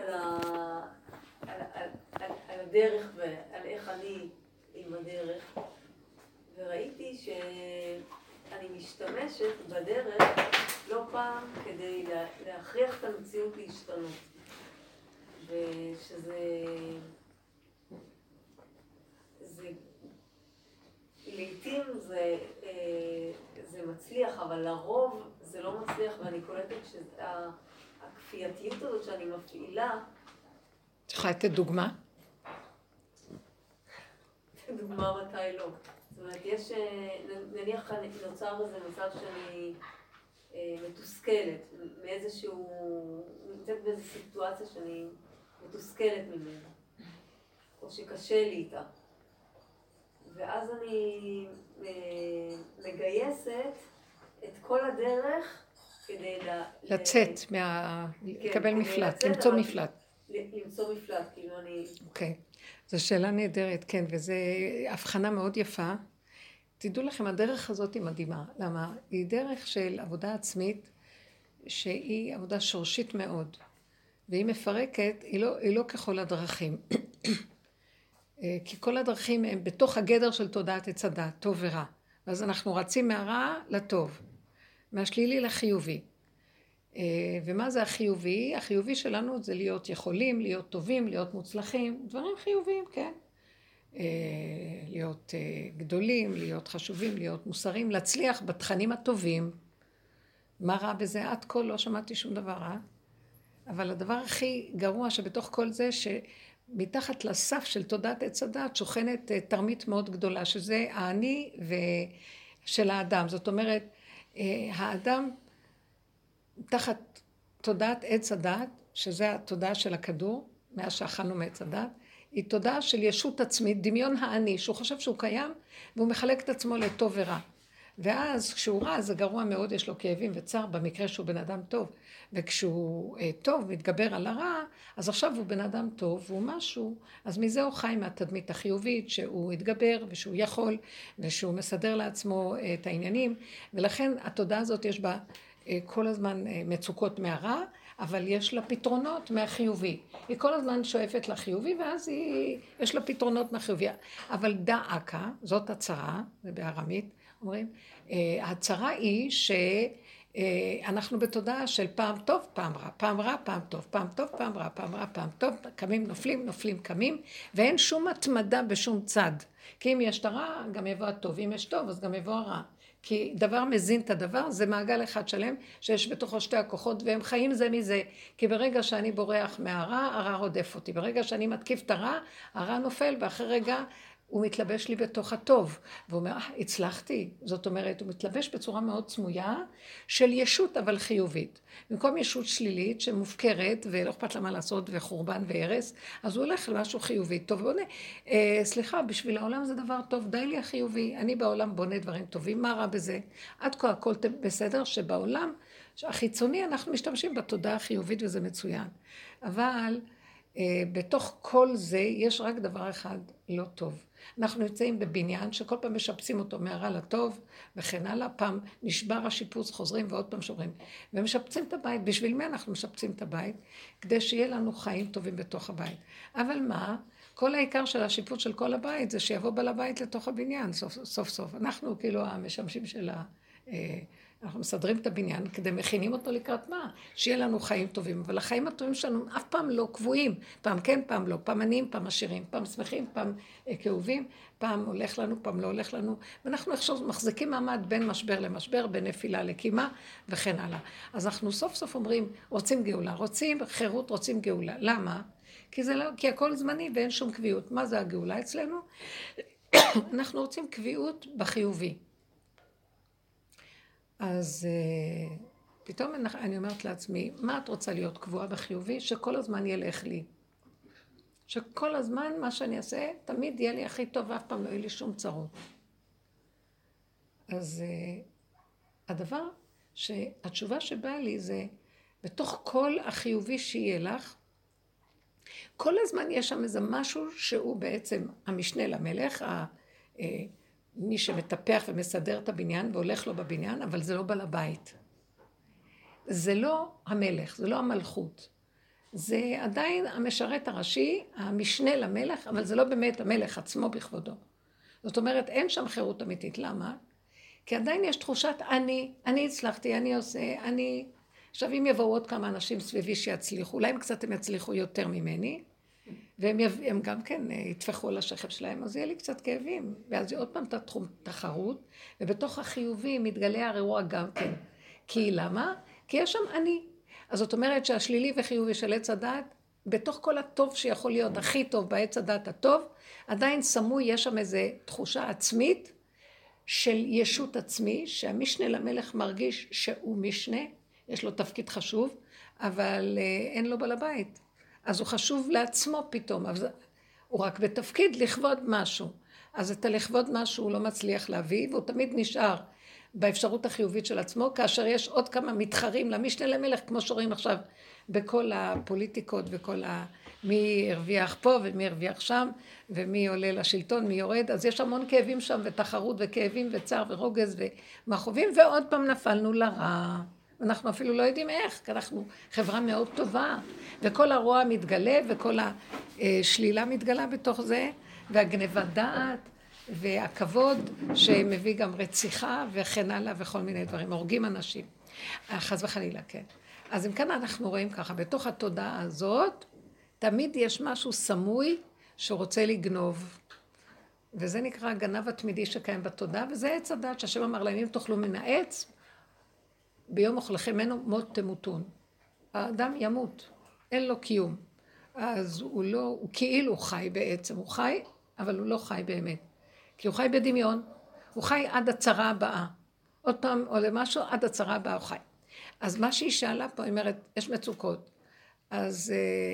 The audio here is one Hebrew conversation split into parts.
על הדרך ועל איך אני עם הדרך, וראיתי שאני משתמשת בדרך לא פעם כדי להכריח את המציאות להשתנות, ושזה לעתים זה מצליח, אבל לרוב זה לא מצליח, ואני קולטת שהכפייתיות הזאת שאני מפעילה... צריכה לתת דוגמה? דוגמה מתי לא. זאת אומרת, יש, נניח נוצר איזה מצב שאני מתוסכלת מאיזשהו, נמצאת באיזו סיטואציה שאני מתוסכלת ממנה, או שקשה לי איתה. ואז אני מגייסת את כל הדרך כדי לצאת, לקבל מפלט, למצוא מפלט. למצוא מפלט, כאילו אני... אוקיי, זו שאלה נהדרת, כן, וזו הבחנה מאוד יפה. תדעו לכם, הדרך הזאת היא מדהימה. למה? היא דרך של עבודה עצמית, שהיא עבודה שורשית מאוד, והיא מפרקת, היא לא ככל הדרכים. כי כל הדרכים הם בתוך הגדר של תודעת עץ הדת, טוב ורע. ואז אנחנו רצים מהרע לטוב, מהשלילי לחיובי. ומה זה החיובי? החיובי שלנו זה להיות יכולים, להיות טובים, להיות מוצלחים, דברים חיוביים, כן. להיות גדולים, להיות חשובים, להיות מוסריים, להצליח בתכנים הטובים. מה רע בזה? עד כה לא שמעתי שום דבר רע. אבל הדבר הכי גרוע שבתוך כל זה, מתחת לסף של תודעת עץ הדת שוכנת תרמית מאוד גדולה, שזה האני של האדם. זאת אומרת, האדם תחת תודעת עץ הדת, שזה התודעה של הכדור, מאז שאכלנו מעץ הדת, היא תודעה של ישות עצמית, דמיון האני, שהוא חושב שהוא קיים, והוא מחלק את עצמו לטוב ורע. ואז כשהוא רע זה גרוע מאוד, יש לו כאבים וצער במקרה שהוא בן אדם טוב, וכשהוא טוב מתגבר על הרע, אז עכשיו הוא בן אדם טוב והוא משהו, אז מזה הוא חי מהתדמית החיובית שהוא יתגבר ושהוא יכול ושהוא מסדר לעצמו את העניינים, ולכן התודעה הזאת יש בה כל הזמן מצוקות מהרע, אבל יש לה פתרונות מהחיובי. היא כל הזמן שואפת לחיובי, ואז יש לה פתרונות מהחיובי. אבל דאקה, זאת הצרה, זה בארמית, אומרים, הצרה היא שאנחנו בתודעה של פעם טוב, פעם רע, פעם רע, פעם טוב, פעם טוב, פעם רע, פעם רע, פעם טוב, קמים, נופלים, נופלים, קמים, ואין שום התמדה בשום צד. כי אם יש את הרע, גם יבוא הטוב, אם יש טוב, אז גם יבוא הרע. כי דבר מזין את הדבר, זה מעגל אחד שלם, שיש בתוכו שתי הכוחות, והם חיים זה מזה. כי ברגע שאני בורח מהרע, הרע רודף אותי. ברגע שאני מתקיף את הרע, הרע נופל, ואחרי רגע הוא מתלבש לי בתוך הטוב. והוא אומר, הצלחתי. זאת אומרת, הוא מתלבש בצורה מאוד סמויה, של ישות אבל חיובית. במקום ישות שלילית שמופקרת, ולא אכפת לה מה לעשות, וחורבן והרס, אז הוא הולך למשהו חיובי. טוב, בונה, סליחה, בשביל העולם זה דבר טוב, די לי החיובי. אני בעולם בונה דברים טובים, מה רע בזה? עד כה הכל בסדר, שבעולם החיצוני אנחנו משתמשים בתודעה החיובית, וזה מצוין. אבל בתוך כל זה יש רק דבר אחד לא טוב. אנחנו נמצאים בבניין שכל פעם משפצים אותו מהרע לטוב וכן הלאה, פעם נשבר השיפוץ, חוזרים ועוד פעם שוברים. ומשפצים את הבית, בשביל מה אנחנו משפצים את הבית? כדי שיהיה לנו חיים טובים בתוך הבית. אבל מה? כל העיקר של השיפוץ של כל הבית זה שיבוא בעל הבית לתוך הבניין סוף סוף. אנחנו כאילו המשמשים של אנחנו מסדרים את הבניין כדי מכינים אותו לקראת מה? שיהיה לנו חיים טובים, אבל החיים הטובים שלנו אף פעם לא קבועים, פעם כן, פעם לא, פעם עניים, פעם עשירים, פעם שמחים, פעם כאובים, פעם הולך לנו, פעם לא הולך לנו, ואנחנו עכשיו מחזיקים מעמד בין משבר למשבר, בין נפילה לקימה וכן הלאה. אז אנחנו סוף סוף אומרים, רוצים גאולה, רוצים חירות, רוצים גאולה. למה? כי הכל זמני ואין שום קביעות. מה זה הגאולה אצלנו? אנחנו רוצים קביעות בחיובי. אז פתאום אני אומרת לעצמי, מה את רוצה להיות קבועה בחיובי? שכל הזמן ילך לי. שכל הזמן מה שאני אעשה, תמיד יהיה לי הכי טוב, ואף פעם לא יהיה לי שום צרות. אז הדבר שהתשובה שבאה לי זה, בתוך כל החיובי שיהיה לך, כל הזמן יש שם איזה משהו שהוא בעצם המשנה למלך, מי שמטפח ומסדר את הבניין והולך לו בבניין, אבל זה לא בעל הבית. זה לא המלך, זה לא המלכות. זה עדיין המשרת הראשי, המשנה למלך, אבל זה לא באמת המלך עצמו בכבודו. זאת אומרת, אין שם חירות אמיתית. למה? כי עדיין יש תחושת אני הצלחתי, אני עושה, אני... עכשיו אם יבואו עוד כמה אנשים סביבי שיצליחו, אולי קצת הם יצליחו יותר ממני, והם גם כן יטפחו על השכב שלהם, אז יהיה לי קצת כאבים, ואז עוד פעם תחום תחרות, ובתוך החיובי מתגלה הרוע גם כן. כי למה? כי יש שם אני. אז זאת אומרת שהשלילי וחיובי של עץ הדעת, בתוך כל הטוב שיכול להיות הכי טוב בעץ הדעת הטוב, עדיין סמוי, יש שם איזו תחושה עצמית של ישות עצמי, שהמשנה למלך מרגיש שהוא משנה, יש לו תפקיד חשוב, אבל אין לו בעל הבית. אז הוא חשוב לעצמו פתאום, אבל הוא רק בתפקיד לכבוד משהו. אז את הלכבוד משהו הוא לא מצליח להביא, והוא תמיד נשאר באפשרות החיובית של עצמו, כאשר יש עוד כמה מתחרים למשנה למלך, כמו שרואים עכשיו בכל הפוליטיקות וכל מי הרוויח פה ומי הרוויח שם, ומי עולה לשלטון, מי יורד, אז יש המון כאבים שם ותחרות וכאבים וצער ורוגז ומחובים, ועוד פעם נפלנו לרע. אנחנו אפילו לא יודעים איך, כי אנחנו חברה מאוד טובה, וכל הרוע מתגלה וכל השלילה מתגלה בתוך זה, והגנבת דעת והכבוד שמביא גם רציחה וכן הלאה וכל מיני דברים, הורגים אנשים, חס וחלילה, כן. אז אם כאן אנחנו רואים ככה, בתוך התודעה הזאת, תמיד יש משהו סמוי שרוצה לגנוב, וזה נקרא הגנב התמידי שקיים בתודעה, וזה עץ הדת שהשם אמר להם, אם תאכלו מן העץ, ביום אוכלכם ממנו מות תמותון. האדם ימות, אין לו קיום. אז הוא כאילו חי בעצם, הוא חי, אבל הוא לא חי באמת. כי הוא חי בדמיון, הוא חי עד הצרה הבאה. עוד פעם, או למשהו, עד הצרה הבאה הוא חי. אז מה שהיא שאלה פה, היא אומרת, יש מצוקות. אז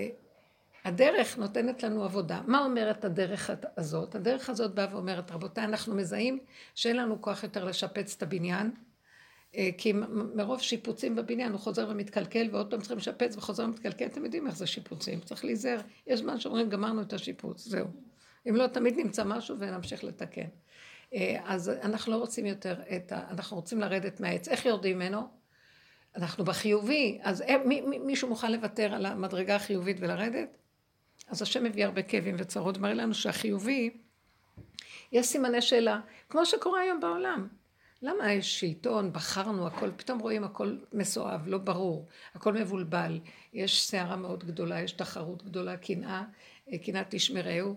הדרך נותנת לנו עבודה. מה אומרת הדרך הזאת? הדרך הזאת באה ואומרת, רבותיי, אנחנו מזהים שאין לנו כוח יותר לשפץ את הבניין, כי מרוב שיפוצים בבניין הוא חוזר ומתקלקל, ועוד פעם צריכים לשפץ וחוזר ומתקלקל, אתם יודעים איך זה שיפוצים, צריך להיזהר, יש זמן שאומרים גמרנו את השיפוץ, זהו. אם לא, תמיד נמצא משהו ונמשיך לתקן. אז אנחנו לא רוצים יותר אנחנו רוצים לרדת מהעץ, איך יורדים ממנו? אנחנו בחיובי, אז מישהו מוכן לוותר על המדרגה החיובית ולרדת? אז השם מביא הרבה כאבים וצרות, מראה לנו שהחיובי, יש סימני שאלה, כמו שקורה היום בעולם. למה יש שלטון, בחרנו הכל, פתאום רואים הכל מסואב, לא ברור, הכל מבולבל, יש סערה מאוד גדולה, יש תחרות גדולה, קנאת איש מרעהו,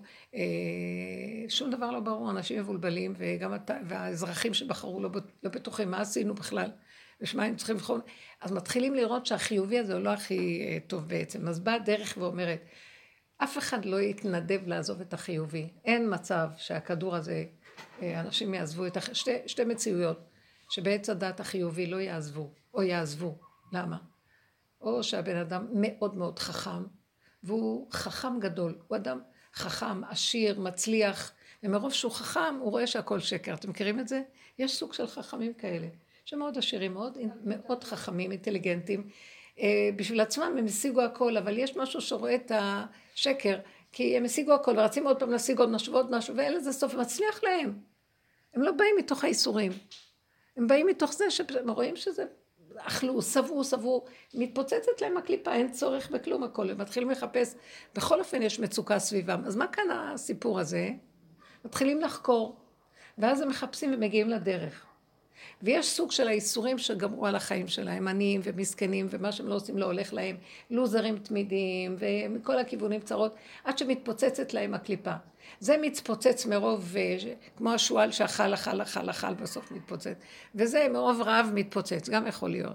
שום דבר לא ברור, אנשים מבולבלים, והאזרחים שבחרו לא בטוחים, מה עשינו בכלל, ושמה הם צריכים לבחור, אז מתחילים לראות שהחיובי הזה הוא לא הכי טוב בעצם, אז באה דרך ואומרת, אף אחד לא יתנדב לעזוב את החיובי, אין מצב שהכדור הזה, אנשים יעזבו את שתי מציאויות, שבעץ הדת החיובי לא יעזבו, או יעזבו. למה? או שהבן אדם מאוד מאוד חכם, והוא חכם גדול, הוא אדם חכם, עשיר, מצליח, ומרוב שהוא חכם, הוא רואה שהכל שקר. אתם מכירים את זה? יש סוג של חכמים כאלה, שמאוד עשירים, מאוד חכמים, אינטליגנטים, בשביל עצמם הם השיגו הכל, אבל יש משהו שרואה את השקר, כי הם השיגו הכל, ורצים עוד פעם להשיג עוד משהו, ואין לזה סוף, מצליח להם. הם לא באים מתוך האיסורים. הם באים מתוך זה שהם רואים שזה אכלו, סבו, מתפוצצת להם הקליפה, אין צורך בכלום הכל, הם מתחילים לחפש, בכל אופן יש מצוקה סביבם. אז מה כאן הסיפור הזה? מתחילים לחקור, ואז הם מחפשים ומגיעים לדרך. ויש סוג של האיסורים שגמרו על החיים שלהם, עניים ומסכנים, ומה שהם לא עושים לא הולך להם, לוזרים תמידיים, ומכל הכיוונים צרות, עד שמתפוצצת להם הקליפה. זה מתפוצץ מרוב, כמו השואל שאכל, בסוף מתפוצץ. וזה מרוב רעב מתפוצץ, גם יכול להיות.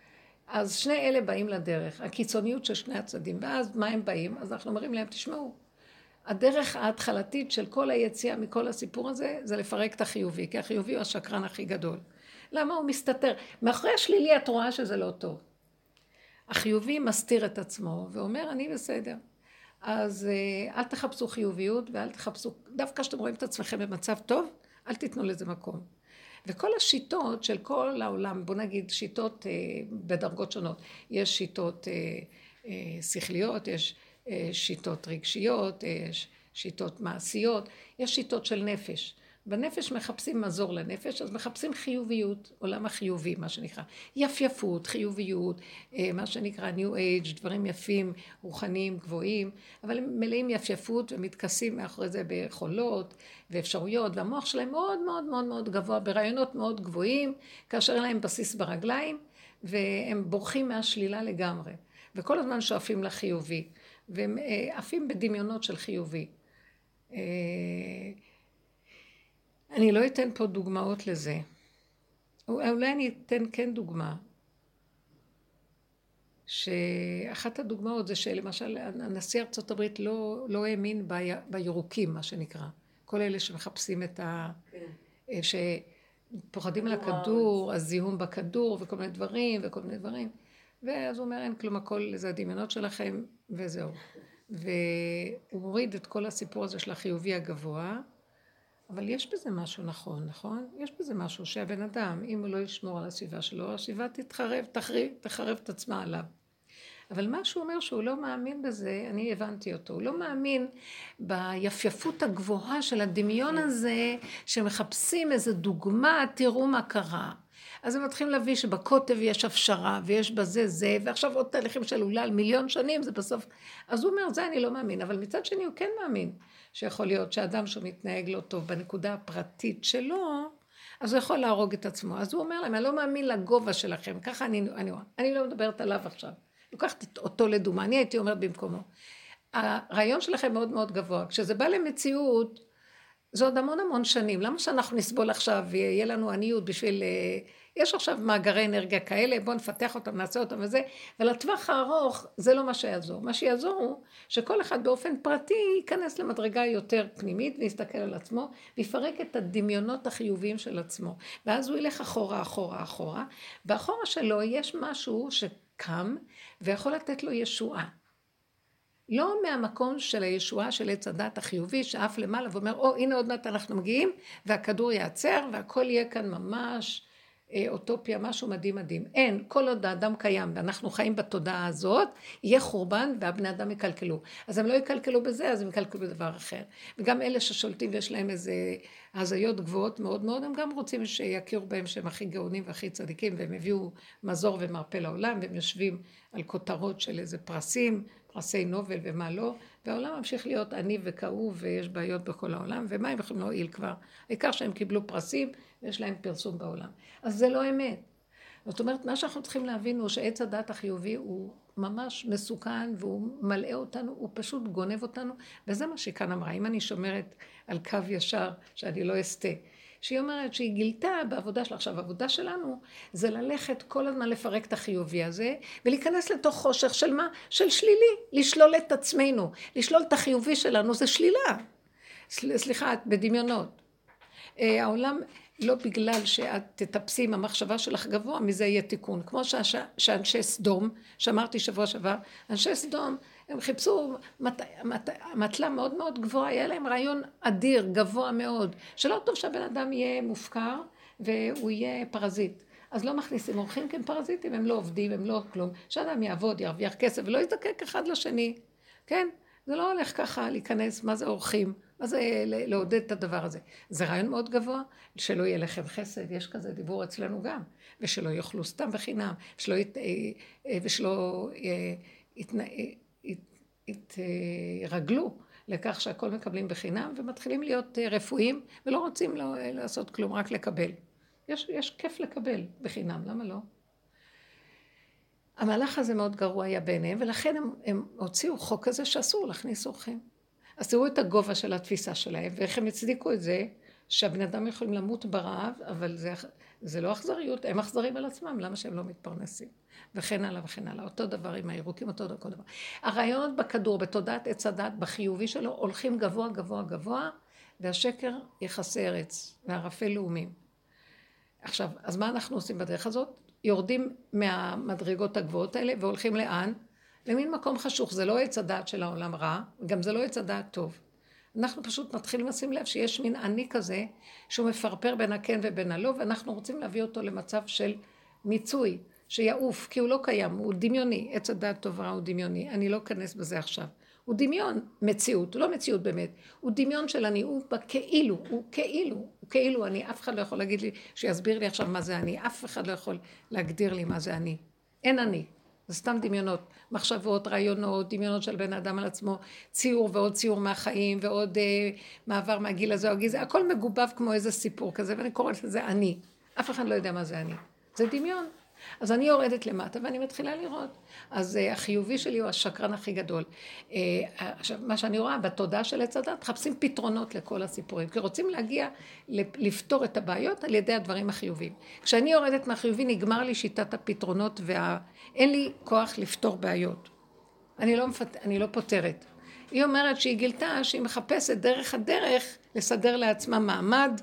אז שני אלה באים לדרך, הקיצוניות של שני הצדדים, ואז מה הם באים? אז אנחנו אומרים להם, תשמעו, הדרך ההתחלתית של כל היציאה מכל הסיפור הזה, זה לפרק את החיובי, כי החיובי הוא השקרן הכי גדול. למה הוא מסתתר? מאחורי השלילי את רואה שזה לא טוב. החיובי מסתיר את עצמו ואומר, אני בסדר. אז אל תחפשו חיוביות ואל תחפשו, דווקא שאתם רואים את עצמכם במצב טוב, אל תיתנו לזה מקום. וכל השיטות של כל העולם, בוא נגיד שיטות בדרגות שונות, יש שיטות שכליות, יש שיטות רגשיות, יש שיטות מעשיות, יש שיטות של נפש. בנפש מחפשים מזור לנפש, אז מחפשים חיוביות, עולם החיובי, מה שנקרא. יפייפות, חיוביות, מה שנקרא New Age, דברים יפים, רוחניים, גבוהים, אבל הם מלאים יפייפות ומתכסים מאחורי זה ביכולות ואפשרויות, והמוח שלהם מאוד מאוד מאוד מאוד גבוה, ברעיונות מאוד גבוהים, כאשר אין להם בסיס ברגליים, והם בורחים מהשלילה לגמרי. וכל הזמן שואפים לחיובי, והם עפים בדמיונות של חיובי. אני לא אתן פה דוגמאות לזה. אולי אני אתן כן דוגמה. שאחת הדוגמאות זה שלמשל הנשיא ארצות הברית לא האמין בירוקים, מה שנקרא. כל אלה שמחפשים את שפוחדים על הכדור, הזיהום בכדור וכל מיני דברים. ואז הוא אומר, אין כלום, הכל זה הדמיונות שלכם וזהו. והוא הוריד את כל הסיפור הזה של החיובי הגבוה, אבל יש בזה משהו נכון? יש בזה משהו שהבן אדם, אם הוא לא ישמור על הסביבה שלו, הסביבה תחרב את עצמה עליו. אבל מה שהוא אומר שהוא לא מאמין בזה, אני הבנתי אותו, הוא לא מאמין ביפייפות הגבוהה של הדמיון הזה, שמחפשים איזו דוגמה, תראו מה קרה. אז הם מתחילים להביא שבקוטב יש הפשרה, ויש בזה זה, ועכשיו עוד תהליכים של אולי על מיליון שנים, זה בסוף. אז הוא אומר, זה אני לא מאמין, אבל מצד שני הוא כן מאמין, שיכול להיות שאדם שמתנהג לא טוב בנקודה הפרטית שלו, אז הוא יכול להרוג את עצמו. אז הוא אומר להם, אני לא מאמין לגובה שלכם, ככה אני לא מדברת עליו עכשיו. לוקחת אותו לדומה, אני הייתי אומרת במקומו. הרעיון שלכם מאוד מאוד גבוה, כשזה בא למציאות, זה עוד המון שנים. למה שאנחנו נסבול עכשיו ויהיה לנו עניות בשביל... יש עכשיו מאגרי אנרגיה כאלה, בואו נפתח אותם, נעשה אותם וזה, ולטווח הארוך זה לא מה שיעזור. מה שיעזור הוא שכל אחד באופן פרטי ייכנס למדרגה יותר פנימית, ויסתכל על עצמו, ויפרק את הדמיונות החיוביים של עצמו. ואז הוא ילך אחורה, ואחורה שלו יש משהו שקם, ויכול לתת לו ישועה. לא מהמקום של הישועה של עץ הדת החיובי, שאף למעלה ואומר, הנה עוד מעט אנחנו מגיעים, והכדור יעצר, והכל יהיה כאן ממש אוטופיה, משהו מדהים. אין, כל עוד האדם קיים, ואנחנו חיים בתודעה הזאת, יהיה חורבן, והבני אדם יקלקלו. אז הם לא יקלקלו בזה, אז הם יקלקלו בדבר אחר. וגם אלה ששולטים ויש להם איזה הזיות גבוהות מאוד מאוד, הם גם רוצים שיכירו בהם שהם הכי גאונים והכי צדיקים, והם הביאו מזור ומרפא לעולם, והם יושבים על כותרות של איזה פרסי נובל ומה לא, והעולם ממשיך להיות עני וכאוב, ויש בעיות בכל העולם, ומה הם יכולים להועיל כבר? העיקר שהם קיבלו פרסים, ויש להם פרסום בעולם. אז זה לא אמת. זאת אומרת, מה שאנחנו צריכים להבין הוא שעץ הדת החיובי הוא ממש מסוכן, והוא מלא אותנו, הוא פשוט גונב אותנו, וזה מה שכאן אמרה. אם אני שומרת על קו ישר, שאני לא אסתה, שהיא אומרת שהיא גילתה בעבודה שלה. עכשיו, העבודה שלנו זה ללכת כל הזמן לפרק את החיובי הזה, ולהיכנס לתוך חושך של מה? של שלילי, לשלול את עצמנו, לשלול את החיובי שלנו, זה שלילה. סליחה, את בדמיונות. העולם לא בגלל שאת תטפסי עם המחשבה שלך גבוה, מזה יהיה תיקון. כמו שאנשי סדום, שאמרתי שבוע שעבר, אנשי סדום, הם חיפשו מטלה מאוד מאוד גבוהה, היה להם רעיון אדיר, גבוה מאוד, שלא טוב שהבן אדם יהיה מופקר והוא יהיה פרזיט. אז לא מכניסים אורחים כי הם פרזיטים, הם לא עובדים, הם לא כלום. שאדם יעבוד, ירוויח כסף ולא יזדקק אחד לשני. כן? זה לא הולך ככה להיכנס, מה זה אורחים? מה זה לעודד את הדבר הזה? זה רעיון מאוד גבוה, שלא יהיה לכם חסד, יש כזה דיבור אצלנו גם, ושלא יאכלו סתם בחינם, ושלא יתרגלו לכך שהכל מקבלים בחינם, ומתחילים להיות רפואיים, ולא רוצים לעשות כלום, רק לקבל. יש כיף לקבל בחינם, למה לא? המהלך הזה מאוד גרוע היה ביניהם, ולכן הם הוציאו חוק כזה שאסור להכניס אורחים. אז תראו את הגובה של התפיסה שלהם, ואיך הם הצדיקו את זה, שהבני אדם יכולים למות ברעב, אבל זה לא אכזריות, הם אכזרים על עצמם, למה שהם לא מתפרנסים? וכן הלאה וכן הלאה, אותו דבר עם הירוקים, אותו דבר. הרעיונות בכדור, בתודעת עץ הדת, בחיובי שלו, הולכים גבוה, גבוה, גבוה, והשקר יחסי ארץ, והערפל לאומים. עכשיו, אז מה אנחנו עושים בדרך הזאת? יורדים מהמדרגות הגבוהות האלה, והולכים לאן? למין מקום חשוך, זה לא עץ הדעת של העולם רע, גם זה לא עץ הדעת טוב. אנחנו פשוט מתחילים לשים לב שיש מין עני כזה, שהוא מפרפר בין הכן ובין הלא, ואנחנו רוצים להביא אותו למצב של מיצוי, שיעוף, כי הוא לא קיים, הוא דמיוני, עץ הדעת טוב רע הוא דמיוני, אני לא אכנס בזה עכשיו. הוא דמיון מציאות, הוא לא מציאות באמת, הוא דמיון של אני, הוא כאילו, הוא כאילו אני, אף אחד לא יכול להגיד לי, שיסביר לי עכשיו מה זה אני, אף אחד לא יכול להגדיר לי מה זה אני. אין אני. זה סתם דמיונות, מחשבות, רעיונות, דמיונות של בן אדם על עצמו, ציור ועוד ציור מהחיים, ועוד מעבר מהגיל הזה או הגיל הזה, הכל מגובב כמו איזה סיפור כזה, ואני קוראת לזה אני. אף אחד לא יודע מה זה אני. זה דמיון. אז אני יורדת למטה ואני מתחילה לראות. אז החיובי שלי הוא השקרן הכי גדול. עכשיו, מה שאני רואה בתודעה של עץ הדת, מחפשים פתרונות לכל הסיפורים, כי רוצים להגיע לפתור את הבעיות על ידי הדברים החיוביים. כשאני יורדת מהחיובי נגמר לי שיטת הפתרונות אין לי כוח לפתור בעיות. אני לא פותרת. היא אומרת שהיא גילתה שהיא מחפשת דרך הדרך לסדר לעצמה מעמד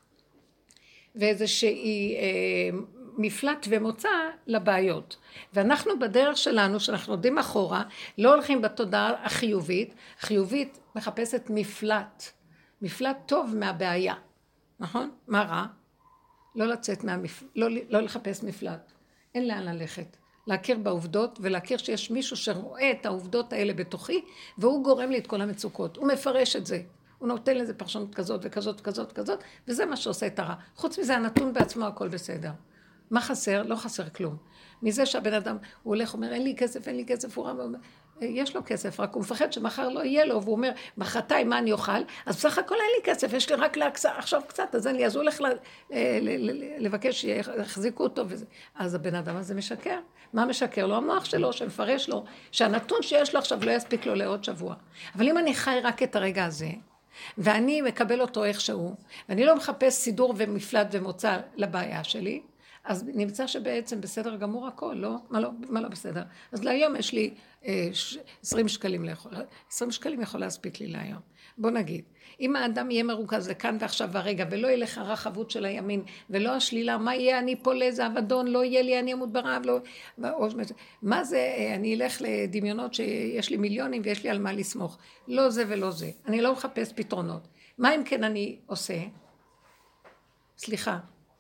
ואיזושהי מפלט ומוצא לבעיות. ואנחנו בדרך שלנו, שאנחנו יודעים אחורה, לא הולכים בתודעה החיובית. חיובית מחפשת מפלט טוב מהבעיה. נכון? מה רע? לא לצאת לא לחפש מפלט. אין לאן ללכת. להכיר בעובדות ולהכיר שיש מישהו שרואה את העובדות האלה בתוכי, והוא גורם לי את כל המצוקות. הוא מפרש את זה. הוא נותן לזה פרשנות כזאת וכזאת וכזאת וכזאת, וזה מה שעושה את הרע. חוץ מזה, הנתון בעצמו הכל בסדר. מה חסר? לא חסר כלום. מזה שהבן אדם, הוא הולך, אומר, אין לי כסף, הוא אומר, יש לו כסף, רק הוא מפחד שמחר לא יהיה לו, והוא אומר, מחרתיים מה אני אוכל? אז בסך הכל אין לי כסף, יש לי רק עכשיו קצת, אז אין לי, אז הוא הולך לבקש שיחזיקו אותו וזה. אז הבן אדם הזה משקר. מה משקר לו? המוח שלו, שמפרש לו, שהנתון שיש לו עכשיו לא יספיק לו לעוד שבוע. אבל אם אני חי רק את הרגע הזה, ואני מקבל אותו איכשהו, ואני לא מחפש סידור ומפלט ומוצא לבעיה שלי, אז נמצא שבעצם בסדר גמור הכל, לא? מה לא בסדר? אז להיום יש לי 20 שקלים לאכול. 20 שקלים יכול להספיק לי להיום. בוא נגיד, אם האדם יהיה מרוכז לכאן ועכשיו והרגע, ולא יהיה לך הרחבות של הימין, ולא השלילה, מה יהיה אני פה לאיזה אבדון, לא יהיה לי, אני אמות ברעב, לא... מה זה, אני אלך לדמיונות שיש לי מיליונים ויש לי על מה לסמוך. לא זה ולא זה. אני לא מחפש פתרונות. מה אם כן אני עושה? סליחה.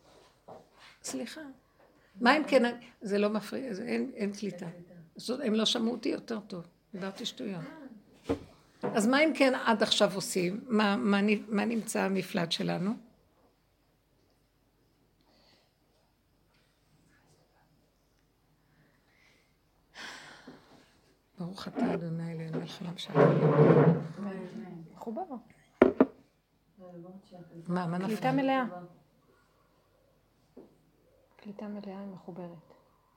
מה אם כן, זה לא מפריע, אין קליטה. הם לא שמעו אותי יותר טוב, דיברתי שטויות. אז מה אם כן עד עכשיו עושים? מה נמצא המפלט שלנו? ברוך אתה אדוני אלוהינו מלך העולם שהכל. מחובר. מה נפל? קליטה מלאה. קליטה מלאה היא מחוברת.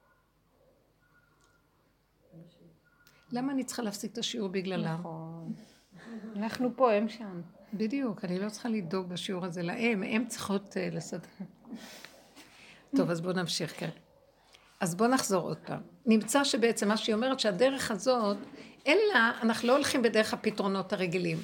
למה אני צריכה להפסיק את השיעור בגללם? נכון. אנחנו פה, הם שם. בדיוק, אני לא צריכה לדאוג בשיעור הזה להם, הם צריכות לסדר. טוב, אז בואו נמשיך, כן. אז בואו נחזור עוד פעם. נמצא שבעצם מה שהיא אומרת שהדרך הזאת, אלא אנחנו לא הולכים בדרך הפתרונות הרגילים.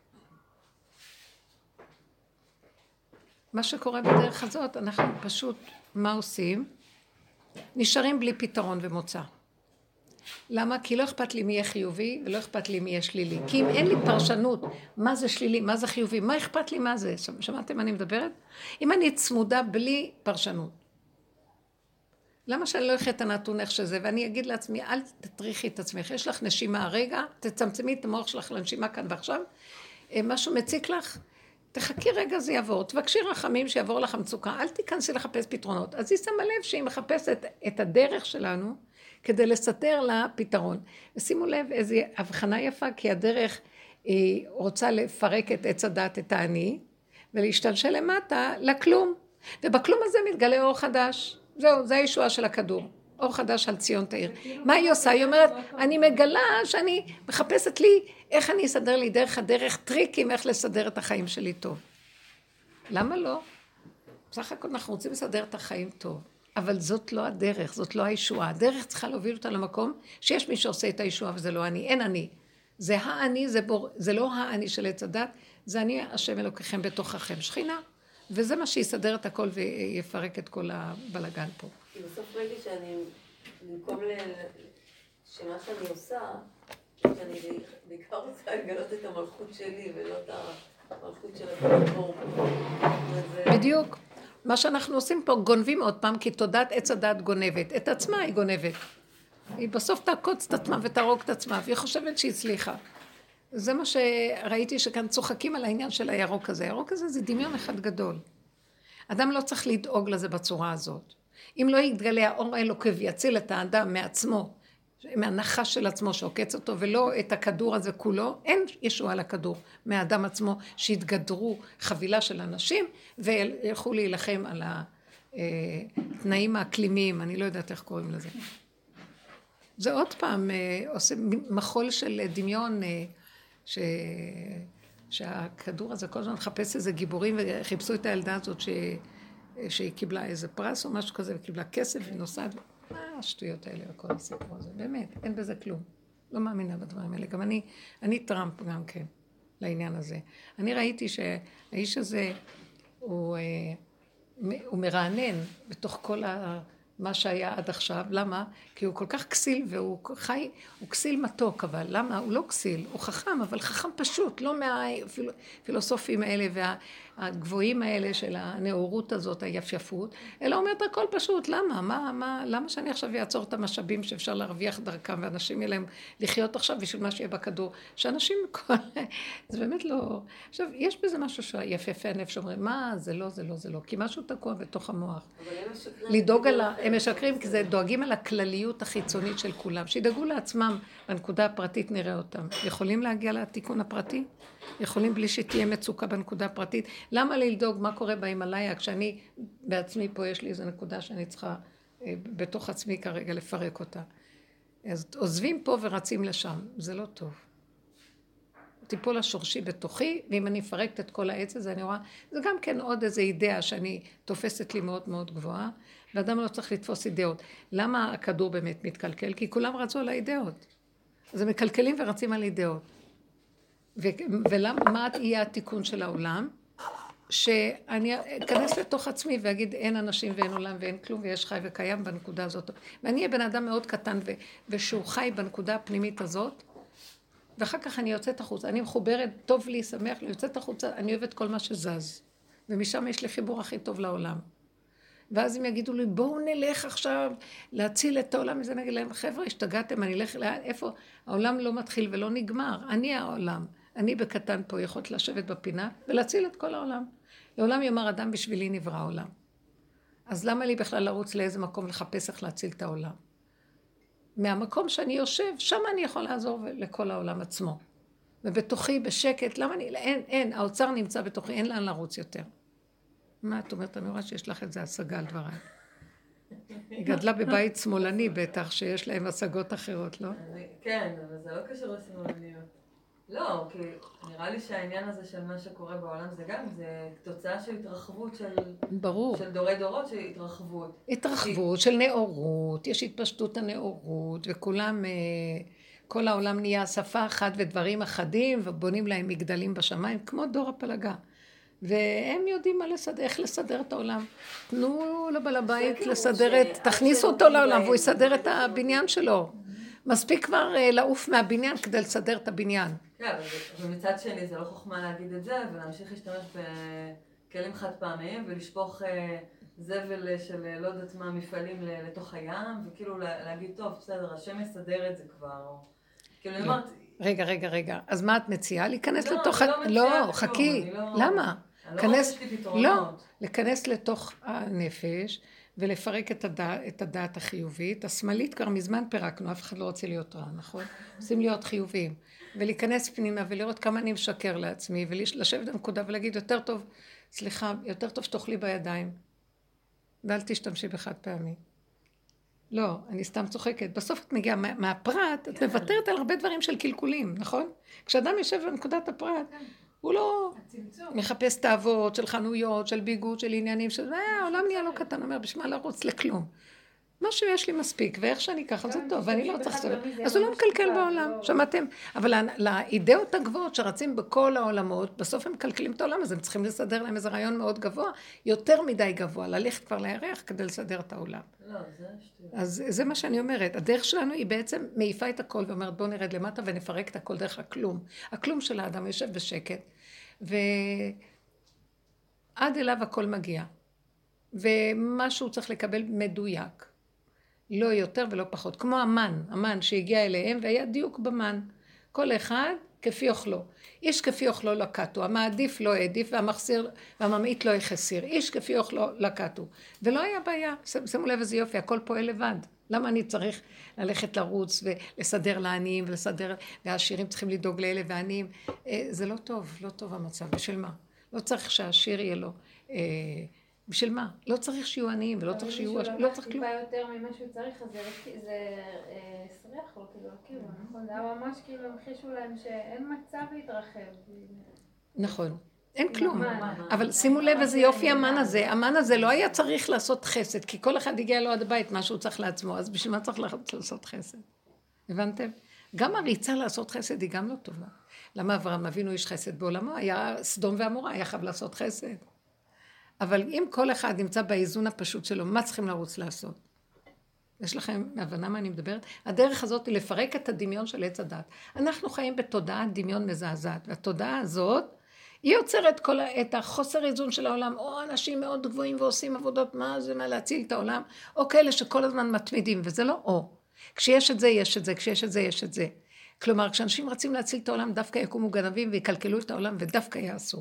מה שקורה בדרך הזאת, אנחנו פשוט, מה עושים? נשארים בלי פתרון ומוצא. למה? כי לא אכפת לי מי יהיה חיובי, ולא אכפת לי מי יהיה שלילי. כי אם אין לי פרשנות, מה זה שלילי, מה זה חיובי, מה אכפת לי מה זה? שמעתם מה אני מדברת? אם אני צמודה בלי פרשנות. למה שאני לא אכלה את הנתון איך שזה? ואני אגיד לעצמי, אל תטריחי את עצמך, יש לך נשימה הרגע, תצמצמי את המוח שלך לנשימה כאן ועכשיו, משהו מציק לך, תחכי רגע זה יעבור, תבקשי רחמים שיעבור לך המצוקה, אל תיכנסי לחפש פתרונות. אז היא שמה לב שהיא מחפשת את הדרך שלנו, כדי לסתר לה פתרון. ושימו לב איזו הבחנה יפה, כי הדרך היא רוצה לפרק את עץ הדת, את האני, ולהשתלשל למטה לכלום. ובכלום הזה מתגלה אור חדש. זהו, זה הישועה של הכדור. אור חדש על ציון תאיר. מה היא עושה? היא אומרת, אני מגלה שאני מחפשת לי איך אני אסדר לי דרך הדרך, טריקים איך לסדר את החיים שלי טוב. למה לא? בסך הכל אנחנו רוצים לסדר את החיים טוב. אבל זאת לא הדרך, זאת לא הישועה. הדרך צריכה להוביל אותה למקום שיש מי שעושה את הישועה וזה לא אני. אין אני. זה האני, זה לא האני של עץ הדת, זה אני השם אלוקיכם בתוככם. שכינה. וזה מה שיסדר את הכל ויפרק את כל הבלגן פה. כי בסוף ראיתי שאני, במקום שמה שאני עושה, שאני בעיקר רוצה לגלות את המלכות שלי ולא את המלכות של הדבר. בדיוק. מה שאנחנו עושים פה, גונבים עוד פעם, כי תודעת עץ הדת גונבת. את עצמה היא גונבת. היא בסוף תעקוץ את עצמה ותרוג את עצמה, והיא חושבת שהיא הצליחה. זה מה שראיתי שכאן צוחקים על העניין של הירוק הזה. הירוק הזה זה דמיון אחד גדול. אדם לא צריך לדאוג לזה בצורה הזאת. אם לא יתגלה האור האלוקי ויציל את האדם מעצמו, מהנחש של עצמו שעוקץ אותו, ולא את הכדור הזה כולו, אין ישועה לכדור מהאדם עצמו, שיתגדרו חבילה של אנשים, וילכו להילחם על התנאים האקלימיים, אני לא יודעת איך קוראים לזה. זה עוד פעם עושה מחול של דמיון, שהכדור הזה כל הזמן מחפש איזה גיבורים, וחיפשו את הילדה הזאת שהיא קיבלה איזה פרס או משהו כזה, וקיבלה כסף ונוסעת, מה השטויות האלה וכל הסיפור הזה, באמת, אין בזה כלום. לא מאמינה בדברים האלה, גם אני טראמפ גם כן, לעניין הזה. אני ראיתי שהאיש הזה, הוא מרענן בתוך כל מה שהיה עד עכשיו. למה? כי הוא כל כך כסיל והוא חי, הוא כסיל מתוק, אבל למה? הוא לא כסיל, הוא חכם, אבל חכם פשוט, לא מהפילוסופים האלה והגבוהים האלה של הנאורות הזאת, היפייפות, אלא אומר את הכל פשוט. למה? למה שאני עכשיו אעצור את המשאבים שאפשר להרוויח דרכם, ואנשים יהיה להם לחיות עכשיו בשביל מה שיהיה בכדור, שאנשים, זה באמת לא... עכשיו, יש בזה משהו שיפהפה הנפש שאומרים, מה? זה לא, כי משהו תקוע בתוך המוח. לדאוג על הם משקרים כי זה דואגים על הכלליות החיצונית של כולם, שידאגו לעצמם בנקודה הפרטית, נראה אותם. יכולים להגיע לתיקון הפרטי? יכולים בלי שתהיה מצוקה בנקודה הפרטית? למה לדאוג מה קורה בהימאליה כשאני בעצמי פה יש לי איזו נקודה שאני צריכה בתוך עצמי כרגע לפרק אותה? אז עוזבים פה ורצים לשם, זה לא טוב. טיפול השורשי בתוכי, ואם אני אפרקת את כל העץ הזה, אני רואה, זה גם כן עוד איזו אידאה שאני תופסת לי מאוד מאוד גבוהה, ואדם לא צריך לתפוס אידאות. למה הכדור באמת מתקלקל? כי כולם רצו על האידאות. אז הם מקלקלים ורצים על אידאות. ומה יהיה התיקון של העולם? שאני אכנס לתוך עצמי ואגיד אין אנשים ואין עולם ואין כלום ויש חי וקיים בנקודה הזאת. ואני אהיה בן אדם מאוד קטן ושהוא חי בנקודה הפנימית הזאת, ואחר כך אני יוצאת החוצה, אני מחוברת, טוב לי, שמח לי, יוצאת החוצה, אני אוהבת כל מה שזז. ומשם יש לי חיבור הכי טוב לעולם. ואז הם יגידו לי, בואו נלך עכשיו להציל את העולם, וזה נגיד להם, חבר'ה, השתגעתם, אני אלך, איפה? העולם לא מתחיל ולא נגמר, אני העולם. אני בקטן פה יכולת לשבת בפינה ולהציל את כל העולם. לעולם יאמר אדם בשבילי נברא העולם. אז למה לי בכלל לרוץ לאיזה מקום לחפש איך להציל את העולם? מהמקום שאני יושב, שם אני יכול לעזור לכל העולם עצמו. ובתוכי, בשקט, למה אני, אין, האוצר נמצא בתוכי, אין לאן לרוץ יותר. מה את אומרת? אני רואה שיש לך את זה השגה על דבריי. היא גדלה בבית שמאלני בטח, שיש להם השגות אחרות, לא? כן, אבל זה לא קשור לשמאלניות. לא, כי נראה לי שהעניין הזה של מה שקורה בעולם זה גם, זה תוצאה של התרחבות של... ברור. של דורי דורות של התרחבות. התרחבות של נאורות, יש התפשטות הנאורות, וכולם, כל העולם נהיה שפה אחת ודברים אחדים, ובונים להם מגדלים בשמיים, כמו דור הפלגה. והם יודעים איך לסדר את העולם. תנו לבעל הבית לסדר את... תכניסו אותו לעולם, והוא יסדר את הבניין שלו. מספיק כבר לעוף מהבניין כדי לסדר את הבניין. כן, ומצד שני זה לא חוכמה להגיד את זה, ולהמשיך להשתמש בכלים חד פעמיים, ולשפוך זבל של לא יודעת מה מפעלים לתוך הים, וכאילו להגיד, טוב, בסדר, השם יסדר את זה כבר. כאילו, אני אומרת... רגע. אז מה את מציעה? להיכנס לתוך... לא, חכי. למה? אני לא רוצה שלי פתרונות. לא, להיכנס לתוך הנפש, ולפרק את הדעת החיובית. השמאלית כבר מזמן פירקנו, אף אחד לא רוצה להיות רע, נכון? רוצים להיות חיוביים. ולהיכנס פנימה ולראות כמה אני משקר לעצמי, ולשבת בנקודה ולהגיד יותר טוב, סליחה, יותר טוב שתאכלי בידיים, ואל תשתמשי בחד פעמי. לא, אני סתם צוחקת. בסוף את מגיעה מהפרט, את מוותרת על הרבה דברים של קלקולים, נכון? כשאדם יושב בנקודת הפרט, הוא לא מחפש תאוות של חנויות, של ביגוד, של עניינים, העולם נהיה לא קטן, אומר, בשביל מה לרוץ לכלום. מה שיש לי מספיק, ואיך שאני ככה זה טוב, ואני לא צריך לסדר. אז הוא לא מקלקל בעולם, שמעתם? אבל לאידאות הגבוהות שרצים בכל העולמות, בסוף הם מקלקלים את העולם, אז הם צריכים לסדר להם איזה רעיון מאוד גבוה, יותר מדי גבוה, ללכת כבר לירח כדי לסדר את העולם. לא, זה שטויות. אז זה מה שאני אומרת, הדרך שלנו היא בעצם מעיפה את הכל, ואומרת בואו נרד למטה ונפרק את הכל דרך הכלום. הכלום של האדם יושב בשקט, ועד אליו הכל מגיע. ומה שהוא צריך לקבל מדויק. לא יותר ולא פחות. כמו המן שהגיע אליהם והיה דיוק במן. כל אחד כפי אוכלו. איש כפי אוכלו לקטו, המעדיף לא העדיף והמחסיר והממעיט לא יחסיר. איש כפי אוכלו לקטו. ולא היה בעיה, שימו לב איזה יופי, הכל פועל לבד. למה אני צריך ללכת לרוץ ולסדר לעניים ולסדר, והעשירים צריכים לדאוג לאלה והעניים? זה לא טוב, לא טוב המצב. בשביל מה? לא צריך שהעשיר יהיה לו. בשביל מה? לא צריך שיהיו עניים ולא צריך שיהיו... לא צריך כלום. טיפה יותר ממה שהוא צריך, אז זה סריח לו, כאילו, נכון? זה היה ממש כאילו המחישו להם שאין מצב להתרחב. נכון. אין כלום. אבל שימו לב איזה יופי המן הזה. המן הזה לא היה צריך לעשות חסד, כי כל אחד הגיע לו עד הבית מה שהוא צריך לעצמו, אז בשביל מה צריך לעשות חסד? הבנתם? גם הריצה לעשות חסד היא גם לא טובה. למה אברהם אבינו איש חסד בעולמו? היה סדום ועמורה, היה חייב לעשות חסד. אבל אם כל אחד נמצא באיזון הפשוט שלו, מה צריכים לרוץ לעשות? יש לכם הבנה מה אני מדברת? הדרך הזאת היא לפרק את הדמיון של עץ הדת. אנחנו חיים בתודעת דמיון מזעזעת, והתודעה הזאת, היא יוצרת את החוסר איזון של העולם, או אנשים מאוד גבוהים ועושים עבודות, מה זה, מה להציל את העולם, או כאלה שכל הזמן מתמידים, וזה לא או. כשיש את זה, יש את זה, כשיש את זה, יש את זה. כלומר, כשאנשים רצים להציל את העולם, דווקא יקומו גנבים ויקלקלו את העולם, ודווקא יעשו.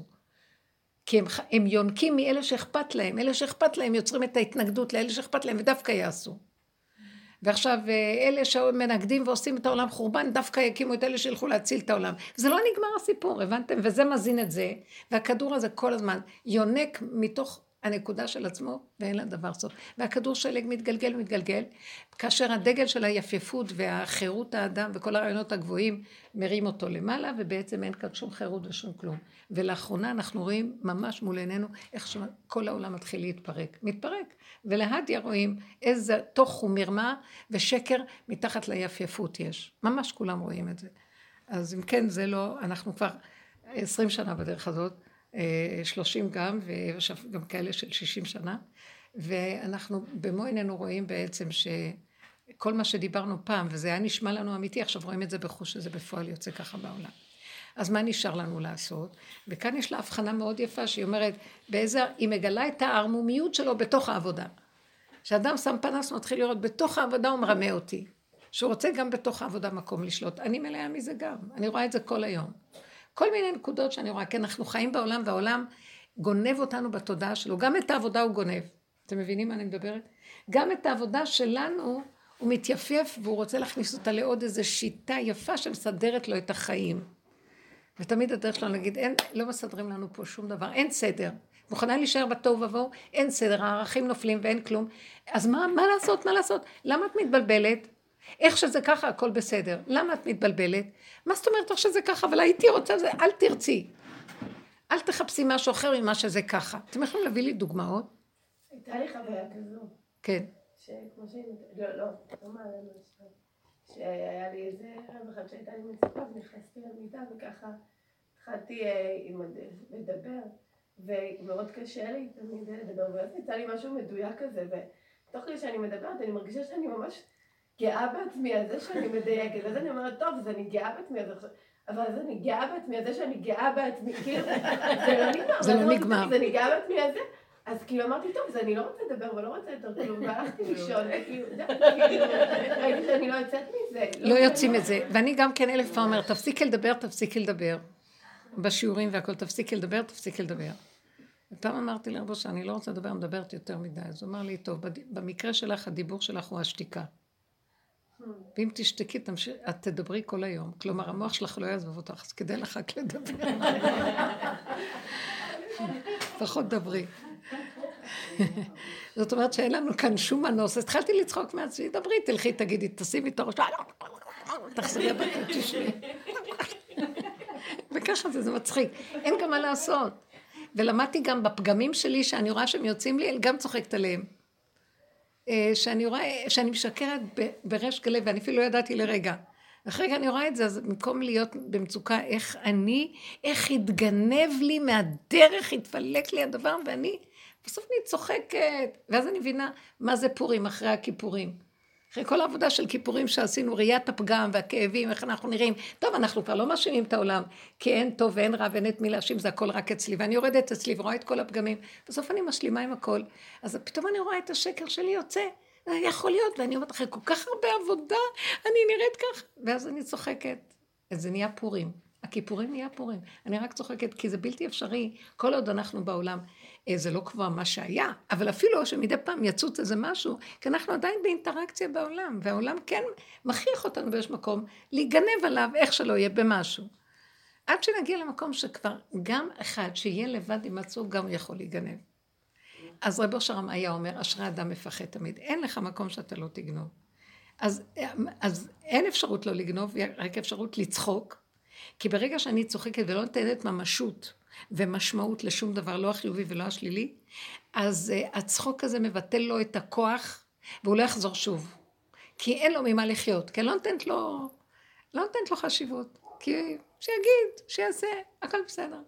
כי הם יונקים מאלה שאכפת להם, אלה שאכפת להם יוצרים את ההתנגדות לאלה שאכפת להם, ודווקא יעשו. ועכשיו, אלה שמנגדים ועושים את העולם חורבן, דווקא יקימו את אלה שילכו להציל את העולם. זה לא נגמר הסיפור, הבנתם? וזה מזין את זה, והכדור הזה כל הזמן יונק מתוך הנקודה של עצמו, ואין לה דבר סוף. והכדור שלג מתגלגל ומתגלגל, כאשר הדגל של היפיפות והחירות האדם וכל הרעיונות הגבוהים מרים אותו למעלה, ובעצם אין כאן שום חירות ושום כלום. ולאחרונה אנחנו רואים ממש מול עינינו איך שכל העולם מתחיל להתפרק. מתפרק. ולהדיה רואים איזה תוך ומרמה ושקר מתחת ליפיפות יש. ממש כולם רואים את זה. אז אם כן זה לא, אנחנו כבר 20 שנה בדרך הזאת, 30 גם, ויש גם כאלה של 60 שנה, ואנחנו במו עינינו רואים בעצם שכל מה שדיברנו פעם, וזה היה נשמע לנו אמיתי, עכשיו רואים את זה בחוש שזה בפועל יוצא ככה בעולם. אז מה נשאר לנו לעשות? וכאן יש לה הבחנה מאוד יפה, שהיא אומרת, היא מגלה את הערמומיות שלו בתוך העבודה. כשאדם שם פנס מתחיל לראות, בתוך העבודה הוא מרמה אותי, שהוא רוצה גם בתוך העבודה מקום לשלוט. אני מלאה מזה גם, אני רואה את זה כל היום. כל מיני נקודות שאני רואה, כי אנחנו חיים בעולם, והעולם גונב אותנו בתודעה שלו. גם את העבודה הוא גונב. אתם מבינים מה אני מדברת? גם את העבודה שלנו הוא מתייפף, והוא רוצה להכניס אותה לעוד איזו שיטה יפה שמסדרת לו את החיים. ותמיד הדרך שלנו להגיד, לא מסדרים לנו פה שום דבר, אין סדר. מוכנה להישאר בתוהו ובוהו, אין סדר, הערכים נופלים ואין כלום. אז מה לעשות? מה לעשות? למה את מתבלבלת? איך שזה ככה, הכל בסדר. למה את מתבלבלת? מה זאת אומרת איך שזה ככה? אבל הייתי רוצה זה, אל תרצי. אל תחפשי משהו אחר ממה שזה ככה. אתם יכולים להביא לי דוגמאות? הייתה לי חוויה כזו. כן. שכמו שהיא... לא מעלה משהו. שהיה לי איזה ערב אחד שהייתה לי מצפה, ונכנסתי למיטה, וככה התחלתי לדבר. ומאוד קשה לי תמיד לדבר, ואז יצא לי משהו מדויק כזה, ותוך כדי שאני מדברת, אני מרגישה שאני ממש גאה בעצמי על זה שאני מדייקת, ואז אני אומרת, טוב, אז אני גאה בעצמי, אבל אז אני גאה בעצמי על זה שאני גאה בעצמי, כאילו, זה לא נגמר. זה לא נגמר. אז אני גאה בעצמי על זה, אז כאילו אמרתי, טוב, אז אני לא רוצה לדבר ולא רוצה יותר כלום, והלכתי לישון, וכאילו, ראיתי שאני לא יוצאת מזה. לא יוצאים את זה, ואני גם כן 1000 פעם אומרת, תפסיקי לדבר, בשיעורים והכל, תפסיקי לדבר. ופעם אמרתי לרבו שאני לא רוצה לדבר, מדברת יותר מדי, אז הוא אמר לי, טוב, במקרה שלך, הדיבור שלך הוא השתיקה. ואם תשתקי, את תדברי כל היום. כלומר, המוח שלך לא יעזוב אותך, אז כדאי לך רק לדבר. פחות דברי. זאת אומרת שאין לנו כאן שום מנוס, אז התחלתי לצחוק מעצמי, דברי, תלכי, תגידי, תשימי את הראש, תחזרי הביתה, תשמעי. וככה זה מצחיק. אין גם מה לעשות. ולמדתי גם בפגמים שלי, שאני רואה שהם יוצאים לי, גם צוחקת עליהם. שאני רואה, שאני משקרת ברש גלי, ואני אפילו לא ידעתי לרגע. אחרי אני רואה את זה, אז במקום להיות במצוקה, איך התגנב לי מהדרך, התפלק לי הדבר, ואני, בסוף אני צוחקת. ואז אני מבינה מה זה פורים אחרי הכיפורים. אחרי כל העבודה של כיפורים שעשינו, ראיית הפגם והכאבים, איך אנחנו נראים, טוב, אנחנו כבר לא מאשימים את העולם, כי אין טוב ואין רע ואין את מי להאשים, זה הכל רק אצלי, ואני יורדת אצלי ורואה את כל הפגמים, בסוף אני משלימה עם הכל, אז פתאום אני רואה את השקר שלי יוצא, זה יכול להיות, ואני אומרת, אחרי כל כך הרבה עבודה, אני נראית כך, ואז אני צוחקת, אז זה נהיה פורים. הכיפורים נהיה פורים. אני רק צוחקת, כי זה בלתי אפשרי. כל עוד אנחנו בעולם, זה לא כבר מה שהיה, אבל אפילו שמדי פעם יצוץ איזה משהו, כי אנחנו עדיין באינטראקציה בעולם, והעולם כן מכריח אותנו באיזשהו מקום, להיגנב עליו איך שלא יהיה במשהו. עד שנגיע למקום שכבר גם אחד שיהיה לבד עם עצמו, גם יכול להיגנב. אז רב אושר היה אומר, אשרי אדם מפחד תמיד. אין לך מקום שאתה לא תגנוב. אז אין אפשרות לא לגנוב, רק אפשרות לצחוק, כי ברגע שאני צוחקת ולא נותנת ממשות ומשמעות לשום דבר, לא החיובי ולא השלילי, אז הצחוק הזה מבטל לו את הכוח, והוא לא יחזור שוב. כי אין לו ממה לחיות, כי לא נותנת לו חשיבות. כי שיגיד, שיעשה, הכל בסדר.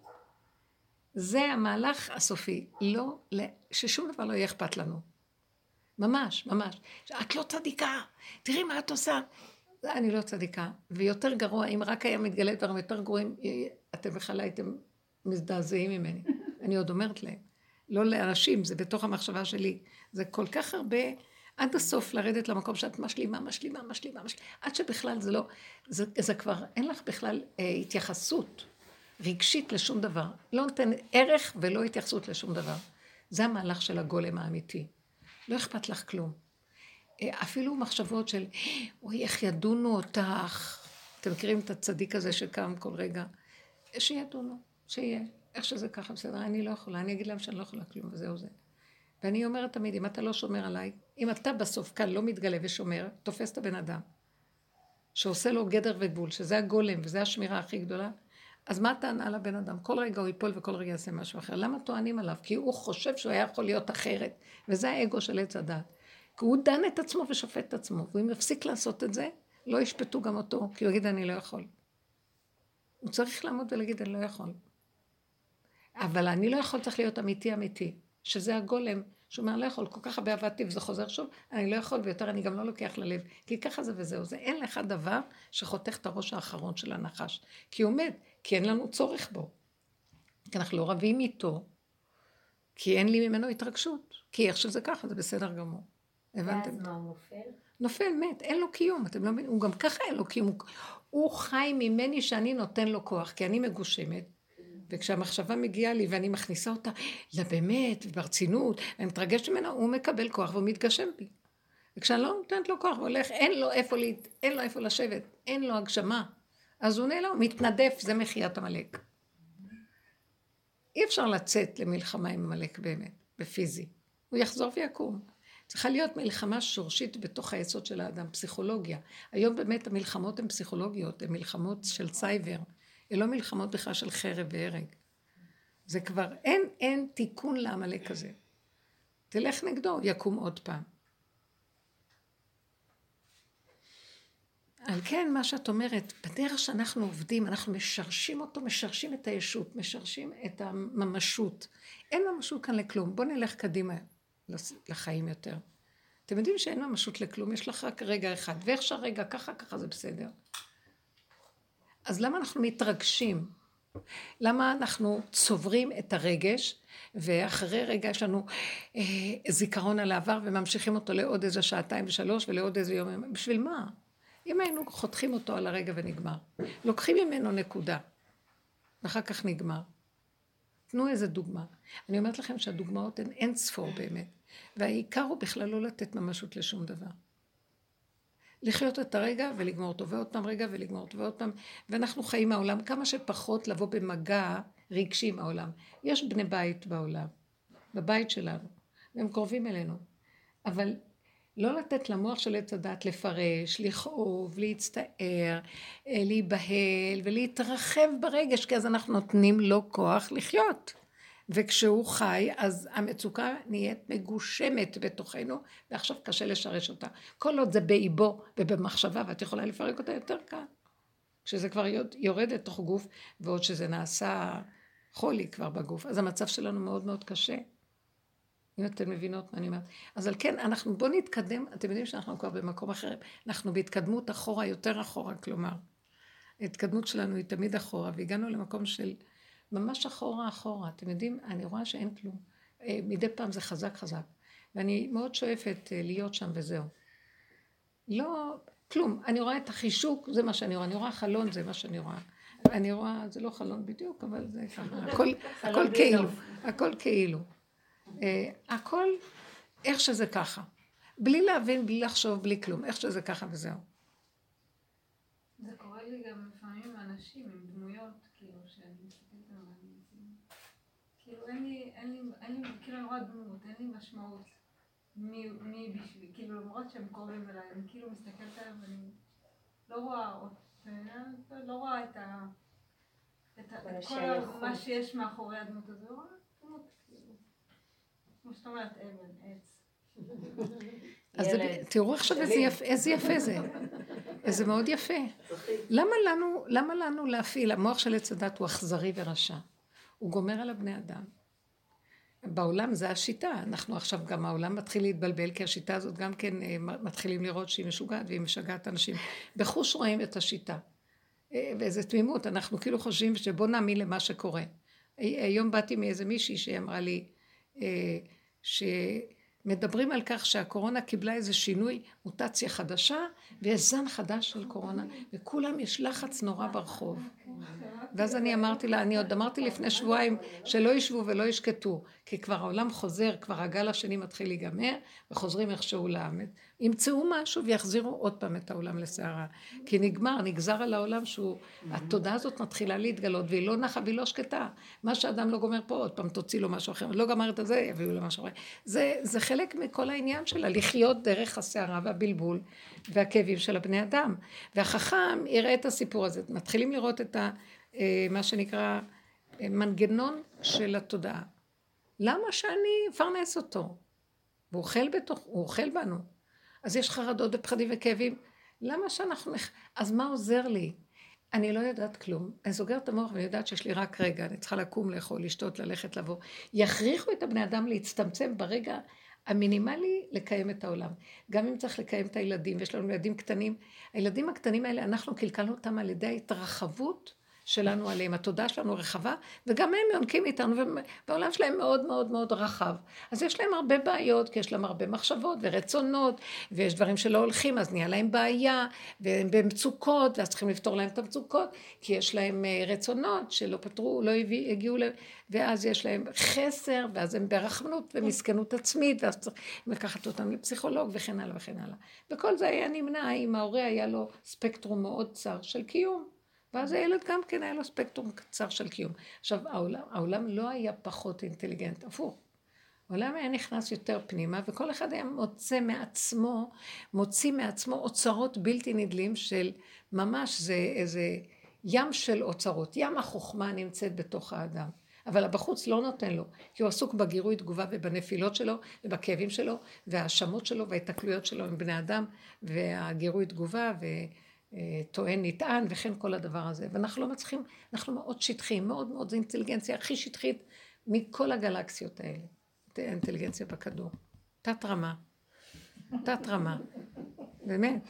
זה המהלך הסופי, ששום דבר לא יהיה אכפת לנו. ממש, ממש. את לא צדיקה, תראי מה את עושה. אני לא צדיקה, ויותר גרוע, אם רק היה מתגלה דברים יותר גרועים, אתם בכלל הייתם מזדעזעים ממני. אני עוד אומרת להם, לא לאנשים, זה בתוך המחשבה שלי. זה כל כך הרבה, עד הסוף לרדת למקום שאת משלימה, עד שבכלל זה לא, זה כבר, אין לך בכלל התייחסות רגשית לשום דבר. לא נותן ערך ולא התייחסות לשום דבר. זה המהלך של הגולם האמיתי. לא אכפת לך כלום. אפילו מחשבות של, אוי, איך ידונו אותך. אתם מכירים את הצדיק הזה שקם כל רגע? שידונו, שיהיה. איך שזה ככה, בסדר, אני לא יכולה. אני אגיד להם שאני לא יכולה כלום, וזהו זה. ואני אומרת תמיד, אם אתה לא שומר עליי, אם אתה בסוף כאן לא מתגלה ושומר, תופס את הבן אדם, שעושה לו גדר וגבול, שזה הגולם, וזה השמירה הכי גדולה, אז מה טענה לבן אדם? כל רגע הוא ייפול וכל רגע יעשה משהו אחר. למה טוענים עליו? כי הוא חושב שהוא היה יכול להיות אחרת, וזה האגו של עץ הדת. כי הוא דן את עצמו ושופט את עצמו, ואם יפסיק לעשות את זה, לא ישפטו גם אותו, כי הוא יגיד אני לא יכול. הוא צריך לעמוד ולהגיד אני לא יכול. אבל אני לא יכול, צריך להיות אמיתי, שזה הגולם, שהוא אומר, לא יכול, כל כך הרבה עבדתי וזה חוזר שוב, אני לא יכול ויותר אני גם לא לוקח ללב, כי ככה זה וזהו, זה אין לך דבר שחותך את הראש האחרון של הנחש, כי הוא עומד, כי אין לנו צורך בו, כי אנחנו לא רבים איתו, כי אין לי ממנו התרגשות, כי איך שזה ככה, זה בסדר גמור. הבנתם? ואז מה הוא נופל? נופל, מת, אין לו קיום, אתם לא מבינים, הוא גם ככה אין לו קיום, הוא חי ממני שאני נותן לו כוח, כי אני מגושמת, וכשהמחשבה מגיעה לי ואני מכניסה אותה לבאמת וברצינות, אני מתרגשת ממנה, הוא מקבל כוח והוא מתגשם בי. וכשאני לא נותנת לו כוח, הוא הולך, אין לו איפה לשבת, אין לו הגשמה. אז הוא נעלם, הוא מתנדף, זה מחיית המלאק. אי אפשר לצאת למלחמה עם המלאק באמת, בפיזי. הוא יחזור ויקום. צריכה להיות מלחמה שורשית בתוך היסוד של האדם, פסיכולוגיה. היום באמת המלחמות הן פסיכולוגיות, הן מלחמות של סייבר. הן לא מלחמות בכלל של חרב והרג. זה כבר, אין תיקון לעמלק הזה. תלך נגדו, יקום עוד פעם. על כן, מה שאת אומרת, בדרך שאנחנו עובדים, אנחנו משרשים אותו, משרשים את הישות, משרשים את הממשות. אין ממשות כאן לכלום. בוא נלך קדימה לחיים יותר. אתם יודעים שאין ממשות לכלום, יש לך רק רגע אחד, ואיך שהרגע ככה זה בסדר. אז למה אנחנו מתרגשים? למה אנחנו צוברים את הרגש, ואחרי רגע יש לנו זיכרון על העבר, וממשיכים אותו לעוד איזה 2 ו3, ולעוד איזה יום, בשביל מה? אם היינו חותכים אותו על הרגע ונגמר, לוקחים ממנו נקודה, ואחר כך נגמר. תנו איזה דוגמה. אני אומרת לכם שהדוגמאות הן אין ספור באמת, והעיקר הוא בכלל לא לתת ממשות לשום דבר. לחיות את הרגע ולגמור אותו, ועוד פעם רגע ולגמור אותו, ועוד פעם, ואנחנו חיים מהעולם, כמה שפחות לבוא במגע רגשי עם העולם. יש בני בית בעולם, בבית שלנו, והם קרובים אלינו, אבל לא לתת למוח של עץ הדת לפרש, לכאוב, להצטער, להיבהל ולהתרחב ברגש, כי אז אנחנו נותנים לו כוח לחיות. וכשהוא חי, אז המצוקה נהיית מגושמת בתוכנו, ועכשיו קשה לשרש אותה. כל עוד זה באיבו ובמחשבה, ואת יכולה לפרק אותה יותר קל. כשזה כבר יורד לתוך גוף, ועוד שזה נעשה חולי כבר בגוף, אז המצב שלנו מאוד מאוד קשה. אם אתן מבינות מה אני אומרת. אז על כן, בוא נתקדם, אתם יודעים שאנחנו כבר במקום אחר, אנחנו בהתקדמות אחורה, יותר אחורה, כלומר, ההתקדמות שלנו היא תמיד אחורה, והגענו למקום של ממש אחורה. אתם יודעים, אני רואה שאין כלום. מדי פעם זה חזק, ואני מאוד שואפת להיות שם וזהו. לא, כלום. אני רואה את החישוק, זה מה שאני רואה. אני רואה חלון, זה מה שאני רואה. אני רואה, זה לא חלון בדיוק, אבל זה ככה. הכל כאילו. הכל כאילו. הכל איך שזה ככה. בלי להבין, בלי לחשוב, בלי כלום. איך שזה ככה וזהו. זה קורה לי גם לפעמים עם אנשים, עם דמויות, כאילו, שאני מסתכלת עליהם. כאילו, אין לי, כאילו, אני רואה דמות, אין לי משמעות. מי בשביל, כאילו, למרות שהם קוראים אליי, אני כאילו מסתכלת עליהם ואני לא רואה את כל מה שיש מאחורי הדמות הזו, רואה דמות, כאילו, כמו שאתה אומרת, אבן, עץ. אז תראו עכשיו איזה יפה זה. איזה מאוד יפה. למה לנו להפעיל? המוח של עץ הדת הוא אכזרי ורשע. הוא גומר על הבני אדם. בעולם זה השיטה. אנחנו עכשיו גם העולם מתחיל להתבלבל, כי השיטה הזאת גם כן מתחילים לראות שהיא משוגעת, והיא משגעת אנשים. בחוש רואים את השיטה. ואיזו תמימות, אנחנו כאילו חושבים שבוא נאמין למה שקורה. היום באתי מאיזה מישהי שאמרה לי, מדברים על כך שהקורונה קיבלה איזה שינוי, מוטציה חדשה, ויש זן חדש של קורונה, וכולם יש לחץ נורא ברחוב. ואז אני אמרתי לה, אני עוד אמרתי לפני שבועיים, שלא ישבו ולא ישקטו, כי כבר העולם חוזר, כבר הגל השני מתחיל להיגמר, וחוזרים איכשהו לעמד. ימצאו משהו ויחזירו עוד פעם את העולם לסערה. כי נגזר על העולם שהוא, התודעה הזאת מתחילה להתגלות, והיא לא נחה והיא לא שקטה. מה שאדם לא גומר פה, עוד פעם תוציא לו משהו אחר, לא גמר את זה, יביאו לו משהו אחר. זה חלק מכל העניין שלה, לחיות דרך הסערה והבלבול והכאבים של הבני אדם. והחכם יראה את הסיפור הזה, מתחילים לראות את מה שנקרא מנגנון של התודעה. למה שאני אפרנס אותו? והוא אוכל בנו. אז יש חרדות ופחדים וכאבים. למה שאנחנו... אז מה עוזר לי? אני לא יודעת כלום. אני סוגרת את המוח ואני יודעת שיש לי רק רגע. אני צריכה לקום, לאכול, לשתות, ללכת, לבוא. יכריחו את הבני אדם להצטמצם ברגע המינימלי לקיים את העולם. גם אם צריך לקיים את הילדים, ויש לנו ילדים קטנים. הילדים הקטנים האלה, אנחנו קלקלנו אותם על ידי ההתרחבות שלנו עליהם, התודעה שלנו רחבה, וגם הם יונקים איתנו, והעולם שלהם מאוד מאוד מאוד רחב. אז יש להם הרבה בעיות, כי יש להם הרבה מחשבות ורצונות, ויש דברים שלא הולכים, אז נהיה להם בעיה, והם במצוקות, ואז צריכים לפתור להם את המצוקות, כי יש להם רצונות שלא פתרו, לא הגיעו להם, ואז יש להם חסר, ואז הם ברחמנות ומסכנות עצמית, ואז צריכים לקחת אותם לפסיכולוג וכן הלאה וכן הלאה. וכל זה היה נמנע, אם ההורה היה לו ספקטרום מאוד צר של קיום. ואז הילד גם כן היה לו ספקטרום קצר של קיום. עכשיו, העולם לא היה פחות אינטליגנט, הפוך. העולם היה נכנס יותר פנימה, וכל אחד היה מוציא מעצמו אוצרות בלתי נדלים של ממש זה איזה ים של אוצרות. ים החוכמה נמצאת בתוך האדם. אבל בחוץ לא נותן לו, כי הוא עסוק בגירוי תגובה ובנפילות שלו, ובכאבים שלו, והאשמות שלו, וההתקלויות שלו עם בני אדם, והגירוי תגובה, טוען, נטען, וכן כל הדבר הזה. ואנחנו לא מצליחים, אנחנו מאוד שטחיים, מאוד מאוד, זו אינטליגנציה הכי שטחית מכל הגלקסיות האלה. האינטליגנציה בכדור. תת רמה. באמת.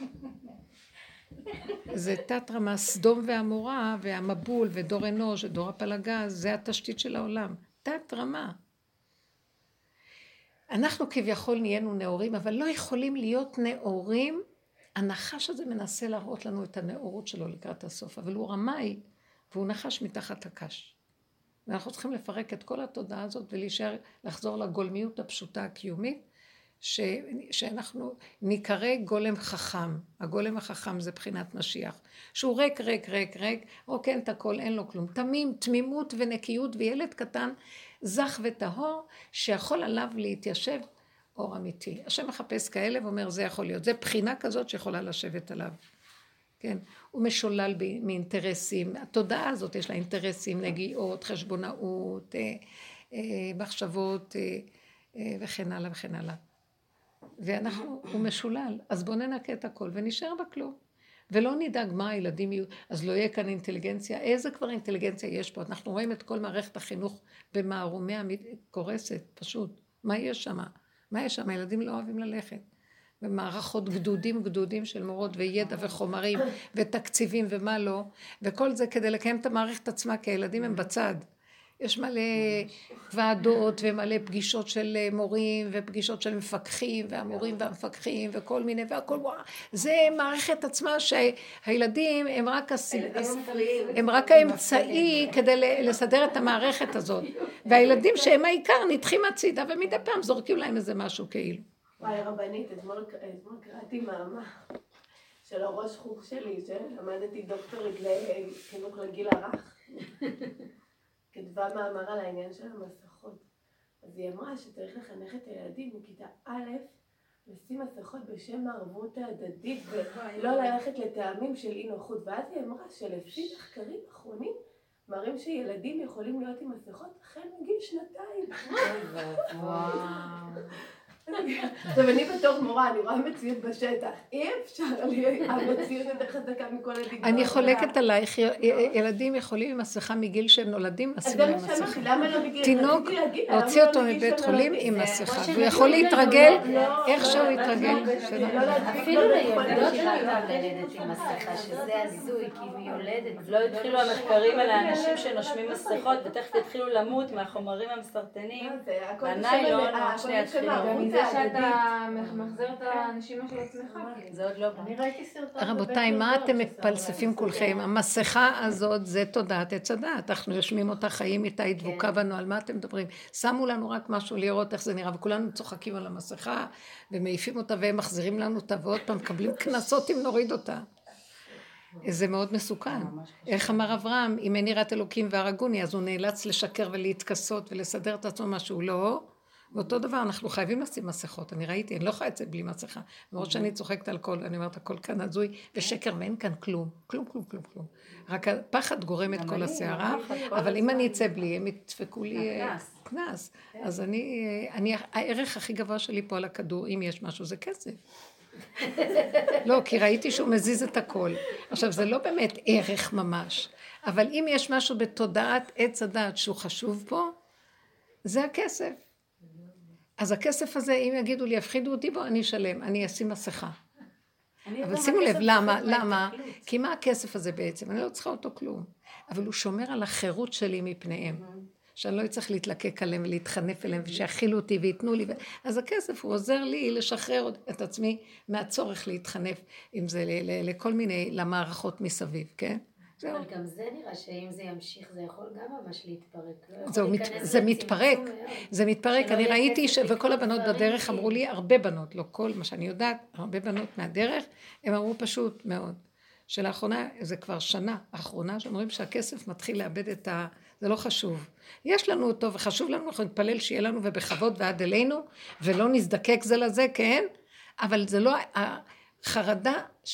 זה תת רמה, סדום ועמורה, והמבול, ודור אנוש, ודור הפלגז, זה התשתית של העולם. תת רמה. אנחנו כביכול נהיינו נאורים, אבל לא יכולים להיות נאורים, הנחש הזה מנסה להראות לנו את הנאורות שלו לקראת הסוף, אבל הוא רמאי, והוא נחש מתחת הקש. ואנחנו צריכים לפרק את כל התודעה הזאת, ולהישאר, לחזור לגולמיות הפשוטה הקיומית, שאנחנו נקרא גולם חכם. הגולם החכם זה בחינת משיח, שהוא ריק, רוקן את הכל, אין לו כלום. תמימות ונקיות, וילד קטן, זך וטהור, שיכול עליו להתיישב, אור אמיתי. השם מחפש כאלה ואומר, זה יכול להיות. זה בחינה כזאת שיכולה לשבת עליו. כן? הוא משולל מאינטרסים. התודעה הזאת יש לה אינטרסים, נגיעות, חשבונאות, מחשבות, וכן הלאה וכן הלאה. הוא משולל. אז בואו ננקה את הכל ונשאר בכלום. ולא נדאג מה הילדים יהיו, אז לא יהיה כאן אינטליגנציה. איזה כבר אינטליגנציה יש פה? אנחנו רואים את כל מערכת החינוך במערומיה קורסת, פשוט. מה יש שם? מה יש שם? הילדים לא אוהבים ללכת. ומערכות גדודים של מורות וידע וחומרים ותקציבים ומה לא. וכל זה כדי לקיים את המערכת עצמה, כי הילדים הם בצד. יש מלא ועדות ומלא פגישות של מורים ופגישות של מפקחים והמורים והמפקחים וכל מיני והכל זה מערכת עצמה שהילדים הם רק האמצעי כדי לסדר את המערכת הזאת והילדים שהם העיקר נדחים הצידה ומדי פעם זורקים להם איזה משהו כאילו. וואי רבנית, אתמול קראתי מאמר של הראש חוג שלי שלמדתי דוקטורית לחינוך לגיל הרך כתבה מאמר על העניין של המסכות. אז היא אמרה שצריך לחנך את הילדים מכיתה א' לשים מסכות בשם הערבות ההדדית ולא ללכת לטעמים של אי נוחות. ואז היא אמרה שלפי מחקרים אחרונים מראים שילדים יכולים להיות עם מסכות החל מגיל 2. עכשיו אני בתור מורה, אני רואה מציאות בשטח, אי אפשר, המציאות יותר חזקה מכל הדגמר. אני חולקת עלייך, ילדים יכולים עם מסכה מגיל שהם נולדים, לשים להם מסכה. למה לא בגיל? תינוק, להוציא אותו מבית חולים עם מסכה, והוא יכול להתרגל, איך שהוא יתרגל. אפילו ליולדת ללדת עם מסכה, שזה הזוי, כי היא יולדת. לא התחילו המחקרים על האנשים שנושמים מסכות, ותכף התחילו למות מהחומרים המסרטנים, והניילון, שני התחילו. זה שאתה מחזר את הנשימה של עצמך. זה עוד לא. אני ראיתי סרטון. רבותיי, מה אתם מתפלספים כולכם? המסכה הזאת זה תודעת עץ הדעת. אנחנו יושבים אותה, חיים איתה, היא דבוקה בנו, על מה אתם מדברים? שמו לנו רק משהו לראות איך זה נראה, וכולנו צוחקים על המסכה, ומעיפים אותה, והם מחזירים לנו אותה, ועוד פעם מקבלים כנסות אם נוריד אותה. זה מאוד מסוכן. איך אמר אברהם, אם אין יראת אלוקים והרגוני, אז הוא נאלץ לשקר ולהתכסות ולסדר את עצמו משהו לא. ואותו דבר, אנחנו חייבים לשים מסכות. אני ראיתי, אני לא יכולה לצאת בלי מסכה. למרות שאני צוחקת על כל, אני אומרת, הכל כאן הזוי ושקר, ואין כאן כלום. כלום. רק הפחד גורם את כל הסערה, אבל אם אני אצא בלי, הם ידפקו לי כנס. אז הערך הכי גבוה שלי פה על הכדור, אם יש משהו, זה כסף. לא, כי ראיתי שהוא מזיז את הכל. עכשיו, זה לא באמת ערך ממש, אבל אם יש משהו בתודעת עץ הדעת שהוא חשוב פה, זה הכסף. אז הכסף הזה, אם יגידו לי, יפחידו אותי בו, אני אשלם, אני אשים מסכה. אבל שימו לב, למה? כי מה הכסף הזה בעצם? אני לא צריכה אותו כלום. אבל הוא שומר על החירות שלי מפניהם. שאני לא צריך להתלקק עליהם ולהתחנף אליהם, ושיחילו אותי ויתנו לי. אז הכסף הוא עוזר לי לשחרר את עצמי מהצורך להתחנף, אם זה לכל מיני, למערכות מסביב, כן? אבל גם זה נראה שאם זה ימשיך זה יכול גם ממש להתפרק. זה מתפרק, אני ראיתי וכל הבנות בדרך אמרו לי, הרבה בנות, לא כל מה שאני יודעת, הרבה בנות מהדרך, הם אמרו פשוט מאוד, שלאחרונה, זה כבר שנה האחרונה, שאומרים שהכסף מתחיל לאבד זה לא חשוב. יש לנו אותו וחשוב לנו, אנחנו נתפלל שיהיה לנו ובכבוד ועד אלינו, ולא נזדקק זה לזה, כן? אבל זה לא החרדה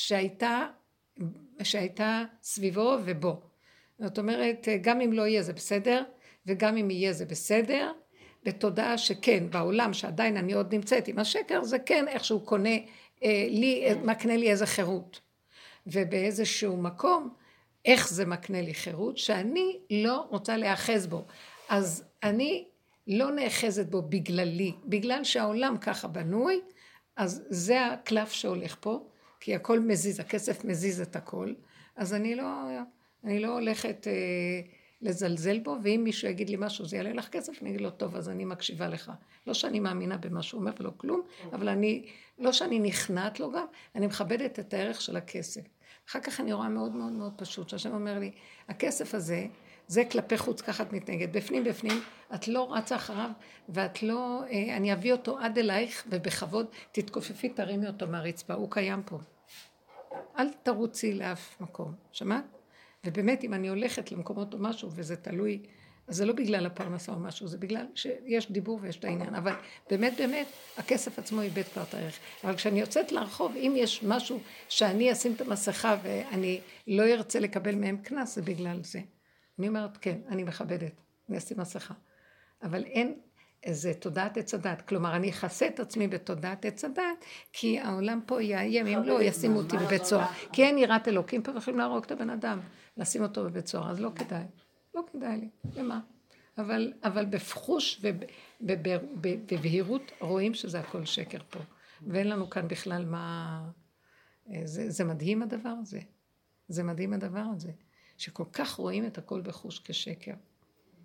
שהייתה סביבו ובו. זאת אומרת, גם אם לא יהיה זה בסדר, וגם אם יהיה זה בסדר, בתודעה שכן, בעולם שעדיין אני עוד נמצאת עם השקר, זה כן איכשהו קונה מקנה לי איזה חירות. ובאיזשהו מקום, איך זה מקנה לי חירות, שאני לא רוצה להאחז בו. אז אני לא נאחזת בו בגללי, בגלל שהעולם ככה בנוי, אז זה הקלף שהולך פה, כי הכל מזיז, הכסף מזיז את הכל, אז אני לא הולכת לזלזל בו, ואם מישהו יגיד לי משהו, זה יעלה לך כסף, אני אגיד לו, טוב, אז אני מקשיבה לך. לא שאני מאמינה במה שהוא אומר ולא כלום, אבל לא שאני נכנעת לו גם, אני מכבדת את הערך של הכסף. אחר כך אני רואה מאוד מאוד מאוד פשוט, שהשם אומר לי, הכסף הזה, זה כלפי חוץ, ככה את מתנגד. בפנים, את לא רצה אחריו, ואת לא, אני אביא אותו עד אלייך, ובכבוד תתכופפי, תרימי אותו מהרצפה, הוא קיים פה. אל תרוצי לאף מקום, שמעת? ובאמת, אם אני הולכת למקומות או משהו, וזה תלוי, אז זה לא בגלל הפרנסה או משהו, זה בגלל שיש דיבור ויש את העניין. אבל באמת, הכסף עצמו איבד כבר את הערך. אבל כשאני יוצאת לרחוב, אם יש משהו שאני אשים את המסכה, ואני לא ארצה לקבל מהם כנס, זה בגלל זה. אני אומרת, כן, אני מכבדת, אני אשים מסכה. אבל אין איזה תודעת עץ הדת. כלומר, אני אחסה את עצמי בתודעת עץ הדת, כי העולם פה יאיים, אם לא, ישימו אותי בבית סוהר. כי אין יראת אלוקים, פה יכולים להרוג את הבן אדם, לשים אותו בבית סוהר, אז לא כדאי. לא כדאי לי, למה? אבל בפחוש ובבהירות רואים שזה הכל שקר פה. ואין לנו כאן בכלל מה... זה מדהים הדבר הזה. זה מדהים הדבר הזה. שכל כך רואים את הכל בחוש כשקר.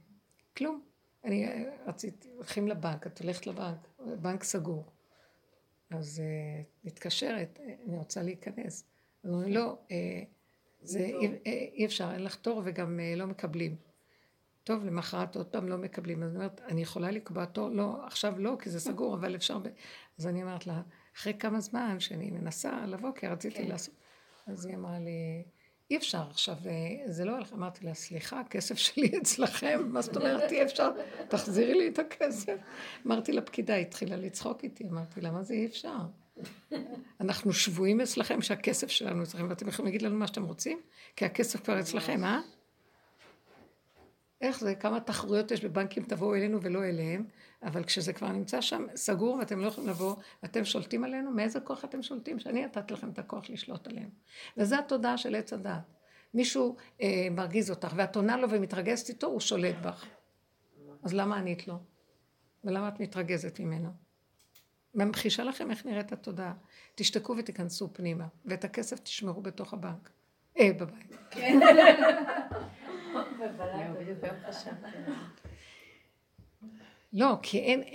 כלום. אני רציתי, הולכים לבנק, את הולכת לבנק, בנק סגור. אז מתקשרת, אני רוצה להיכנס. אז אומרים, לא, אי אפשר, אין לך תור וגם לא מקבלים. טוב, למחרת עוד פעם לא מקבלים. אז אני אומרת, אני יכולה לקבוע תור? לא, עכשיו לא, כי זה סגור, אבל אפשר... אז אני אומרת לה, אחרי כמה זמן שאני מנסה לבוא, כי רציתי לעשות... אז היא אמרה לי, אי אפשר עכשיו, זה לא הלך. אמרתי לה, סליחה, הכסף שלי אצלכם, מה זאת אומרת, אי אפשר, תחזירי לי את הכסף. אמרתי לפקידה, היא התחילה לצחוק איתי, אמרתי לה, מה זה אי אפשר? אנחנו שבויים אצלכם שהכסף שלנו אצלכם, ואתם יכולים להגיד לנו מה שאתם רוצים? כי הכסף כבר אצלכם, אה? איך זה? כמה תחרויות יש בבנקים, תבואו אלינו ולא אליהם, אבל כשזה כבר נמצא שם סגור ואתם לא יכולים לבוא, ואתם שולטים עלינו, מאיזה כוח אתם שולטים? שאני נתת לכם את הכוח לשלוט עליהם. וזו התודעה של עץ הדעת. מישהו מרגיז אותך, ואת עונה לו ומתרגזת איתו, הוא שולט בך. אז למה ענית לו? ולמה את מתרגזת ממנו? ממחישה לכם איך נראית התודעה. תשתקו ותיכנסו פנימה, ואת הכסף תשמרו בתוך הבנק. בבית. כן. לא, כי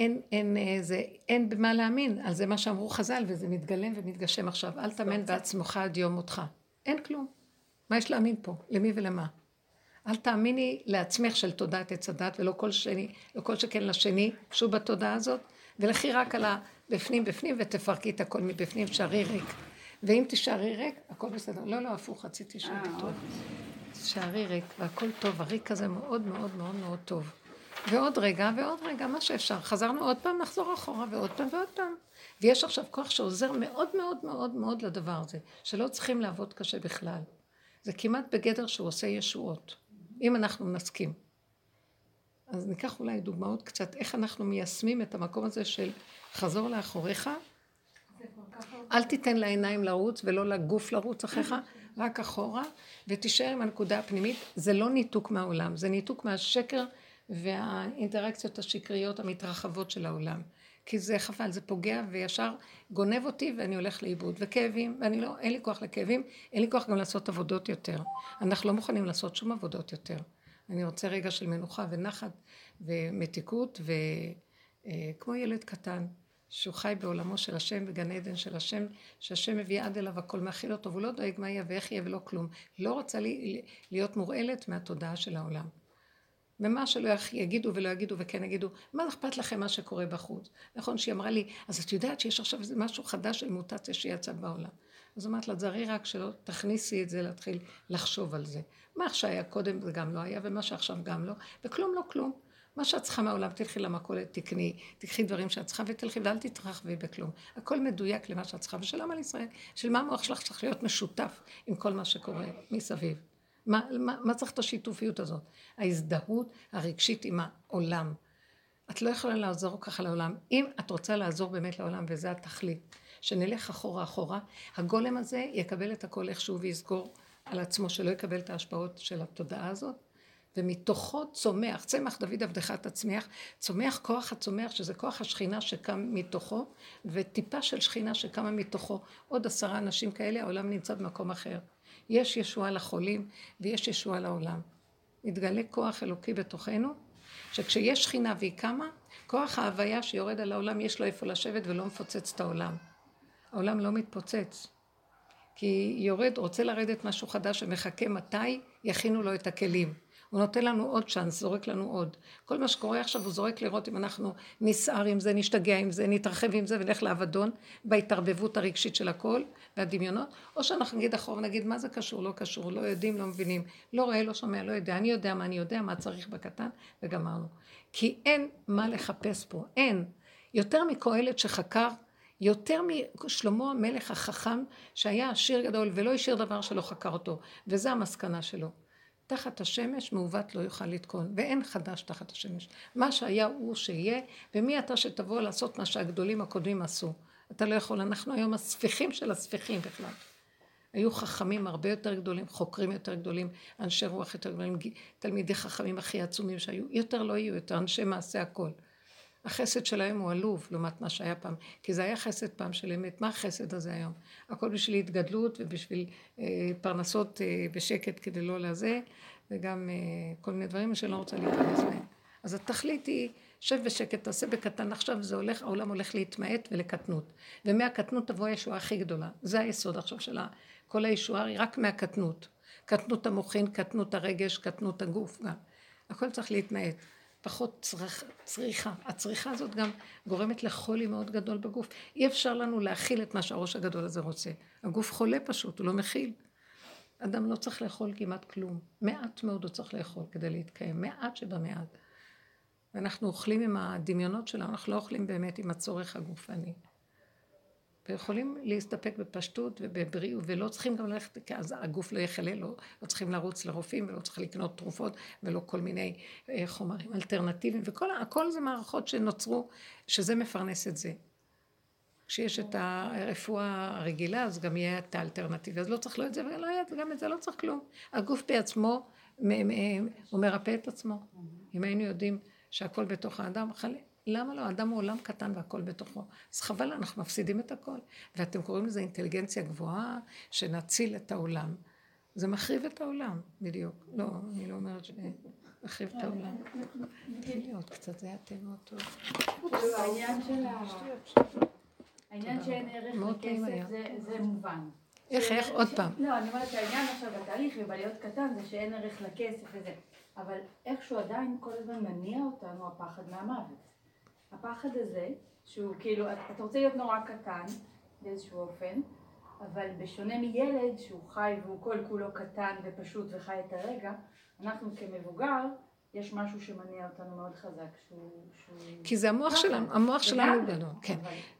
אין במה להאמין, על זה מה שאמרו חז"ל, וזה מתגלם ומתגשם עכשיו. אל תאמן בעצמך עד יום מותך. אין כלום. מה יש להאמין פה? למי ולמה? אל תאמיני לעצמך של תודעת עץ הדת, ולא כל שכן לשני, שהוא בתודעה הזאת, ולכי רק על הבפנים ותפרקי את הכל מבפנים, שערי ריק. ואם תשארי ריק, הכל בסדר. לא, הפוך, רציתי שערי טוב. שערי ריק, והכל טוב, הריק הזה מאוד מאוד מאוד מאוד טוב. ועוד רגע, מה שאפשר. חזרנו עוד פעם, נחזור אחורה, ועוד פעם. ויש עכשיו כוח שעוזר מאוד מאוד מאוד מאוד לדבר הזה, שלא צריכים לעבוד קשה בכלל. זה כמעט בגדר שהוא עושה ישועות, אם אנחנו נסכים. אז ניקח אולי דוגמאות קצת, איך אנחנו מיישמים את המקום הזה של חזור לאחוריך, אל תיתן לעיניים לרוץ ולא לגוף לרוץ אחריך, רק אחורה, ותישאר עם הנקודה הפנימית. זה לא ניתוק מהעולם, זה ניתוק מהשקר והאינטראקציות השקריות המתרחבות של העולם. כי זה חבל, זה פוגע וישר גונב אותי ואני הולך לאיבוד. וכאבים, אין לי כוח לכאבים, אין לי כוח גם לעשות עבודות יותר. אנחנו לא מוכנים לעשות שום עבודות יותר. אני רוצה רגע של מנוחה ונחת ומתיקות, וכמו ילד קטן, שהוא חי בעולמו של השם, בגן עדן של השם, שהשם מביא עד אליו הכל, מאכיל אותו, והוא לא דואג מה יהיה ואיך יהיה ולא כלום. לא רוצה להיות מורעלת מהתודעה של העולם. ומה שלא יגידו ולא יגידו וכן יגידו, מה אכפת לכם מה שקורה בחוץ? נכון שהיא אמרה לי, אז את יודעת שיש עכשיו משהו חדש של מוטציה שיצא בעולם. אז אמרת לה, תזרי רק שלא תכניסי את זה, להתחיל לחשוב על זה. מה שהיה קודם זה גם לא היה, ומה שעכשיו גם לא, וכלום לא כלום. מה שאת צריכה מהעולם, תלכי למכולת, תקחי דברים שאת צריכה ותלכי, ואל תתרחבי בכלום. הכל מדויק למה שאת צריכה, ושלום על ישראל, של מה המוח שלך צריך להיות משותף עם כל מה שקורה מסביב. מה צריך את השיתופיות הזאת? ההזדהות הרגשית עם העולם. את לא יכולה לעזור ככה לעולם. אם את רוצה לעזור באמת לעולם, וזה התכלית, שנלך אחורה, הגולם הזה יקבל את הכל איכשהו ויסגור על עצמו, שלא יקבל את ההשפעות של התודעה הזאת, ומתוכו צומח דוד עבדך תצמיח, צומח כוח הצומח, שזה כוח השכינה שקם מתוכו, וטיפה של שכינה שקמה מתוכו, עוד 10 אנשים כאלה, העולם נמצא במקום אחר. יש ישועה לחולים, ויש ישועה לעולם. מתגלה כוח אלוקי בתוכנו, שכשיש שכינה והיא קמה, כוח ההוויה שיורד על העולם, יש לו איפה לשבת ולא מפוצץ את העולם. העולם לא מתפוצץ. כי יורד, רוצה לרדת משהו חדש ומחכה מתי יכינו לו את הכלים. הוא נותן לנו עוד צ'אנס, זורק לנו עוד. כל מה שקורה עכשיו הוא זורק לראות אם אנחנו נסער עם זה, נשתגע עם זה, נתרחב עם זה ונלך לאבדון, בהתערבבות הרגשית של הכל והדמיונות, או שאנחנו נגיד אחורה ונגיד מה זה קשור, לא קשור, לא יודעים, לא מבינים, לא רואה, לא שומע, לא יודע, אני יודע מה אני יודע, מה צריך בקטן, וגמרנו. כי אין מה לחפש פה, אין. יותר מקהלת שחקר, יותר משלמה המלך החכם שהיה עשיר גדול ולא השאיר דבר שלא חקר אותו, וזה המסקנה שלו. תחת השמש מעוות לא יוכל לתקון, ואין חדש תחת השמש. מה שהיה הוא שיהיה, ומי אתה שתבוא לעשות מה שהגדולים הקודמים עשו. אתה לא יכול, אנחנו היום הספיחים של הספיחים בכלל. היו חכמים הרבה יותר גדולים, חוקרים יותר גדולים, אנשי רוח יותר גדולים, תלמידי חכמים הכי עצומים שהיו, יותר לא יהיו, יותר אנשי מעשה הכל. החסד שלהם הוא עלוב, לעומת מה שהיה פעם, כי זה היה חסד פעם של אמת. מה החסד הזה היום? הכל בשביל התגדלות ובשביל פרנסות בשקט כדי לא לזה, וגם כל מיני דברים שלא רוצה להיכנס בהם. אז התכלית היא, שב בשקט, תעשה בקטן, עכשיו זה הולך, העולם הולך להתמעט ולקטנות. ומהקטנות תבוא הישועה הכי גדולה. זה היסוד עכשיו שלה. כל הישועה היא רק מהקטנות. קטנות המוחין, קטנות הרגש, קטנות הגוף גם. הכל צריך להתמעט. פחות צריכה. הצריכה הזאת גם גורמת לחולי מאוד גדול בגוף. אי אפשר לנו להכיל את מה שהראש הגדול הזה רוצה. הגוף חולה פשוט, הוא לא מכיל. אדם לא צריך לאכול כמעט כלום. מעט מאוד הוא צריך לאכול כדי להתקיים. מעט שבמעט. ואנחנו אוכלים עם הדמיונות שלנו, אנחנו לא אוכלים באמת עם הצורך הגופני. ויכולים להסתפק בפשטות ובבריאות, ולא צריכים גם ללכת, כי אז הגוף לא יחלה, לא צריכים לרוץ לרופאים, ולא צריך לקנות תרופות, ולא כל מיני חומרים אלטרנטיביים, הכל זה מערכות שנוצרו, שזה מפרנס את זה. כשיש את הרפואה הרגילה, אז גם יהיה את האלטרנטיבי, אז לא צריך לא את זה, וגם את זה לא צריך כלום. הגוף בעצמו, הוא מרפא את עצמו. אם היינו יודעים שהכל בתוך האדם, למה לא? האדם הוא עולם קטן והכל בתוכו. אז חבל, אנחנו מפסידים את הכל. ואתם קוראים לזה אינטליגנציה גבוהה, שנציל את העולם. זה מחריב את העולם, בדיוק. לא, אני לא אומרת שמחריב את העולם. תן לי עוד קצת, זה היה תימות טוב. העניין שאין ערך לכסף זה מובן. איך? עוד פעם. לא, אני אומרת שהעניין עכשיו בתהליך ובלהיות קטן זה שאין ערך לכסף וזה. אבל איכשהו עדיין כל הזמן מניע אותנו הפחד מהמוות. הפחד הזה, שהוא כאילו, אתה רוצה להיות נורא קטן באיזשהו אופן, אבל בשונה מילד שהוא חי והוא כל כולו קטן ופשוט וחי את הרגע, אנחנו כמבוגר, יש משהו שמניע אותנו מאוד חזק, שהוא... כי זה המוח שלנו, המוח שלנו גדול, כן.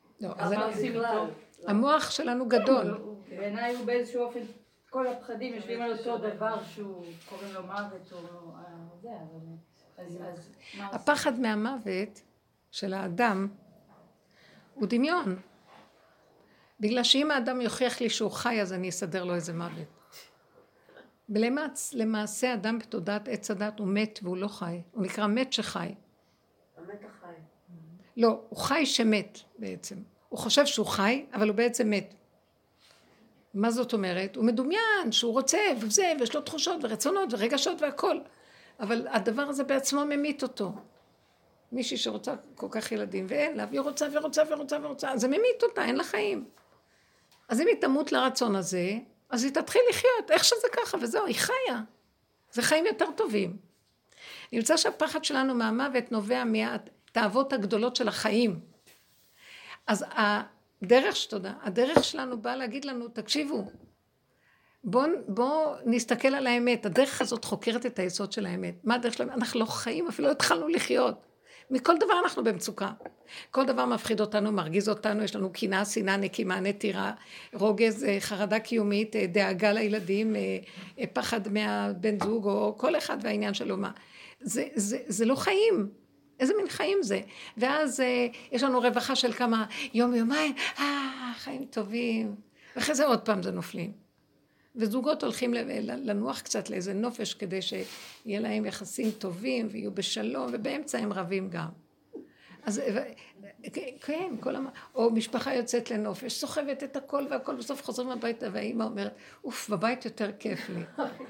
המוח שלנו גדול. בעיניי הוא באיזשהו אופן, כל הפחדים יושבים על אותו דבר שהוא קוראים לו מוות או זה, אז הפחד מהמוות של האדם הוא דמיון. בגלל שאם האדם יוכיח לי שהוא חי, אז אני אסדר לו איזה מוות. למעשה אדם בתודעת עץ הדת הוא מת והוא לא חי. הוא נקרא מת שחי. המת החי. לא, הוא חי שמת בעצם. הוא חושב שהוא חי, אבל הוא בעצם מת. מה זאת אומרת? הוא מדומיין שהוא רוצה וזה, ויש לו תחושות ורצונות ורגשות והכל. אבל הדבר הזה בעצמו ממית אותו. מישהי שרוצה כל כך ילדים ואין לה, והיא רוצה ורוצה ורוצה ורוצה, אז זה ממית אותה, אין לה חיים. אז אם היא תמות לרצון הזה, אז היא תתחיל לחיות, איך שזה ככה, וזהו, היא חיה. זה חיים יותר טובים. נמצא שהפחד שלנו מהמוות נובע מהתאוות הגדולות של החיים. אז הדרך שלנו באה להגיד לנו, תקשיבו, בואו נסתכל על האמת, הדרך הזאת חוקרת את היסוד של האמת. מה הדרך שלנו? אנחנו לא חיים, אפילו לא התחלנו לחיות. מכל דבר אנחנו במצוקה. כל דבר מפחיד אותנו, מרגיז אותנו, יש לנו קנאה, שנאה, נקימה, נטירה, רוגז, חרדה קיומית, דאגה לילדים, פחד מהבן זוג, או כל אחד והעניין שלו מה. זה לא חיים. איזה מין חיים זה? ואז יש לנו רווחה של כמה יומיים, חיים טובים. ואחרי זה עוד פעם זה נופלים. וזוגות הולכים לנוח קצת לאיזה נופש כדי שיהיה להם יחסים טובים ויהיו בשלום, ובאמצע הם רבים גם. אז כן, או משפחה יוצאת לנופש, סוחבת את הכל והכל, בסוף חוזרים הביתה והאימא אומרת, אוף, בבית יותר כיף לי.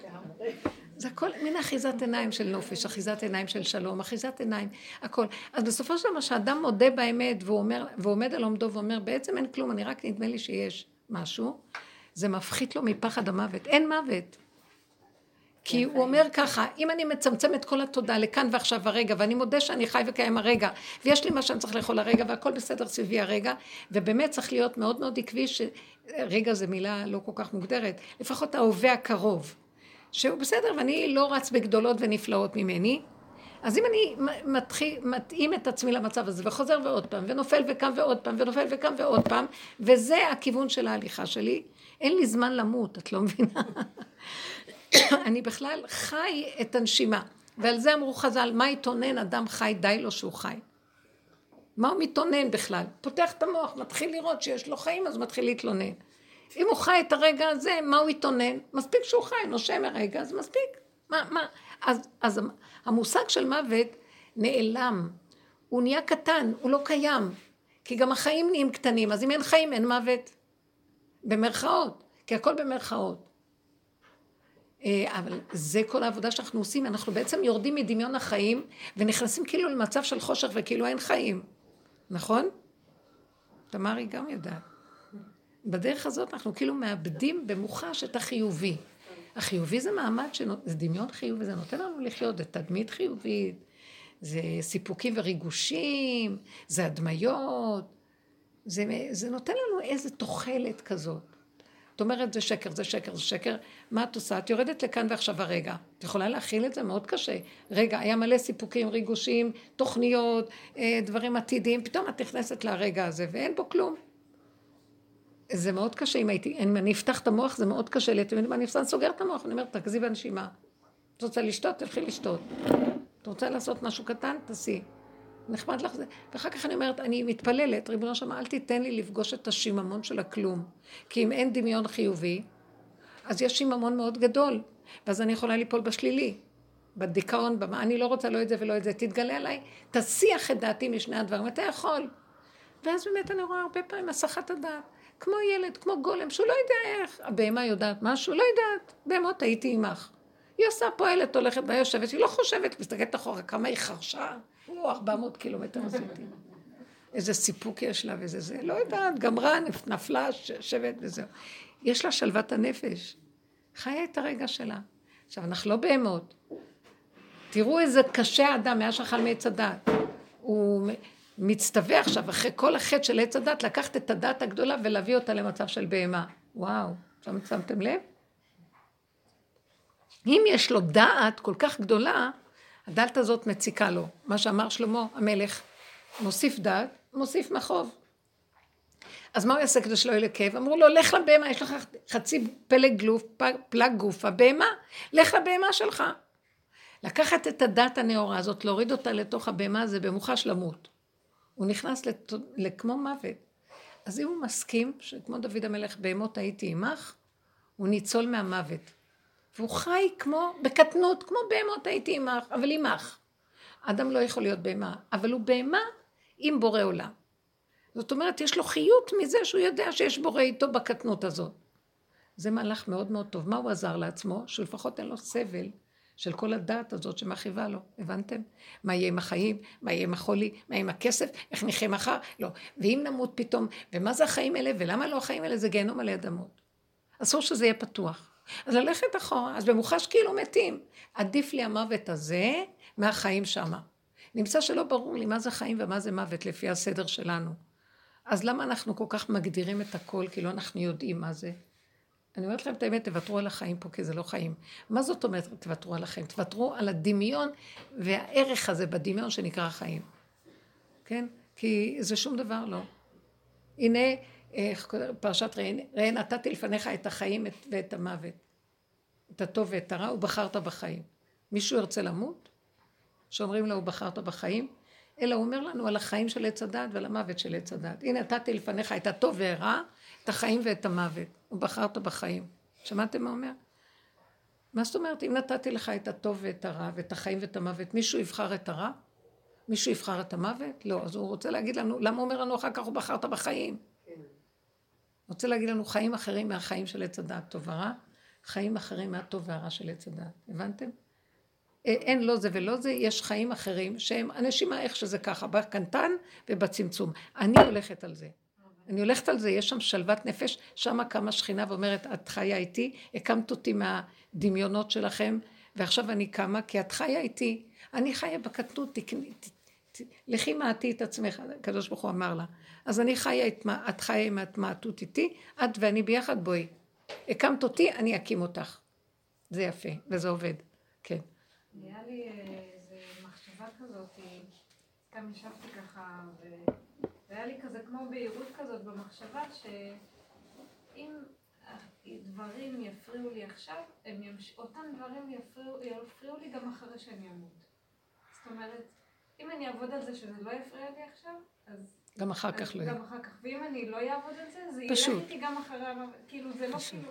זה הכל מין אחיזת עיניים של נופש, אחיזת עיניים של שלום, אחיזת עיניים, הכל. אז בסופו של דבר שהאדם מודה באמת ועומד על עומדו ואומר, בעצם אין כלום, אני רק נדמה לי שיש משהו, זה מפחית לו מפחד המוות. אין מוות. כי הוא אומר ככה, אם אני מצמצם את כל התודה לכאן ועכשיו הרגע, ואני מודה שאני חי וקיים הרגע, ויש לי מה שאני צריך לאכול הרגע, והכל בסדר סביבי הרגע, ובאמת צריך להיות מאוד מאוד עקבי, שרגע זה מילה לא כל כך מוגדרת, לפחות ההווה הקרוב, שהוא בסדר, ואני לא רץ בגדולות ונפלאות ממני, אז אם אני מתאים את עצמי למצב הזה, וחוזר ועוד פעם, ונופל וקם ועוד פעם, ונופל וקם ועוד פעם, וזה הכיוון של ההליכה שלי, אין לי זמן למות, את לא מבינה? אני בכלל חי את הנשימה, ועל זה אמרו חז"ל, מה יתונן אדם חי, די לו שהוא חי. מה הוא מתונן בכלל? פותח את המוח, מתחיל לראות שיש לו חיים, אז מתחיל להתלונן. אם הוא חי את הרגע הזה, מה הוא יתונן? מספיק שהוא חי, נושם הרגע, אז מספיק. אז המושג של מוות נעלם, הוא נהיה קטן, הוא לא קיים, כי גם החיים נהיים קטנים, אז אם אין חיים אין מוות, במרכאות, כי הכל במרכאות. אבל זה כל העבודה שאנחנו עושים, אנחנו בעצם יורדים מדמיון החיים, ונכנסים כאילו למצב של חושך וכאילו אין חיים, נכון? תמרי גם יודעת. בדרך הזאת אנחנו כאילו מאבדים במוחש את החיובי. החיובי זה מעמד, זה דמיון חיובי, זה נותן לנו לחיות, זה תדמית חיובית, זה סיפוקים וריגושים, זה הדמיות, זה נותן לנו איזו תוחלת כזאת. את אומרת, זה שקר, זה שקר, זה שקר, מה את עושה? את יורדת לכאן ועכשיו הרגע. את יכולה להכיל את זה מאוד קשה. רגע, היה מלא סיפוקים, ריגושים, תוכניות, דברים עתידיים, פתאום את נכנסת לרגע הזה, ואין בו כלום. זה מאוד קשה, אם אני אפתח את המוח, זה מאוד קשה לי. אתם יודעים, אני סוגר את המוח, אני אומרת, תרכזי בנשימה. את רוצה לשתות? תלכי לשתות. את רוצה לעשות משהו קטן? תעשי. נחמד לך זה. ואחר כך אני אומרת, אני מתפללת, ריבונו שם, אל תיתן לי לפגוש את השיממון של הכלום. כי אם אין דמיון חיובי, אז יש שיממון מאוד גדול. ואז אני יכולה ליפול בשלילי. בדיכאון, במה, אני לא רוצה לא את זה ולא את זה. תתגלה עליי, תסיח את דעתי משני הדברים. אתה יכול. ואז באמת אני רואה הרבה פעמים הסחת הדעת. כמו ילד, כמו גולם, שהוא לא יודע איך. הבהמה יודעת משהו, לא יודעת. בהמות הייתי עמך. היא עושה פועלת, הולכת ביושבת, היא לא חושבת, מסתכלת אחורה, כמה היא חרשה. 400 קילומטר עשיתי. איזה סיפוק יש לה וזה זה. לא יודעת, גמרה, נפלה, שבת וזהו. יש לה שלוות הנפש. חיה את הרגע שלה. עכשיו, אנחנו לא בהמות. תראו איזה קשה האדם, מאז שאכל מעץ הדת. הוא מצטווה עכשיו, אחרי כל החטא של עץ הדת, לקחת את הדת הגדולה ולהביא אותה למצב של בהמה. וואו, שמתם לב? אם יש לו דעת כל כך גדולה, הדלת הזאת מציקה לו. מה שאמר שלמה המלך, מוסיף דעת, מוסיף מחוב. אז מה הוא יעשה כדי שלא יהיה לכאב? אמרו לו, לך לבהמה, יש לך חצי פלג גוף, הבהמה, לך לבהמה שלך. לקחת את הדת הנאורה הזאת, להוריד אותה לתוך הבהמה, זה במוחש למות. הוא נכנס לכמו מוות. אז אם הוא מסכים, שכמו דוד המלך, בהמות הייתי עמך, הוא ניצול מהמוות. והוא חי כמו בקטנות, כמו בהמות הייתי עמך, אבל עמך. אדם לא יכול להיות בהמה, אבל הוא בהמה עם בורא עולם. זאת אומרת, יש לו חיות מזה שהוא יודע שיש בורא איתו בקטנות הזאת. זה מהלך מאוד מאוד טוב. מה הוא עזר לעצמו? שלפחות אין לו סבל של כל הדעת הזאת שמחיבה לו. הבנתם? מה יהיה עם החיים? מה יהיה עם החולי? מה יהיה עם הכסף? איך נחיה מחר? לא. ואם נמות פתאום, ומה זה החיים האלה? ולמה לא החיים האלה? זה גיהנום עלי אדמות. אסור שזה יהיה פתוח. אז ללכת אחורה, אז במוחש כאילו מתים. עדיף לי המוות הזה מהחיים שמה. נמצא שלא ברור לי מה זה חיים ומה זה מוות לפי הסדר שלנו. אז למה אנחנו כל כך מגדירים את הכל, כי לא אנחנו יודעים מה זה? אני אומרת לכם את האמת, תוותרו על החיים פה, כי זה לא חיים. מה זאת אומרת תוותרו על החיים? תוותרו על הדמיון והערך הזה בדמיון שנקרא חיים. כן? כי זה שום דבר לא. הנה, פרשת ראה נתתי לפניך את החיים ואת המוות. את הטוב ואת הרע, ובחרת בחיים. מישהו ירצה למות? שאומרים לו, הוא בחרת בחיים? אלא הוא אומר לנו על החיים של עץ הדת ועל המוות של עץ הדת. הנה נתתי לפניך את הטוב והרע, את החיים ואת המוות. ובחרת בחיים. שמעתם מה אומר? מה זאת אומרת? אם נתתי לך את הטוב ואת הרע ואת החיים ואת המוות, מישהו יבחר את הרע? מישהו יבחר את המוות? לא. אז הוא רוצה להגיד לנו, למה הוא אומר לנו אחר כך הוא בחרת בחיים? רוצה להגיד לנו חיים אחרים מהחיים של עץ הדת טוב ורע, חיים אחרים מהטוב והרע של עץ הדת. הבנתם? אין לא זה ולא זה, יש חיים אחרים שהם אנשים איך שזה ככה, בקנטן ובצמצום. אני הולכת על זה. אני הולכת על זה, יש שם שלוות נפש, שם קמה שכינה ואומרת, את חיה איתי, הקמת אותי מהדמיונות שלכם, ועכשיו אני קמה, כי את חיה איתי, אני חיה בקטנות, לכי מעטי את עצמך, הקדוש ברוך הוא אמר לה. אז אני חיה, את חיה עם התמעטות איתי, את ואני ביחד בואי. הקמת אותי, אני אקים אותך. זה יפה, וזה עובד. כן. היה לי איזו מחשבה כזאת, סתם ישבתי ככה, והיה לי כזה כמו בהירות כזאת במחשבה, שאם דברים יפריעו לי עכשיו, אותם דברים יפריעו לי גם אחרי שאני אמות. זאת אומרת, אם אני אעבוד על זה שזה לא יפריע לי עכשיו, אז... גם אחר כך לא יהיה. גם אחר כך, ואם אני לא אעבוד על זה, זה פשוט. ילך איתי גם אחרי המוות. כאילו, זה לא כאילו...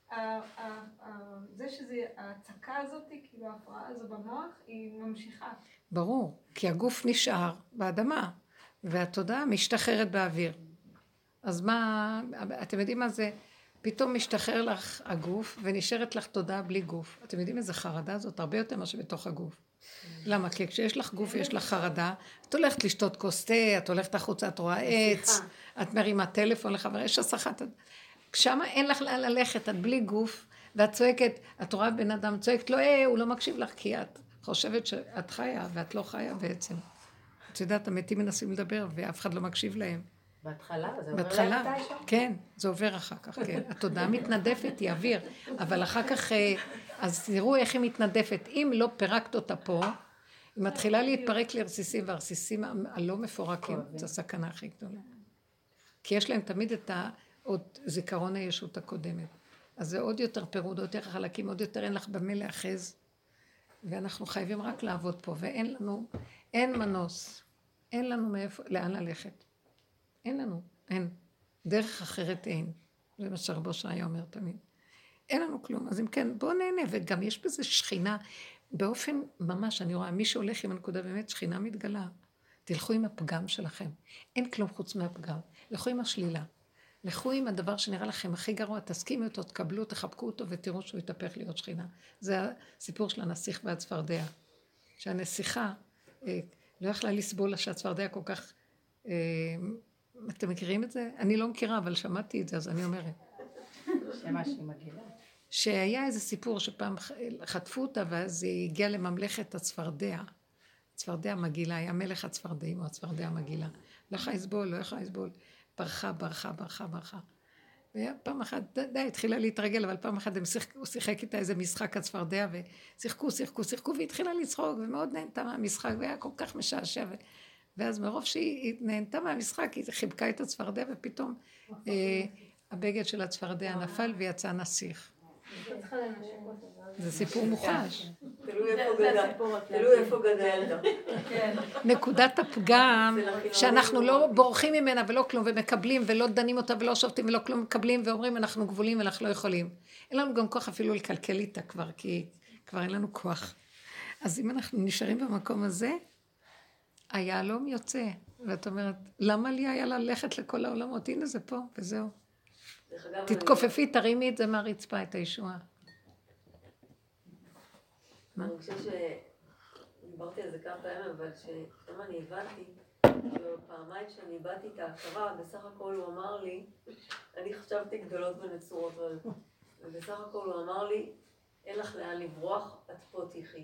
זה שזה, ההצקה הזאת, כאילו ההפרעה הזו במוח, היא ממשיכה. ברור, כי הגוף נשאר באדמה, והתודעה משתחררת באוויר. אז מה, אתם יודעים מה זה? פתאום משתחרר לך הגוף, ונשארת לך תודעה בלי גוף. אתם יודעים איזה חרדה זאת? הרבה יותר מה שבתוך הגוף. למה? כי כשיש לך גוף ויש לך חרדה, את הולכת לשתות כוס תה, את הולכת החוצה, את רואה עץ, את מרימה טלפון לחבר, יש הסחת. כשמה אין לך לאן ללכת, את בלי גוף, ואת צועקת, את רואה בן אדם צועקת, לא, הוא לא מקשיב לך, כי את חושבת שאת חיה, ואת לא חיה בעצם. את יודעת, המתים מנסים לדבר, ואף אחד לא מקשיב להם. בהתחלה, זה אומר בהתחלה, להם מתישהו. כן, זה עובר אחר כך, כן. התודעה מתנדפת, היא אוויר, אבל אחר כך, אז תראו איך היא מתנדפת. אם לא פירקת אותה פה, היא מתחילה להתפרק לרסיסים, והרסיסים הלא מפורקים, זו הסכנה הכי גדולה. כי יש להם תמיד את עוד זיכרון הישות הקודמת. אז זה עוד יותר פירוד, עוד יותר חלקים, עוד יותר אין לך במה לאחז, ואנחנו חייבים רק לעבוד פה, ואין לנו, אין מנוס, אין לנו מאיפה, לאן ללכת. אין לנו, אין. דרך אחרת אין. זה מה שרבו שהיה אומר תמיד. אין לנו כלום. אז אם כן, בואו נהנה, וגם יש בזה שכינה, באופן ממש, אני רואה, מי שהולך עם הנקודה באמת, שכינה מתגלה. תלכו עם הפגם שלכם. אין כלום חוץ מהפגם. לכו עם השלילה. לכו עם הדבר שנראה לכם הכי גרוע, תסכימו אותו, תקבלו, תחבקו אותו, ותראו שהוא יתהפך להיות שכינה. זה הסיפור של הנסיך והצפרדע. שהנסיכה לא יכלה לסבול שהצפרדע כל כך... אתם מכירים את זה? אני לא מכירה, אבל שמעתי את זה, אז אני אומרת. שמה שהיא מגילה. שהיה איזה סיפור שפעם חטפו אותה, ואז היא הגיעה לממלכת הצפרדע. הצפרדע מגילה, היה מלך הצפרדעים, או הצפרדע מגילה. לא יכולה לסבול, לא יכולה לסבול. ברחה. ופעם אחת, די, התחילה להתרגל, אבל פעם אחת הוא שיחק איתה איזה משחק הצפרדע, ושיחקו, והתחילה לצחוק, ומאוד נהנתה מהמשחק, והיה כל כך משעשע. ואז מרוב שהיא נהנתה מהמשחק, היא חיבקה את הצפרדע, ופתאום הבגד של הצפרדע נפל ויצא נסיך. זה סיפור מוחש. תלוי איפה גדלת. נקודת הפגם, שאנחנו לא בורחים ממנה ולא כלום, ומקבלים ולא דנים אותה ולא שופטים ולא כלום, מקבלים ואומרים אנחנו גבולים ואנחנו לא יכולים. אין לנו גם כוח אפילו לקלקל איתה כבר, כי כבר אין לנו כוח. אז אם אנחנו נשארים במקום הזה, היהלום יוצא, ואת אומרת, למה לי היה ללכת לכל העולמות? הנה זה פה, וזהו. תתכופפי, תרימי את זה מהרצפה, את הישועה. אני חושבת שדיברתי על זה כמה פעמים, אבל שכמה אני הבנתי, פעמיים שאני איבדתי את ההכרה, בסך הכל הוא אמר לי, אני חשבתי גדולות ונצורות, ובסך הכל הוא אמר לי, אין לך לאן לברוח, את פה תחי.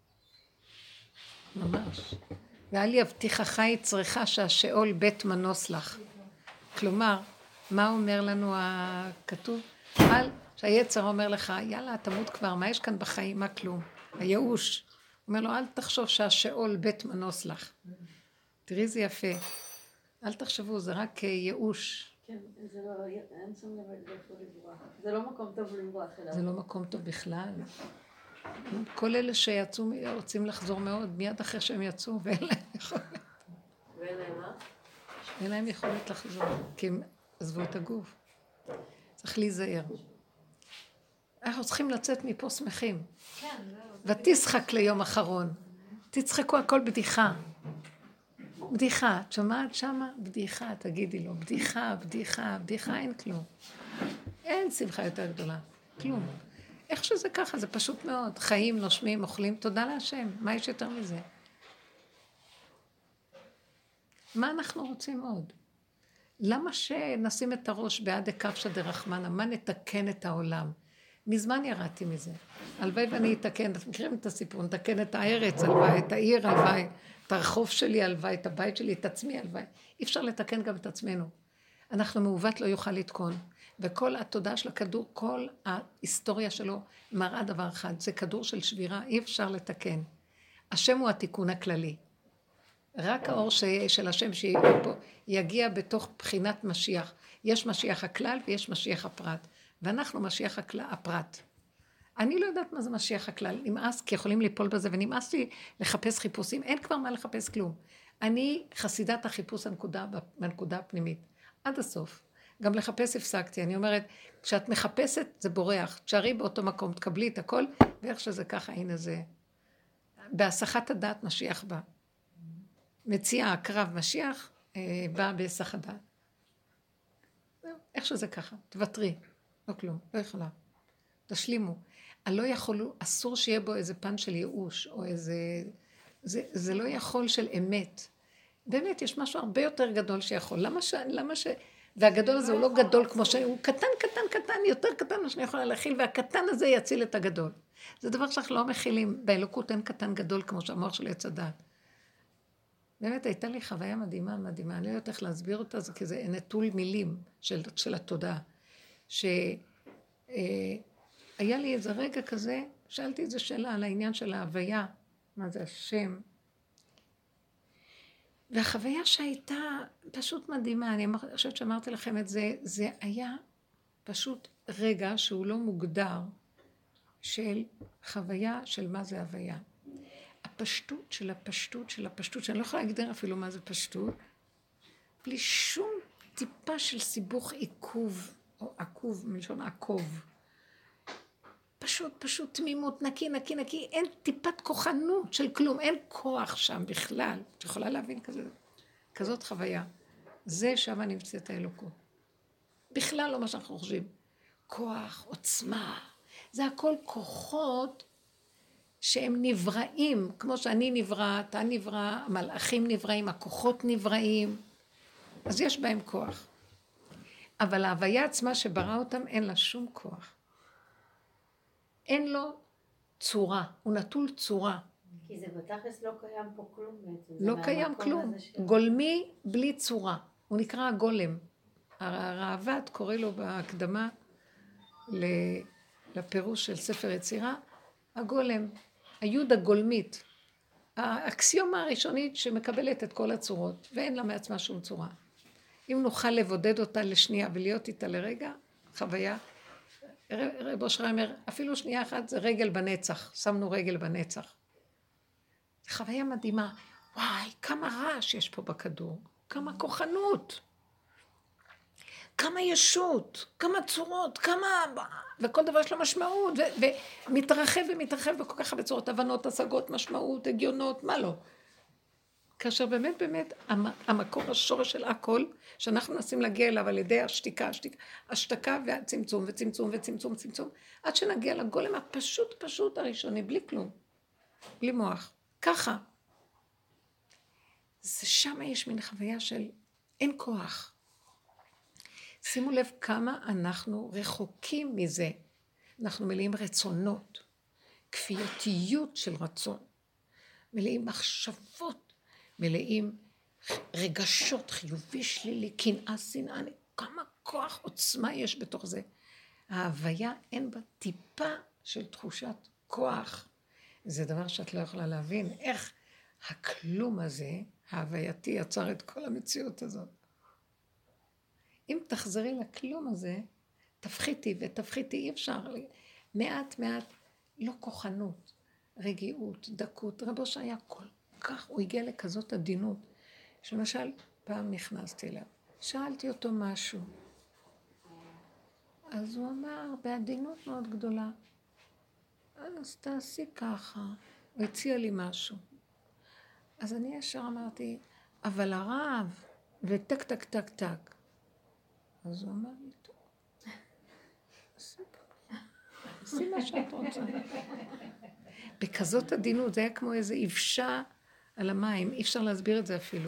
ממש. ואל יבטיחך יצרך שהשאול בית מנוס לך. כלומר, מה אומר לנו הכתוב? שהיצר אומר לך, יאללה, תמות כבר, מה יש כאן בחיים? מה כלום? הייאוש. אומר לו, אל תחשוב שהשאול בית מנוס לך. תראי, זה יפה. אל תחשבו, זה רק ייאוש. כן, זה לא, אין שום דבר איפה לברוח. זה לא מקום טוב לברוח אליו. זה לא מקום טוב בכלל. כל אלה שיצאו רוצים לחזור מאוד, מיד אחרי שהם יצאו, ואין להם יכולת. ואין להם מה? אין להם יכולת לחזור, כי הם עזבו את הגוף. צריך להיזהר. אנחנו צריכים לצאת מפה שמחים. ותשחק ליום אחרון. תצחקו, הכל בדיחה. בדיחה. את שומעת שמה? בדיחה, תגידי לו. בדיחה, אין כלום. אין שמחה יותר גדולה. כלום. איך שזה ככה, זה פשוט מאוד. חיים, נושמים, אוכלים, תודה להשם. מה יש יותר מזה? מה אנחנו רוצים עוד? למה שנשים את הראש בעד הקפשא דרחמנא? מה נתקן את העולם? מזמן ירדתי מזה. הלוואי ואני אתקן, אתם מכירים את הסיפור, נתקן את הארץ, הלוואי, את העיר, הלוואי, את הרחוב שלי, הלוואי, את הבית שלי, את עצמי, הלוואי. אי אפשר לתקן גם את עצמנו. אנחנו מעוות לא יוכל לתקון. וכל התודעה של הכדור, כל ההיסטוריה שלו מראה דבר אחד, זה כדור של שבירה, אי אפשר לתקן. השם הוא התיקון הכללי. רק האור של השם שיגיע בתוך בחינת משיח. יש משיח הכלל ויש משיח הפרט. ואנחנו משיח הפרט. אני לא יודעת מה זה משיח הכלל. נמאס, כי יכולים ליפול בזה, ונמאס לי לחפש חיפושים. אין כבר מה לחפש כלום. אני חסידת החיפוש בנקודה הפנימית. עד הסוף. גם לחפש הפסקתי. אני אומרת, כשאת מחפשת זה בורח. תשארי באותו מקום, תקבלי את הכל, ואיך שזה ככה, הנה זה. בהסחת הדעת משיח בא. מציע הקרב משיח, בא בהסח הדעת. איך שזה ככה, תוותרי. לא כלום, לא יכולה. תשלימו. אני לא יכול, אסור שיהיה בו איזה פן של ייאוש, או איזה... זה לא יכול של אמת. באמת, יש משהו הרבה יותר גדול שיכול. למה ש... והגדול הזה הוא לא גדול כמו שהוא קטן, קטן, קטן, יותר קטן מה שאני יכולה להכיל, והקטן הזה יציל את הגדול. זה דבר שאנחנו לא מכילים. באלוקות אין קטן גדול כמו שהמוח של עץ הדעת. באמת, הייתה לי חוויה מדהימה, מדהימה. אני לא יודעת איך להסביר אותה, כי זה נטול מילים של התודעה. שהיה לי איזה רגע כזה, שאלתי איזו שאלה על העניין של ההוויה, מה זה השם. והחוויה שהייתה פשוט מדהימה, אני חושבת שאמרתי לכם את זה, זה היה פשוט רגע שהוא לא מוגדר של חוויה של מה זה הוויה. הפשטות של הפשטות של הפשטות, שאני לא יכולה להגדיר אפילו מה זה פשטות, בלי שום טיפה של סיבוך עיכוב, או עקוב, מלשון עקוב. פשוט תמימות, נקי, נקי, נקי, אין טיפת כוחנות של כלום, אין כוח שם בכלל. את יכולה להבין כזאת חוויה. זה שם נמצאת האלוקות. בכלל לא מה שאנחנו חושבים. כוח, עוצמה, זה הכל כוחות שהם נבראים, כמו שאני נברא, אתה נברא, המלאכים נבראים, הכוחות נבראים, אז יש בהם כוח. אבל ההוויה עצמה שברא אותם אין לה שום כוח. אין לו צורה, הוא נטול צורה. כי זה בתכלס לא קיים פה כלום בעצם. לא קיים כלום, גולמי בלי צורה, הוא נקרא הגולם. הרעב"ד קורא לו בהקדמה לפירוש של ספר יצירה, הגולם, היוד הגולמית, האקסיומה הראשונית שמקבלת את כל הצורות, ואין לה מעצמה שום צורה. אם נוכל לבודד אותה לשנייה ולהיות איתה לרגע, חוויה, רב אושר אומר, אפילו שנייה אחת זה רגל בנצח, שמנו רגל בנצח. חוויה מדהימה, וואי, כמה רעש יש פה בכדור, כמה כוחנות, כמה ישות, כמה צורות, כמה... וכל דבר יש לו משמעות, ומתרחב ומתרחב בכל כך הרבה צורות, הבנות, השגות, משמעות, הגיונות, מה לא. כאשר באמת, המקור השורש של הכל, שאנחנו מנסים להגיע אליו על ידי השתקה והצמצום וצמצום וצמצום וצמצום, עד שנגיע לגולם הפשוט הראשוני, בלי כלום, בלי מוח. ככה. זה שם יש מין חוויה של אין כוח. שימו לב כמה אנחנו רחוקים מזה. אנחנו מלאים רצונות, כפייתיות של רצון, מלאים מחשבות, מלאים רגשות, חיובי, שלילי, קנאה, שנאה, כמה כוח, עוצמה יש בתוך זה. ההוויה אין בה טיפה של תחושת כוח. זה דבר שאת לא יכולה להבין. איך הכלום הזה, ההווייתי, יצר את כל המציאות הזאת. אם תחזרי לכלום הזה, תפחיתי ותפחיתי, אי אפשר. מעט, לא כוחנות, רגיעות, דקות. רבו שהיה כל כך, הוא הגיע לכזאת עדינות. שלמשל, פעם נכנסתי אליו, שאלתי אותו משהו. אז הוא אמר, בעדינות מאוד גדולה, אז תעשי ככה. הוא הציע לי משהו. אז אני ישר אמרתי, אבל הרב, וטק, טק, טק, טק. אז הוא אמר לי, טוב, עשי מה שאת רוצה. בכזאת עדינות, זה היה כמו איזו יבשה על המים, אי אפשר להסביר את זה אפילו.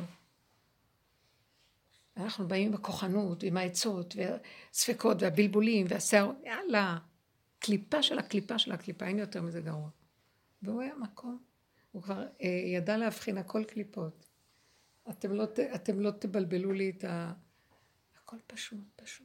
אנחנו באים בכוחנות, עם העצות, והספקות, והבלבולים, והשיער, יאללה, קליפה של הקליפה של הקליפה, אין יותר מזה גרוע. והוא היה מקום, הוא כבר ידע להבחין הכל קליפות. אתם לא תבלבלו לי את ה... הכל פשוט.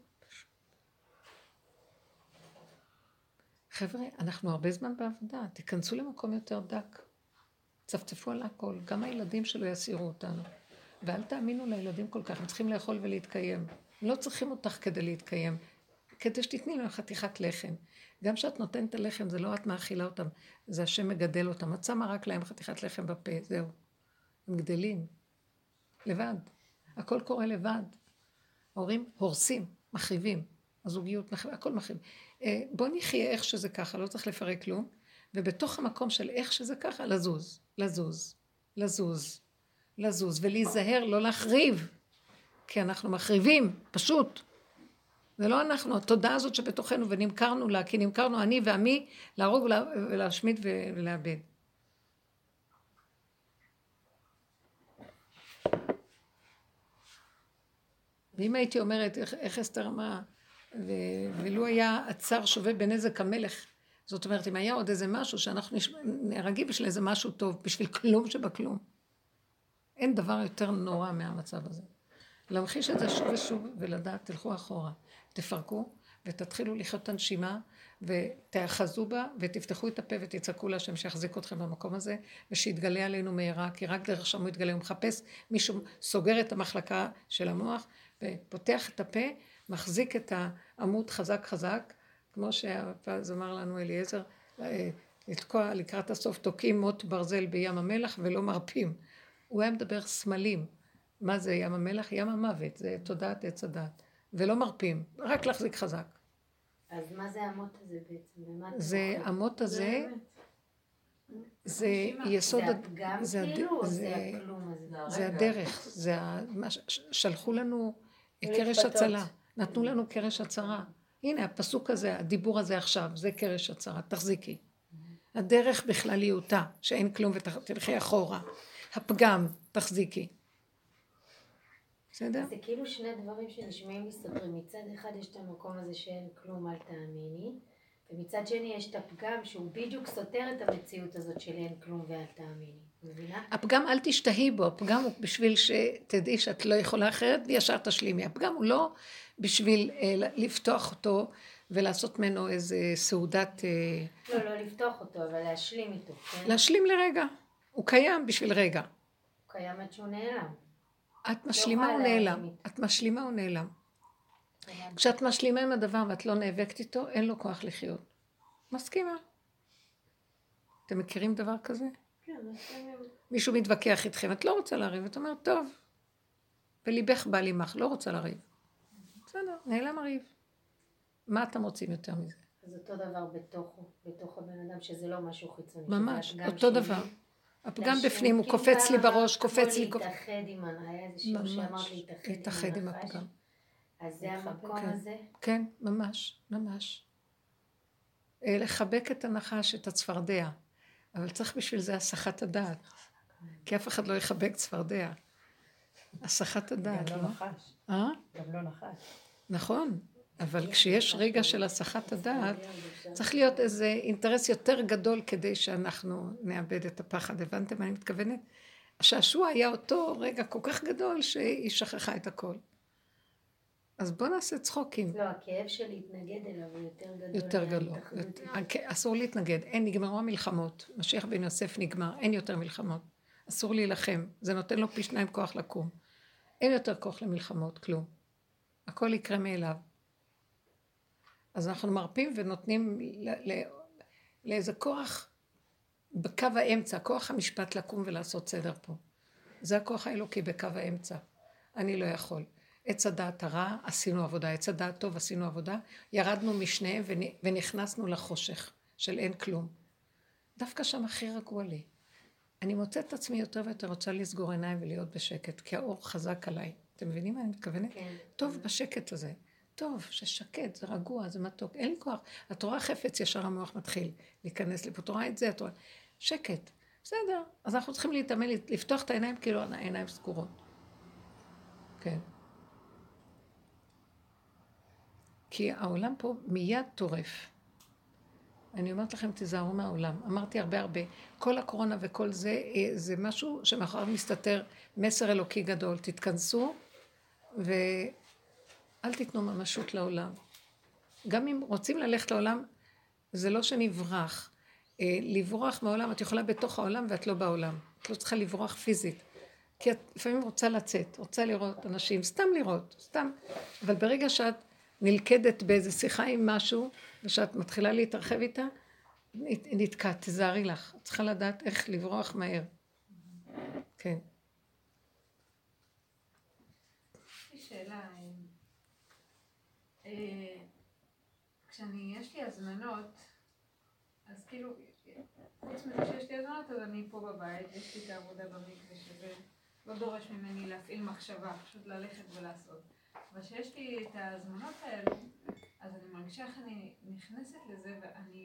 חבר'ה, אנחנו הרבה זמן בעבודה, תיכנסו למקום יותר דק. צפצפו על הכל, גם הילדים שלו יסירו אותנו. ואל תאמינו לילדים כל כך, הם צריכים לאכול ולהתקיים. לא צריכים אותך כדי להתקיים, כדי שתתני להם חתיכת לחם. גם שאת נותנת את הלחם, זה לא את מאכילה אותם, זה השם מגדל אותם. את שמה רק להם חתיכת לחם בפה, זהו. הם גדלים, לבד. הכל קורה לבד. ההורים הורסים, מחריבים, הזוגיות, הכל מחריב. בוא נחיה איך שזה ככה, לא צריך לפרק כלום, ובתוך המקום של איך שזה ככה, לזוז, ולהיזהר, לא להחריב, כי אנחנו מחריבים, פשוט. זה לא אנחנו, התודעה הזאת שבתוכנו ונמכרנו לה, כי נמכרנו אני ועמי להרוג ולהשמיד ולאבד. ואם הייתי אומרת איך אסתר אמרה, ולו היה הצער שווה בנזק המלך, זאת אומרת אם היה עוד איזה משהו שאנחנו נהרגים בשביל איזה משהו טוב, בשביל כלום שבכלום. אין דבר יותר נורא מהמצב הזה. להמחיש את זה שוב ושוב ולדעת, תלכו אחורה, תפרקו ותתחילו לחיות את הנשימה ותאחזו בה ותפתחו את הפה ותצעקו להשם שיחזיק אתכם במקום הזה ושיתגלה עלינו מהרה, כי רק דרך שם הוא יתגלה, הוא מחפש מישהו, סוגר את המחלקה של המוח ופותח את הפה, מחזיק את העמוד חזק חזק, כמו שאז אמר לנו אליעזר, לתקוע לקראת הסוף, תוקעים מות ברזל בים המלח ולא מרפים. הוא היה מדבר סמלים. מה זה ים המלח? ים המוות, זה תודעת עץ הדעת. ולא מרפים, רק להחזיק חזק. אז מה זה המות הזה בעצם? זה המות הזה, זה יסוד... זה הפגם כאילו או זה הכלום הזה? זה הדרך, זה שלחו לנו קרש הצלה, נתנו לנו קרש הצרה. הנה הפסוק הזה, הדיבור הזה עכשיו, זה קרש הצרה, תחזיקי. הדרך בכלליותה, שאין כלום ותלכי אחורה. הפגם, תחזיקי. בסדר? זה כאילו שני דברים שנשמעים מסתדרים. מצד אחד יש את המקום הזה שאין כלום, אל תאמיני, ומצד שני יש את הפגם שהוא בדיוק סותר את המציאות הזאת של אין כלום ואל תאמיני. מבינה? הפגם אל תשתהי בו, הפגם הוא בשביל שתדעי שאת לא יכולה אחרת וישר תשלימי. הפגם הוא לא בשביל לפתוח אותו ולעשות ממנו איזה סעודת... לא לפתוח אותו, אבל להשלים איתו. כן? להשלים לרגע. הוא קיים בשביל רגע. הוא קיים עד שהוא נעלם. את משלימה או נעלם. את משלימה או נעלם. כשאת משלימה עם הדבר ואת לא נאבקת איתו, אין לו כוח לחיות. מסכימה. אתם מכירים דבר כזה? כן, מסכימים. מישהו מתווכח איתכם, את לא רוצה לריב, את אומרת, טוב. וליבך בא לימך, לא רוצה לריב. בסדר, נעלם הריב. מה אתם רוצים יותר מזה? אז אותו דבר בתוך הבן אדם, שזה לא משהו חיצוני. ממש, אותו דבר. הפגם בפנים, הוא קופץ לי בראש, קופץ לי... להתאחד עם היה איזה שם שאמרת להתאחד עם הפגם. אז זה המקום הזה? כן, ממש, ממש. לחבק את הנחש, את הצפרדע. אבל צריך בשביל זה הסחת הדעת. כי אף אחד לא יחבק צפרדע. הסחת הדעת, לא? גם לא נחש. גם לא נחש. נכון. אבל כשיש רגע של הסחת הדעת, צריך להיות איזה אינטרס יותר גדול כדי שאנחנו נאבד את הפחד. הבנתם מה אני מתכוונת? השעשוע היה אותו רגע כל כך גדול שהיא שכחה את הכל. אז בוא נעשה צחוקים. לא, הכאב של להתנגד אליו הוא יותר גדול. אסור להתנגד, נגמרו המלחמות. משיח בן יוסף נגמר, אין יותר מלחמות. אסור להילחם, זה נותן לו פי 2 כוח לקום. אין יותר כוח למלחמות, כלום. הכל יקרה מאליו. אז אנחנו מרפים ונותנים לאיזה כוח בקו האמצע, כוח המשפט לקום ולעשות סדר פה. זה הכוח האלוקי בקו האמצע. אני לא יכול. עץ הדעת הרע, עשינו עבודה. עץ הדעת טוב, עשינו עבודה. ירדנו משניהם ונכנסנו לחושך של אין כלום. דווקא שם הכי רגוע לי. אני מוצאת את עצמי יותר ויותר רוצה לסגור עיניים ולהיות בשקט, כי האור חזק עליי. אתם מבינים מה אני מתכוונת? כן. טוב בשקט הזה. טוב, ששקט, זה רגוע, זה מתוק, אין לי כוח. את רואה חפץ, ישר המוח מתחיל להיכנס לפה, את רואה את זה, את רואה... שקט, בסדר. אז אנחנו צריכים להתאמן, לפתוח את העיניים כאילו העיניים סגורות. כן. כי העולם פה מיד טורף. אני אומרת לכם, תיזהרו מהעולם. אמרתי הרבה. כל הקורונה וכל זה, זה משהו שמאחוריו מסתתר מסר אלוקי גדול. תתכנסו אל תיתנו ממשות לעולם. גם אם רוצים ללכת לעולם, זה לא שנברח. לברוח מהעולם, את יכולה בתוך העולם ואת לא בעולם. את לא צריכה לברוח פיזית. כי את לפעמים רוצה לצאת, רוצה לראות אנשים, סתם לראות, סתם. אבל ברגע שאת נלכדת באיזה שיחה עם משהו, ושאת מתחילה להתרחב איתה, נתקעת, תזהרי לך. את צריכה לדעת איך לברוח מהר. כן. שאלה, יש לי הזמנות, אז כאילו, חוץ מזה שיש לי הזמנות, אז אני פה בבית, יש לי את העבודה במקווה שזה לא דורש ממני להפעיל מחשבה, פשוט ללכת ולעשות. אבל כשיש לי את ההזמנות האלו, אז אני מרגישה איך אני נכנסת לזה,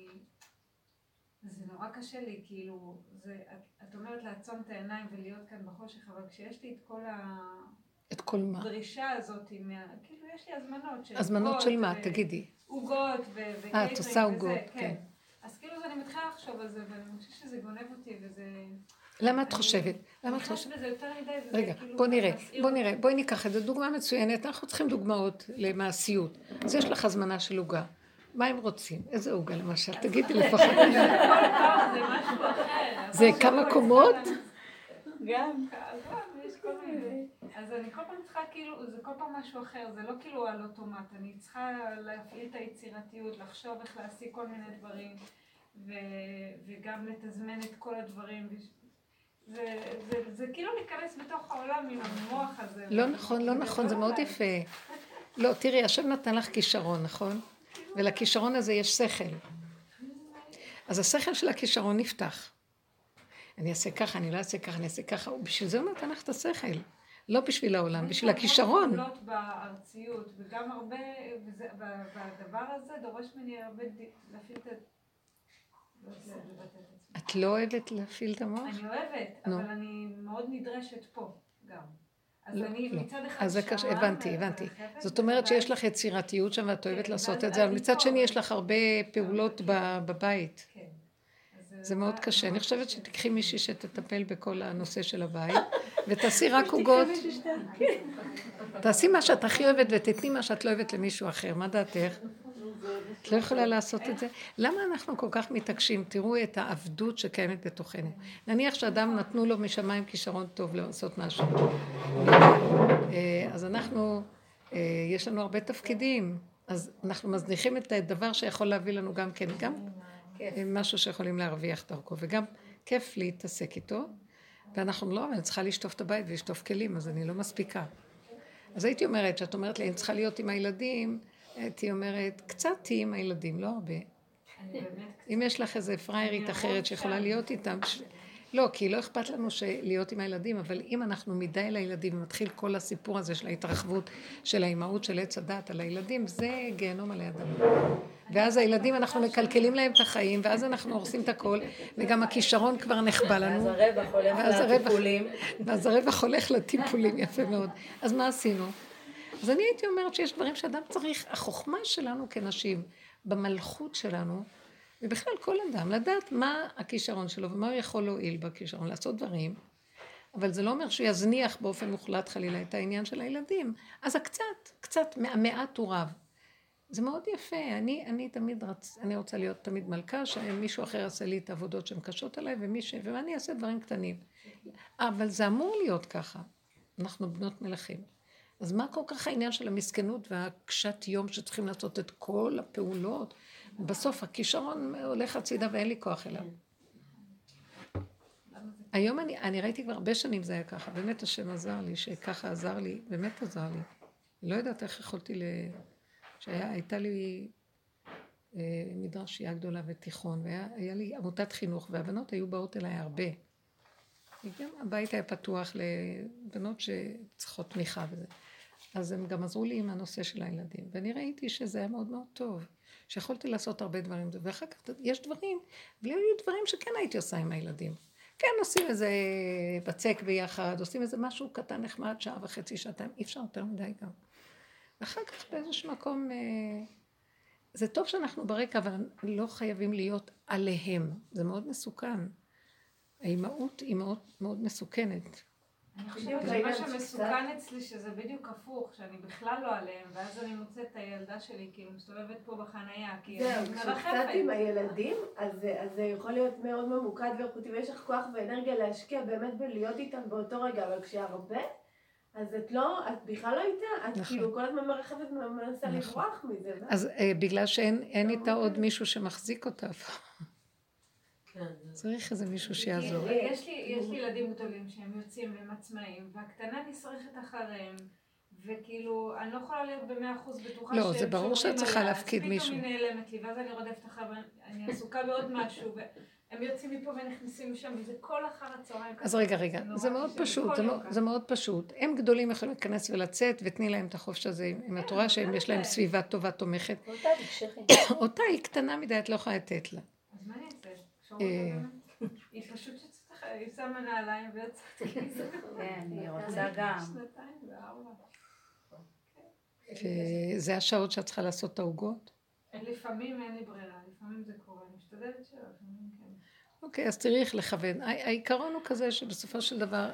זה נורא קשה לי, כאילו, את אומרת לעצום את העיניים ולהיות כאן בחושך, אבל כשיש לי את כל מה? הדרישה הזאת, כאילו יש לי הזמנות של הזמנות של מה? תגידי. עוגות וקייטרינג את עושה עוגות, כן. אז כאילו אני מתחילה לחשוב על זה, ואני חושבת שזה גונב אותי, וזה... למה את חושבת? למה את חושבת חושבת? בזה יותר מדי, וזה רגע, כאילו... בוא נראה, בואי ניקח את זה, דוגמה מצוינת, אנחנו צריכים דוגמאות למעשיות. אז יש לך הזמנה של עוגה. מה הם רוצים? איזה עוגה למשל? תגידי לפחות. זה משהו אחר. זה כמה קומות? גם. יש כל מיני. אז אני כל פעם צריכה כאילו, זה כל פעם משהו אחר, זה לא כאילו על אוטומט, אני צריכה להפעיל את היצירתיות, לחשוב איך להשיג כל מיני דברים, וגם לתזמן את כל הדברים. זה כאילו להיכנס בתוך העולם עם המוח הזה. לא נכון, לא נכון, זה מאוד יפה. לא, תראי, השם נתן לך כישרון, נכון? ולכישרון הזה יש שכל. אז השכל של הכישרון נפתח. אני אעשה ככה, אני לא אעשה ככה, אני אעשה ככה, ובשביל זה הוא נתן לך את השכל. לא בשביל העולם, בשביל הכישרון. אני פעולות בארציות, וגם הרבה, והדבר הזה דורש ממני הרבה להפעיל את... את לא אוהבת להפעיל את המוח? אני אוהבת, אבל אני מאוד נדרשת פה גם. אז אני מצד אחד אז הבנתי. זאת אומרת שיש לך יצירתיות שם ואת אוהבת לעשות את זה, אבל מצד שני יש לך הרבה פעולות בבית. זה מאוד קשה. אני חושבת שתקחי מישהי שתטפל בכל הנושא של הבית, ותעשי רק עוגות. תעשי מה שאת הכי אוהבת ותתני מה שאת לא אוהבת למישהו אחר. מה דעתך? את לא יכולה לעשות את זה? למה אנחנו כל כך מתעקשים? תראו את העבדות שקיימת בתוכנו. נניח שאדם נתנו לו משמיים כישרון טוב לעשות משהו. אז אנחנו, יש לנו הרבה תפקידים, אז אנחנו מזניחים את הדבר שיכול להביא לנו גם כן, גם משהו שיכולים להרוויח דרכו, וגם כיף להתעסק איתו, ואנחנו לא, אני צריכה לשטוף את הבית ולשטוף כלים, אז אני לא מספיקה. אז הייתי אומרת, שאת אומרת לי, אני צריכה להיות עם הילדים, הייתי אומרת, קצת תהי עם הילדים, לא הרבה. אם יש לך איזה פריירית אחרת שיכולה להיות איתם, לא, כי לא אכפת לנו להיות עם הילדים, אבל אם אנחנו מדי לילדים ומתחיל כל הסיפור הזה של ההתרחבות של האימהות של עץ הדת על הילדים, זה גיהנום עלי אדם. ואז הילדים אנחנו מקלקלים להם את החיים, ואז אנחנו הורסים את הכל, וגם הכישרון כבר נחבא לנו. ואז הרווח הולך לטיפולים. ואז הרווח הולך לטיפולים, יפה מאוד. אז מה עשינו? אז אני הייתי אומרת שיש דברים שאדם צריך, החוכמה שלנו כנשים, במלכות שלנו, ובכלל כל אדם, לדעת מה הכישרון שלו ומה הוא יכול להועיל בכישרון, לעשות דברים, אבל זה לא אומר שהוא יזניח באופן מוחלט חלילה את העניין של הילדים. אז קצת מהמעט הוא רב. זה מאוד יפה, אני תמיד אני רוצה להיות תמיד מלכה, שמישהו אחר יעשה לי את העבודות שהן קשות עליי, ואני אעשה דברים קטנים. אבל זה אמור להיות ככה, אנחנו בנות מלכים. אז מה כל כך העניין של המסכנות והקשת יום שצריכים לעשות את כל הפעולות? בסוף הכישרון הולך הצידה ואין לי כוח אליו. היום אני ראיתי כבר הרבה שנים זה היה ככה, באמת השם עזר לי, שככה עזר לי, באמת עזר לי. לא יודעת איך יכולתי שהייתה לי מדרשייה גדולה ותיכון, והיה לי עמותת חינוך, והבנות היו באות אליי הרבה. גם הבית היה פתוח לבנות שצריכות תמיכה וזה. אז הם גם עזרו לי עם הנושא של הילדים, ואני ראיתי שזה היה מאוד מאוד טוב, שיכולתי לעשות הרבה דברים, ואחר כך יש דברים, אבל היו דברים שכן הייתי עושה עם הילדים. כן, עושים איזה בצק ביחד, עושים איזה משהו קטן נחמד, שעה וחצי, שעתיים, אי אפשר יותר מדי גם. ואחר כך באיזשהו מקום, זה טוב שאנחנו ברקע, אבל לא חייבים להיות עליהם, זה מאוד מסוכן. האימהות היא מאוד מאוד מסוכנת. אני חושבת שמה שמסוכן אצלי שזה בדיוק הפוך, שאני בכלל לא עליהם, ואז אני מוצאת את הילדה שלי, כאילו מסתובבת פה בחנייה, כי אני מרחפת. כשקצת עם הילדים, אז זה יכול להיות מאוד ממוקד ואיכותי, ויש לך כוח ואנרגיה להשקיע באמת בלהיות איתם באותו רגע, אבל כשהרבה, אז את בכלל לא איתה, את כאילו כל הזמן מרחפת ומנסה לברוח מזה. אז בגלל שאין איתה עוד מישהו שמחזיק אותה. צריך איזה מישהו שיעזור. יש לי ילדים גדולים שהם יוצאים והם עצמאים, והקטנה נשרכת אחריהם, וכאילו, אני לא יכולה להיות ב100% בטוחה לא, זה ברור שאת צריכה להפקיד מישהו. פתאום היא נעלמת לי, ואז אני רודפת אחריו, אני עסוקה בעוד משהו, הם יוצאים מפה ונכנסים משם, וזה כל אחר הצהריים. אז רגע, זה מאוד פשוט, זה מאוד פשוט. הם גדולים יכולים להיכנס ולצאת, ותני להם את החופש הזה עם התורה שהם יש להם סביבה טובה תומכת. אותה היא קטנה מדי, את לא יכולה לתת לה. אז מה אני אעשה? היא פשוט שצריכה, היא שמה נעליים ויוצאת. כן, אני רוצה גם. 2 ו4. וזה השעות שאת צריכה לעשות את העוגות? לפעמים אין לי ברירה, לפעמים זה קורה, אני משתדלת שלא, לפעמים כן. אוקיי, אז תראי איך לכוון. העיקרון הוא כזה שבסופו של דבר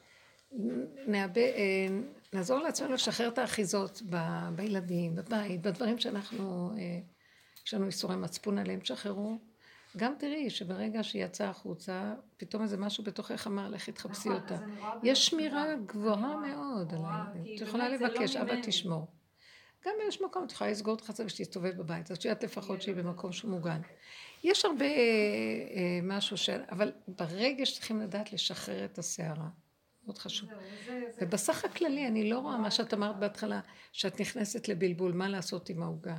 נעזור לעצמנו לשחרר את האחיזות בילדים, בבית, בדברים שאנחנו, יש לנו איסורי מצפון עליהם, תשחררו. גם תראי שברגע שהיא יצאה החוצה, פתאום איזה משהו בתוכך אמר, לך תחפשי אותה. יש שמירה גבוהה מאוד על הילדים. את יכולה לבקש, אבא תשמור. גם יש מקום, את יכולה לסגור את חצה ושתסתובב בבית, אז שאת לפחות שהיא במקום שהוא מוגן. יש הרבה משהו אבל ברגע שצריכים לדעת לשחרר את השערה, מאוד חשוב. ובסך הכללי, אני לא רואה מה שאת אמרת בהתחלה, שאת נכנסת לבלבול, מה לעשות עם העוגה?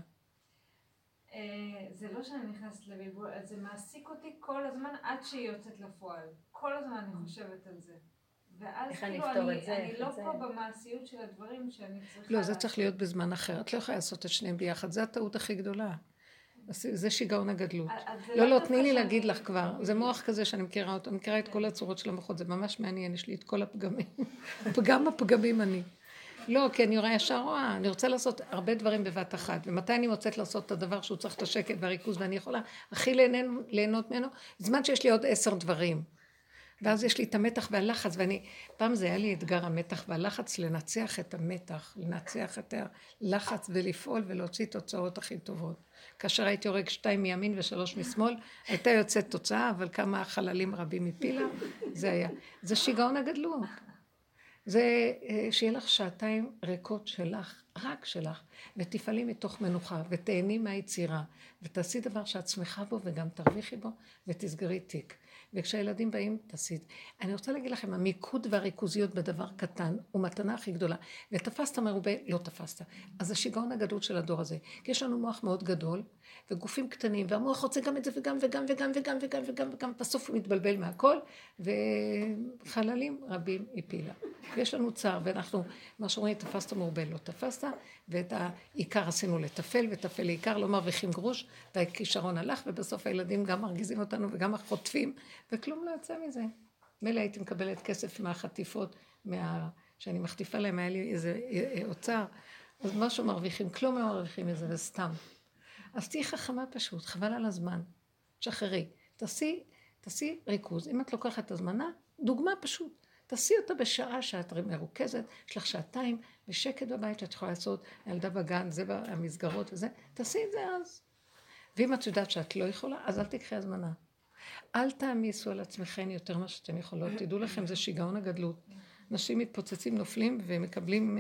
זה לא שאני נכנסת לבלבול, זה מעסיק אותי כל הזמן עד שהיא יוצאת לפועל. כל הזמן אני חושבת על זה. ואז כאילו אני לא פה במעשיות של הדברים שאני צריכה... לא, זה צריך להיות בזמן אחר. את לא יכולה לעשות את שניהם ביחד, זה הטעות הכי גדולה. זה שיגעון הגדלות. לא, תני לי להגיד לך כבר. זה מוח כזה שאני מכירה אותו, אני מכירה את כל הצורות של המוחות, זה ממש מעניין, יש לי את כל הפגמים. פגם הפגמים אני. לא, כי אני רואה ישר רואה, אני רוצה לעשות הרבה דברים בבת אחת, ומתי אני מוצאת לעשות את הדבר שהוא צריך את השקט והריכוז, ואני יכולה הכי ליהנות ממנו, זמן שיש לי עוד 10 דברים. ואז יש לי את המתח והלחץ, פעם זה היה לי אתגר המתח והלחץ, לנצח את המתח, לנצח את הלחץ ולפעול ולהוציא תוצאות הכי טובות. כאשר הייתי הורג 2 מימין ו3 משמאל, הייתה יוצאת תוצאה, אבל כמה חללים רבים מפילה, זה היה. זה שיגעון הגדלות. זה שיהיה לך 2 ריקות שלך, רק שלך, ותפעלי מתוך מנוחה, ותהני מהיצירה, ותעשי דבר שאת שמחה בו, וגם תרוויחי בו, ותסגרי תיק. וכשהילדים באים, תעשי. אני רוצה להגיד לכם, המיקוד והריכוזיות בדבר קטן, הוא מתנה הכי גדולה. ותפסת מרובה, לא תפסת. אז זה שיגעון הגדול של הדור הזה. כי יש לנו מוח מאוד גדול, וגופים קטנים, והמוח רוצה גם את זה, וגם, בסוף הוא מתבלבל מהכל, וחללים רבים הפילה. ויש לנו צער, ואנחנו, מה שאומרים, תפסת מרובה, לא תפסת, ואת העיקר עשינו לטפל, וטפל לעיקר, לא מרוויחים גרוש, והכישרון הלך, ובסוף הילדים גם מרגיזים אותנו, וגם חוטפים, וכלום לא יצא מזה. מילא הייתי מקבלת כסף מהחטיפות, שאני מחטיפה להם, היה לי איזה אוצר, אז משהו מרוויחים, כלום לא מרוויחים מזה, וסתם. אז תהי חכמה פשוט, חבל על הזמן, שחררי, תעשי ריכוז, אם את לוקחת את הזמנה, דוגמה פשוט, תעשי אותה בשעה שאת מרוכזת, יש לך 2 בשקט בבית שאת יכולה לעשות, ילדה בגן, זה במסגרות וזה, תעשי את זה אז. ואם את יודעת שאת לא יכולה, אז אל תקחי הזמנה. אל תעמיסו על עצמכם יותר מה שאתם יכולות, תדעו לכם, זה שיגעון הגדלות. נשים מתפוצצים, נופלים ומקבלים,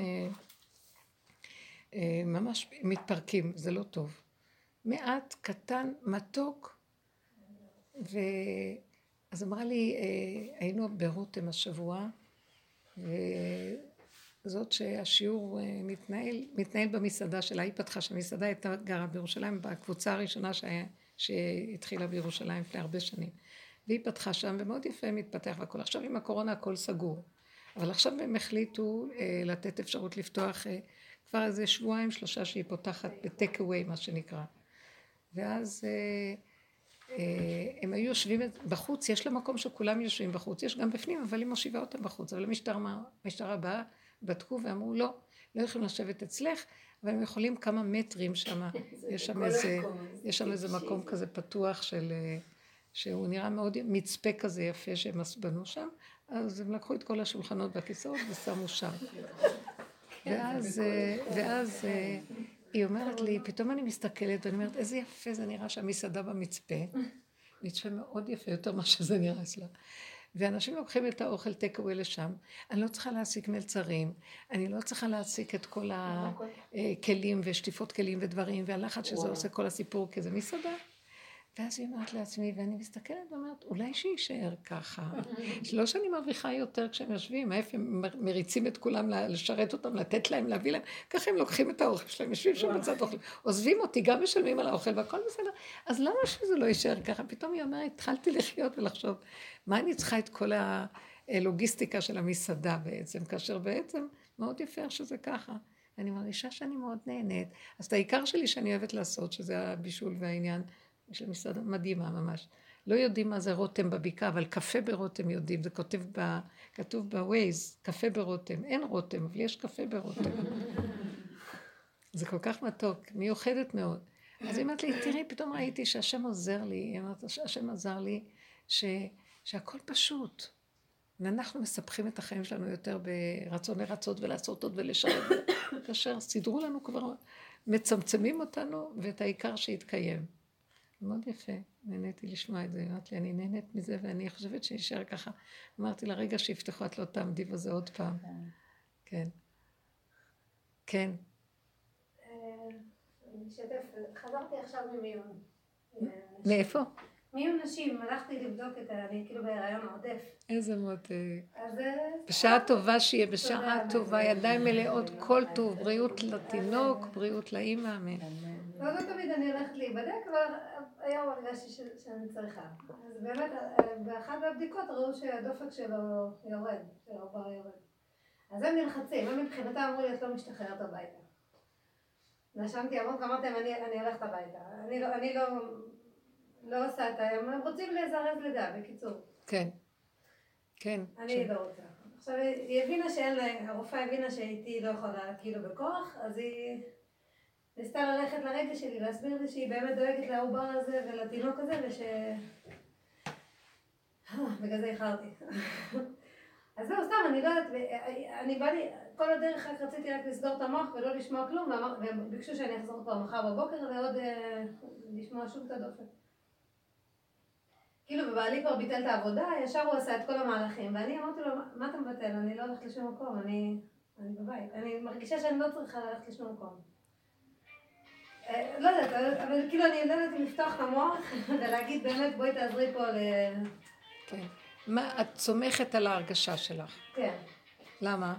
ממש מתפרקים, זה לא טוב. מעט, קטן, מתוק, אז אמרה לי, היינו ברותם השבוע, וזאת שהשיעור מתנהל במסעדה שלה, היא פתחה שהמסעדה הייתה גרה בירושלים, בקבוצה הראשונה שהתחילה בירושלים לפני הרבה שנים. והיא פתחה שם, ומאוד יפה מתפתח והכל. עכשיו עם הקורונה הכל סגור, אבל עכשיו הם החליטו לתת אפשרות לפתוח כבר איזה 2-3 שהיא פותחת בטייק אווי, מה שנקרא. ואז הם היו יושבים בחוץ, יש לה מקום שכולם יושבים בחוץ, יש גם בפנים, אבל היא מושיבה אותם בחוץ. אבל המשטרה באה, בדקו ואמרו, לא יכולים לשבת אצלך, אבל הם יכולים כמה מטרים שם, יש שם איזה מקום כזה פתוח שהוא נראה מאוד מצפה כזה יפה שהם בנו שם, אז הם לקחו את כל השולחנות והכיסאות ושמו שם. ואז היא אומרת לי, פתאום אני מסתכלת ואני אומרת, איזה יפה זה נראה שהמסעדה במצפה, מצפה מאוד יפה יותר מה שזה נראה אצלה. ואנשים לוקחים את האוכל טקאווי לשם, אני לא צריכה להעסיק מלצרים, אני לא צריכה להעסיק את כל הכלים ושטיפות כלים ודברים, והלחץ שזה עושה כל הסיפור, כי זה מסעדה. ואז היא אומרת לעצמי, ואני מסתכלת ואומרת, אולי שיישאר ככה. לא שאני מרוויחה יותר כשהם יושבים, ההפך, הם מריצים את כולם לשרת אותם, לתת להם, להביא להם, ככה הם לוקחים את האוכל שלהם, יושבים שם בצד אוכל, עוזבים אותי, גם משלמים על האוכל, והכל בסדר. אז למה שזה לא יישאר ככה? פתאום היא אומרת, התחלתי לחיות ולחשוב, מה אני צריכה את כל הלוגיסטיקה של המסעדה בעצם, כאשר בעצם מאוד יפה שזה ככה. אני מרגישה שאני מאוד נהנית. אז את העיקר שלי שאני אוהבת לעשות, שזה הבישול והעניין של מסעדה מדהימה ממש. לא יודעים מה זה רותם בבקעה, אבל קפה ברותם יודעים, זה כתוב בווייז, קפה ברותם. אין רותם, אבל יש קפה ברותם. זה כל כך מתוק, מיוחדת מאוד. אז היא אמרת לי, תראי, פתאום ראיתי שהשם עוזר לי, היא אמרת, השם עזר לי, שהכל פשוט. ואנחנו מספחים את החיים שלנו יותר ברצון לרצות ולעשות עוד ולשרת. כאשר סידרו לנו כבר, מצמצמים אותנו ואת העיקר שיתקיים. מאוד יפה, נהניתי לשמוע את זה. אמרתי לי, אני נהנית מזה ואני חושבת שישאר ככה. אמרתי לה, רגע שיפתחו, את לא תעמדי בזה עוד פעם. כן. כן. אני משתף, חזרתי עכשיו ממיון. מאיפה? מיון נשים, הלכתי לבדוק אני כאילו בהיריון עודף. איזה מותק. אז בשעה טובה שיהיה, בשעה טובה, ידיים מלאות, כל טוב, בריאות לתינוק, בריאות לאמא, אמן. לא תמיד אני הולכת להיבדק, אבל היום הרגשתי שאני צריכה. אז באמת, באחת מהבדיקות ראו שהדופק שלו יורד, שהעובר יורד. אז הם נלחצים, הם מבחינתם אמרו לי, את לא משתחררת הביתה. נשמתי המון, אמרתם, אני הולכת הביתה. אני לא עושה את היום, הם רוצים לזרז לידה, בקיצור. כן. כן. אני לא רוצה. עכשיו, היא הבינה הרופאה הבינה שהייתי לא יכולה כאילו בכוח, אז היא ניסתה ללכת לרגע שלי, להסביר לי שהיא באמת דואגת לעובר הזה ולתינוק הזה, בגלל זה איחרתי. אז זהו, סתם, אני לא יודעת, אני בא לי, כל הדרך רק רציתי רק לסגור את המוח ולא לשמוע כלום, והם ביקשו שאני אחזור כבר מחר בבוקר ועוד לשמוע שוב את הדופק. כאילו, ובעלי כבר ביטל את העבודה, ישר הוא עשה את כל המהלכים, ואני אמרתי לו, מה אתה מבטל? אני לא הולכת לשום מקום, אני בבית. אני מרגישה שאני לא צריכה ללכת לשום מקום. לא יודעת, אבל כאילו אני לא יודעת אם לפתוח את המוח ולהגיד באמת, בואי תעזרי פה כן. מה, את צומחת על ההרגשה שלך? כן. למה?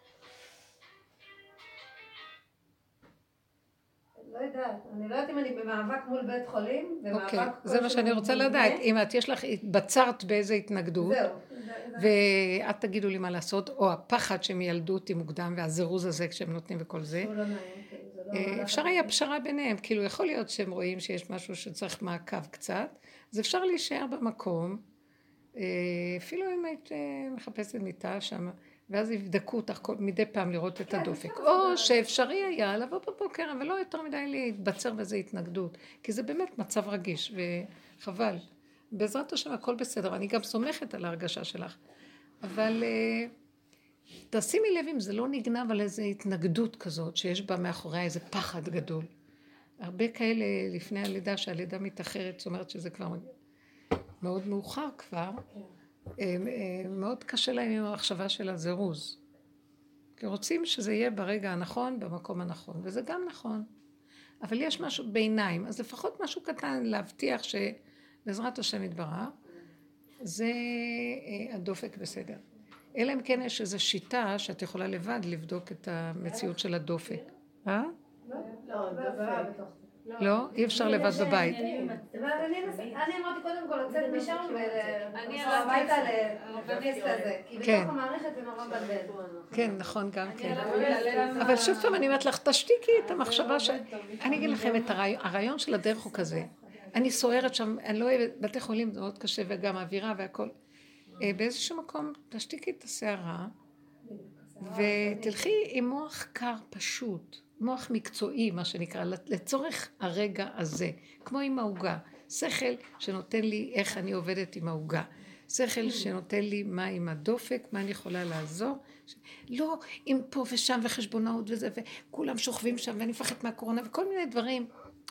לא יודעת, אני לא יודעת אם אני במאבק מול בית חולים, אוקיי, זה מה שאני רוצה לדעת. אם את יש לך, התבצרת באיזה התנגדות, ואת תגידו לי מה לעשות, או הפחד שהם ילדו אותי מוקדם, והזירוז הזה כשהם נותנים וכל זה, אפשר היה פשרה ביניהם, כאילו יכול להיות שהם רואים שיש משהו שצריך מעקב קצת, אז אפשר להישאר במקום, אפילו אם היית מחפשת מיטה שם, ואז יבדקו אותך מדי פעם לראות את הדופק. או שאפשרי היה לבוא בבוקר, אבל לא יותר מדי להתבצר בזה התנגדות, כי זה באמת מצב רגיש וחבל. בעזרת השם הכל בסדר, אני גם סומכת על ההרגשה שלך. אבל תשימי לב אם זה לא נגנב על איזו התנגדות כזאת, שיש בה מאחוריה איזה פחד גדול. הרבה כאלה לפני הלידה, שהלידה מתאחרת, זאת אומרת שזה כבר מאוד מאוחר כבר, מאוד קשה להם עם המחשבה של הזירוז. כי רוצים שזה יהיה ברגע הנכון, במקום הנכון, וזה גם נכון. אבל יש משהו ביניים, אז לפחות משהו קטן להבטיח שבעזרת השם יתברך, זה הדופק בסדר. אלא אם כן יש איזו שיטה שאת יכולה לבד לבדוק את המציאות של הדופק. לא, דופק. לא? אי אפשר לבד בבית. אני אמרתי קודם כל לצאת משם ולחזור הביתה להיכנס לזה, כי בתוך המערכת זה נורא מבלבל. כן, נכון, גם כן. אבל שוב פעם אני אומרת לך, תשתיקי את המחשבה אני אגיד לכם את הרעיון של הדרך הוא כזה. אני סוערת שם, אני לא אוהבת, בתי חולים זה מאוד קשה וגם האווירה והכל. באיזשהו מקום תשתיקי את השערה ותלכי עם מוח קר פשוט. מוח מקצועי, מה שנקרא, לצורך הרגע הזה, כמו עם ההוגה. שכל שנותן לי איך אני עובדת עם ההוגה. שכל שנותן לי מה עם הדופק, מה אני יכולה לעזור. לא, אם פה ושם וחשבונאות וזה, וכולם שוכבים שם, ואני מפחדת מהקורונה, וכל מיני דברים.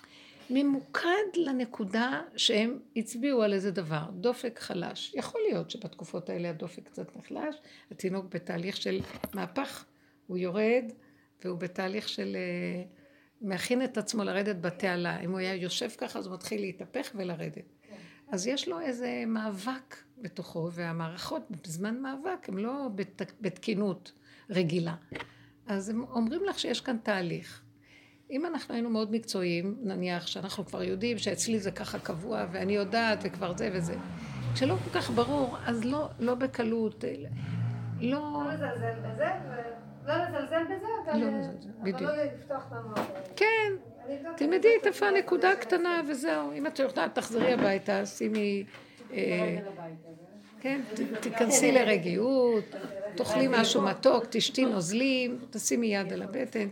ממוקד לנקודה שהם הצביעו על איזה דבר, דופק חלש. יכול להיות שבתקופות האלה הדופק קצת נחלש, התינוק בתהליך של מהפך, הוא יורד, והוא בתהליך של מכין את עצמו לרדת בתעלה. אם הוא היה יושב ככה, אז הוא מתחיל להתהפך ולרדת. אז יש לו איזה מאבק בתוכו, והמערכות בזמן מאבק הם לא בתקינות רגילה. אז הם אומרים לך שיש כאן תהליך. אם אנחנו היינו מאוד מקצועיים, נניח שאנחנו כבר יודעים שאצלי זה ככה קבוע, ואני יודעת וכבר זה וזה. כשלא כל כך ברור, אז לא בקלות, לא לזלזל בזה, לא לזלזל בזה, אבל לא לפתוח את המוח. כן, תלמדי את איפה הנקודה הקטנה וזהו. אם את יודעת, תחזרי הביתה, שימי... כן, תיכנסי לרגיעות, תאכלי משהו מתוק, תשתי נוזלים, תשימי יד על הבטן,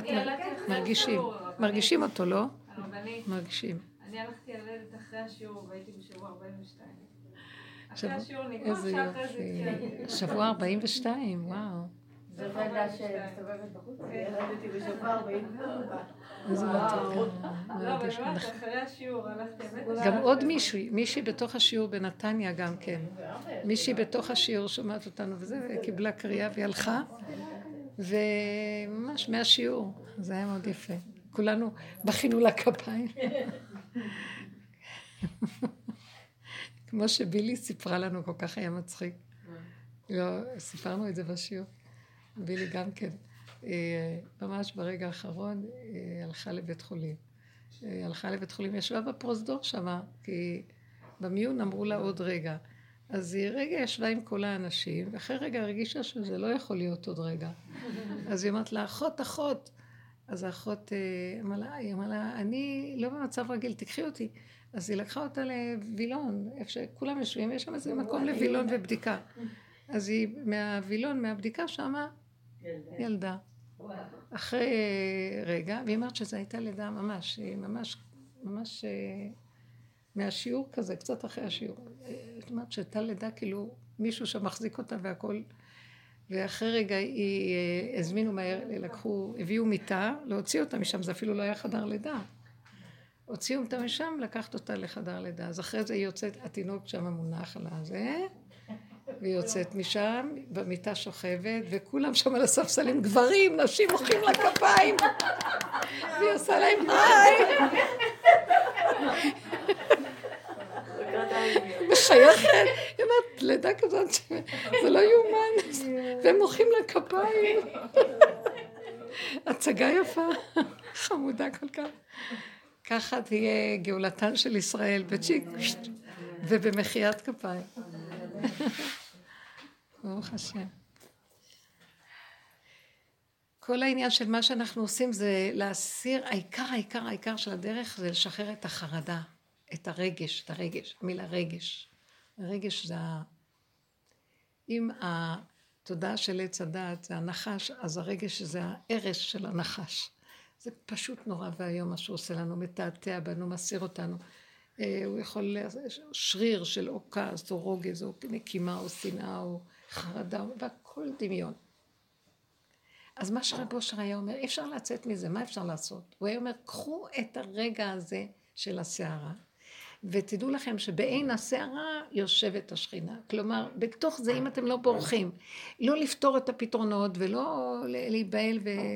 מרגישים אותו, לא? מרגישים. אני הלכתי ללדת אחרי השיעור והייתי בשבוע 42. אחרי השיעור נגמר שאחרי זה התחיל. שבוע 42, וואו. זו ילדה שמסתובבת בחוץ, ילדתי בשבוע 44. איזה מתוק. לא, אבל אחרי השיעור הלכתי לבית. גם עוד מישהי בתוך השיעור בנתניה גם כן. מישהי בתוך השיעור שומעת אותנו וזה, קיבלה קריאה והיא הלכה, וממש מהשיעור. זה היה מאוד יפה. כולנו בכינו לה כפיים. כמו שבילי סיפרה לנו, כל כך היה מצחיק. לא, סיפרנו את זה בשיעור. בילי גם כן. ממש ברגע האחרון הלכה לבית חולים. ישבה בפרוזדור שמה, כי במיון אמרו לה עוד רגע. אז היא רגע ישבה עם כל האנשים, ואחרי רגע הרגישה שזה לא יכול להיות עוד רגע. אז היא אמרת לה, אחות. אז האחות אמרה לה, אני לא במצב רגיל, תקחי אותי. אז היא לקחה אותה לווילון, איפה שכולם יושבים, ויש שם איזה מקום לווילון ובדיקה. אז היא מהווילון, מהבדיקה שמה, ילדה. אחרי רגע, והיא אמרת שזו הייתה לידה ממש, ממש מהשיעור כזה, קצת אחרי השיעור. זאת אומרת שהייתה לידה כאילו מישהו שמחזיק אותה והכל, ואחרי רגע היא הזמינו מהר, הביאו מיטה, להוציא אותה משם, זה אפילו לא היה חדר לידה. הוציאו אותה משם, לקחת אותה לחדר לידה. אז אחרי זה היא יוצאת, התינוק שם מונח על הזה, והיא יוצאת משם, במיטה שוכבת, וכולם שם על הספסלים, גברים, נשים מוחאים לה כפיים, והיא עושה להם היי! מחייכת, היא אומרת, לידה כזאת, זה לא יאומן, והם מוחאים לה כפיים. הצגה יפה, חמודה כל כך. ככה תהיה גאולתן של ישראל, בצ'יק, ובמחיית כפיים. ברוך השם. כל העניין של מה שאנחנו עושים זה להסיר, העיקר של הדרך זה לשחרר את החרדה, את הרגש, המילה רגש. הרגש זה, אם התודעה של עץ הדעת זה הנחש, אז הרגש זה הערש של הנחש. זה פשוט נורא והיום מה שהוא עושה לנו, מתעתע בנו, מסיר אותנו. הוא יכול שריר של או כעס או רוגז או נקימה או שנאה או חרדה, והכל דמיון. אז מה שרב אושר היה אומר, אי אפשר לצאת מזה, מה אפשר לעשות? הוא היה אומר, קחו את הרגע הזה של הסערה, ותדעו לכם שבעין הסערה יושבת השכינה. כלומר, בתוך זה, אם אתם לא בורחים, לא לפתור את הפתרונות ולא להיבהל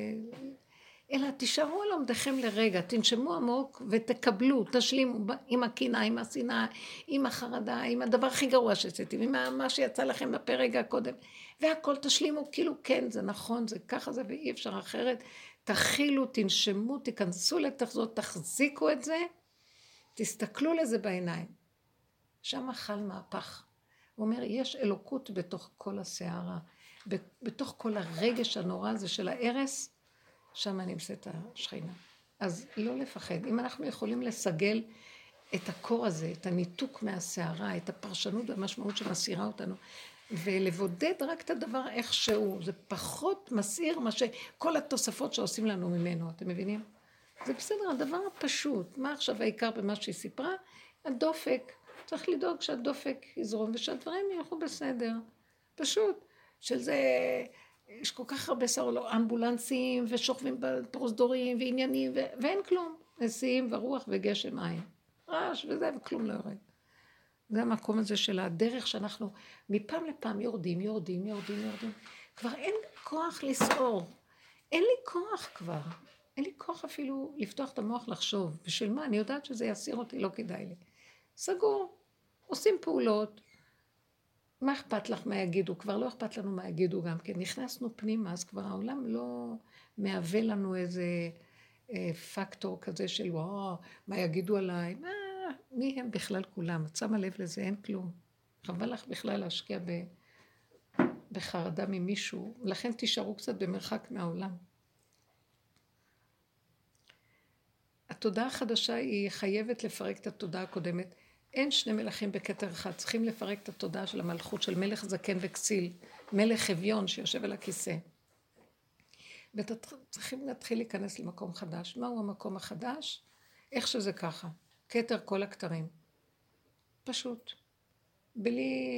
אלא תישארו על עומדכם לרגע, תנשמו עמוק ותקבלו, תשלימו עם הקינה, עם השנאה, עם החרדה, עם הדבר הכי גרוע שעשיתם, עם מה שיצא לכם בפרק הקודם, והכל תשלימו, כאילו כן, זה נכון, זה ככה זה ואי אפשר אחרת, תכילו, תנשמו, תיכנסו לתחזות, תחזיקו את זה, תסתכלו לזה בעיניים. שם חל מהפך. הוא אומר, יש אלוקות בתוך כל הסערה, בתוך כל הרגש הנורא הזה של הערס, שם נמצאת השכינה. אז לא לפחד. אם אנחנו יכולים לסגל את הקור הזה, את הניתוק מהסערה, את הפרשנות והמשמעות שמסירה אותנו, ולבודד רק את הדבר איכשהו, זה פחות מסעיר מה שכל התוספות שעושים לנו ממנו, אתם מבינים? זה בסדר, הדבר הפשוט. מה עכשיו העיקר במה שהיא סיפרה? הדופק. צריך לדאוג שהדופק יזרום ושהדברים ילכו בסדר. פשוט. של זה... יש כל כך הרבה אמבולנסים ושוכבים בפרוזדורים ועניינים ואין כלום. נשיאים ורוח וגשם עין. רעש וזה וכלום לא יורד. זה המקום הזה של הדרך שאנחנו מפעם לפעם יורדים. כבר אין כוח לסעור. אין לי כוח כבר. אין לי כוח אפילו לפתוח את המוח לחשוב. בשביל מה? אני יודעת שזה יסיר אותי, לא כדאי לי. סגור, עושים פעולות. מה אכפת לך מה יגידו? כבר לא אכפת לנו מה יגידו גם כן. נכנסנו פנימה, אז כבר העולם לא מהווה לנו איזה פקטור כזה של וואו, מה יגידו עליי? מי הם בכלל כולם? את שמה לב לזה, אין כלום. חבל לך בכלל להשקיע בחרדה ממישהו, לכן תישארו קצת במרחק מהעולם. התודעה החדשה היא חייבת לפרק את התודעה הקודמת. אין שני מלכים בכתר אחד, צריכים לפרק את התודעה של המלכות של מלך זקן וכסיל, מלך אביון שיושב על הכיסא. וצריכים להתחיל להיכנס למקום חדש. מהו המקום החדש? איך שזה ככה, כתר כל הכתרים. פשוט. בלי...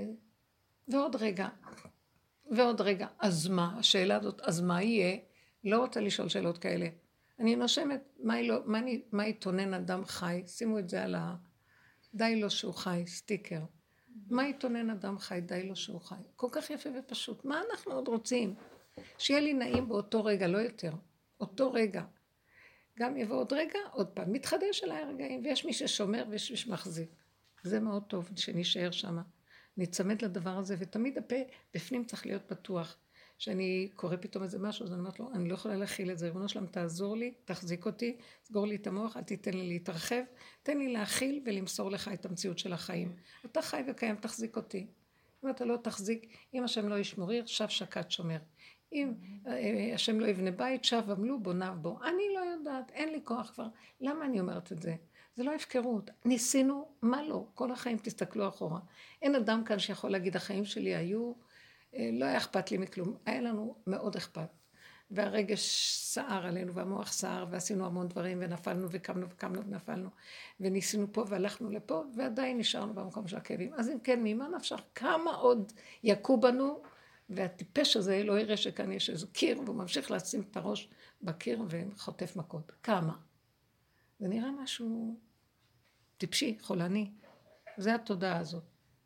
ועוד רגע, אז מה? השאלה הזאת, אז מה יהיה? לא רוצה לשאול שאלות כאלה. אני נושמת, מה יתונן אדם חי? שימו את זה על די לו שהוא חי, סטיקר. מה יתונן אדם חי? די לו שהוא חי. כל כך יפה ופשוט. מה אנחנו עוד רוצים? שיהיה לי נעים באותו רגע, לא יותר. אותו רגע. גם יבוא עוד רגע, עוד פעם. מתחדש עליי הרגעים, ויש מי ששומר ויש מי שמחזיק. זה מאוד טוב שנשאר שם. נצמד לדבר הזה, ותמיד הפה בפנים צריך להיות פתוח. שאני קורא פתאום איזה משהו, אז אני אומרת לו, אני לא יכולה להכיל את זה. ריבונו שלם, תעזור לי, תחזיק אותי, סגור לי את המוח, אל תיתן לי להתרחב, תן לי להכיל ולמסור לך את המציאות של החיים. אתה חי וקיים, תחזיק אותי. אם אתה לא תחזיק, אם השם לא ישמוריר, שב שקד שומר. אם השם לא יבנה בית, שב עמלו, בוניו בו. אני לא יודעת, אין לי כוח כבר. למה אני אומרת את זה? זה לא הפקרות. ניסינו, מה לא? כל החיים תסתכלו אחורה. אין אדם כאן שיכול להגיד, החיים שלי היו, לא היה אכפת לי מכלום. היה לנו מאוד אכפת. והרגש סער עלינו, והמוח סער, ועשינו המון דברים, ונפלנו וקמנו ונפלנו. וניסינו פה והלכנו לפה, ועדיין נשארנו במקום של הכאבים. אז אם כן, ממה נפשך? כמה עוד יקו בנו, והטיפש הזה לא יראה שכאן יש איזה קיר, והוא ממשיך לשים את הראש בקיר וחוטף מכות. כמה? זה נראה משהו טיפשי, חולני. זה התודעה הזאת.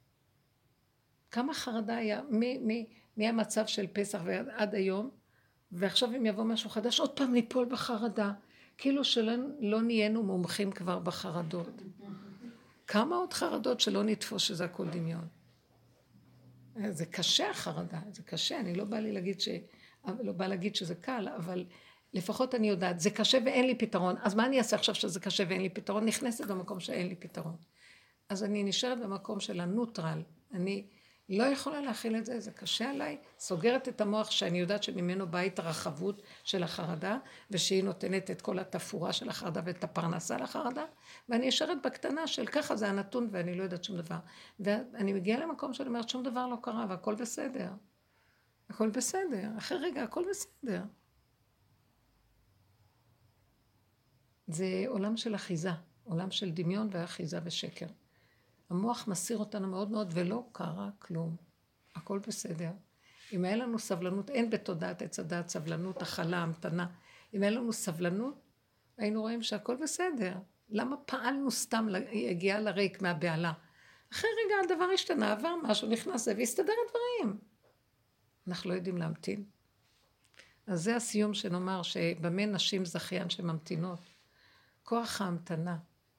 כמה חרדה היה מהמצב של פסח ועד היום, ועכשיו אם יבוא משהו חדש, עוד פעם ניפול בחרדה. כאילו שלא נהיינו מומחים כבר בחרדות. כמה עוד חרדות שלא נתפוס שזה הכל דמיון. זה קשה החרדה, זה קשה, אני לא באה להגיד שזה קל, אבל לפחות אני יודעת, זה קשה ואין לי פתרון, אז מה אני אעשה עכשיו שזה קשה ואין לי פתרון? נכנסת במקום שאין לי פתרון. אז אני נשארת במקום של הנוטרל, אני לא יכולה להכיל את זה, זה קשה עליי, סוגרת את המוח שאני יודעת שממנו באה את הרחבות של החרדה, ושהיא נותנת את כל התפורה של החרדה ואת הפרנסה לחרדה, ואני נשארת בקטנה של ככה זה הנתון ואני לא יודעת שום דבר. ואני מגיעה למקום שאני אומרת שום דבר לא קרה והכל בסדר. הכל בסדר, אחרי רגע הכל בסדר. זה עולם של אחיזה, עולם של דמיון ואחיזה ושקר. המוח מסיר אותנו מאוד מאוד ולא קרה כלום. הכל בסדר. אם היה לנו סבלנות, אין בתודעת עץ הדעת סבלנות, הכלה, המתנה. אם היה לנו סבלנות, היינו רואים שהכל בסדר. למה פעלנו סתם הגיעה לריק מהבעלה? אחרי רגע הדבר השתנה, עבר משהו, נכנס זה והסתדר הדברים. אנחנו לא יודעים להמתין. אז זה הסיום שנאמר שבמה נשים זכיין שממתינות. כוח ההמתנה.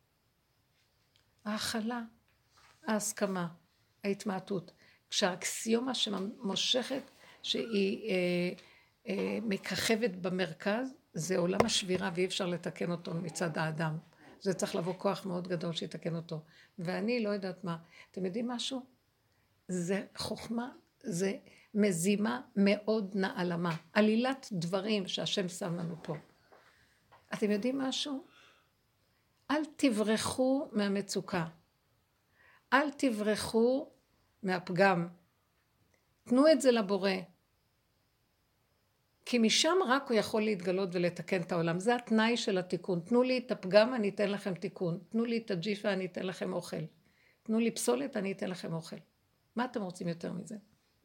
ההכלה. ההסכמה, ההתמעטות. כשהאקסיומה שמושכת, שהיא מככבת במרכז, זה עולם השבירה ואי אפשר לתקן אותו מצד האדם. זה צריך לבוא כוח מאוד גדול שיתקן אותו. ואני לא יודעת מה. אתם יודעים משהו? זה חוכמה, זה מזימה מאוד נעלמה. עלילת דברים שהשם שם לנו פה. אתם יודעים משהו? אל תברחו מהמצוקה. אל תברחו מהפגם. תנו את זה לבורא. כי משם רק הוא יכול להתגלות ולתקן את העולם. זה התנאי של התיקון. תנו לי את הפגם, אני אתן לכם תיקון. תנו לי את הג'יפה, אני אתן לכם אוכל. תנו לי פסולת, אני אתן לכם אוכל. מה אתם רוצים יותר מזה?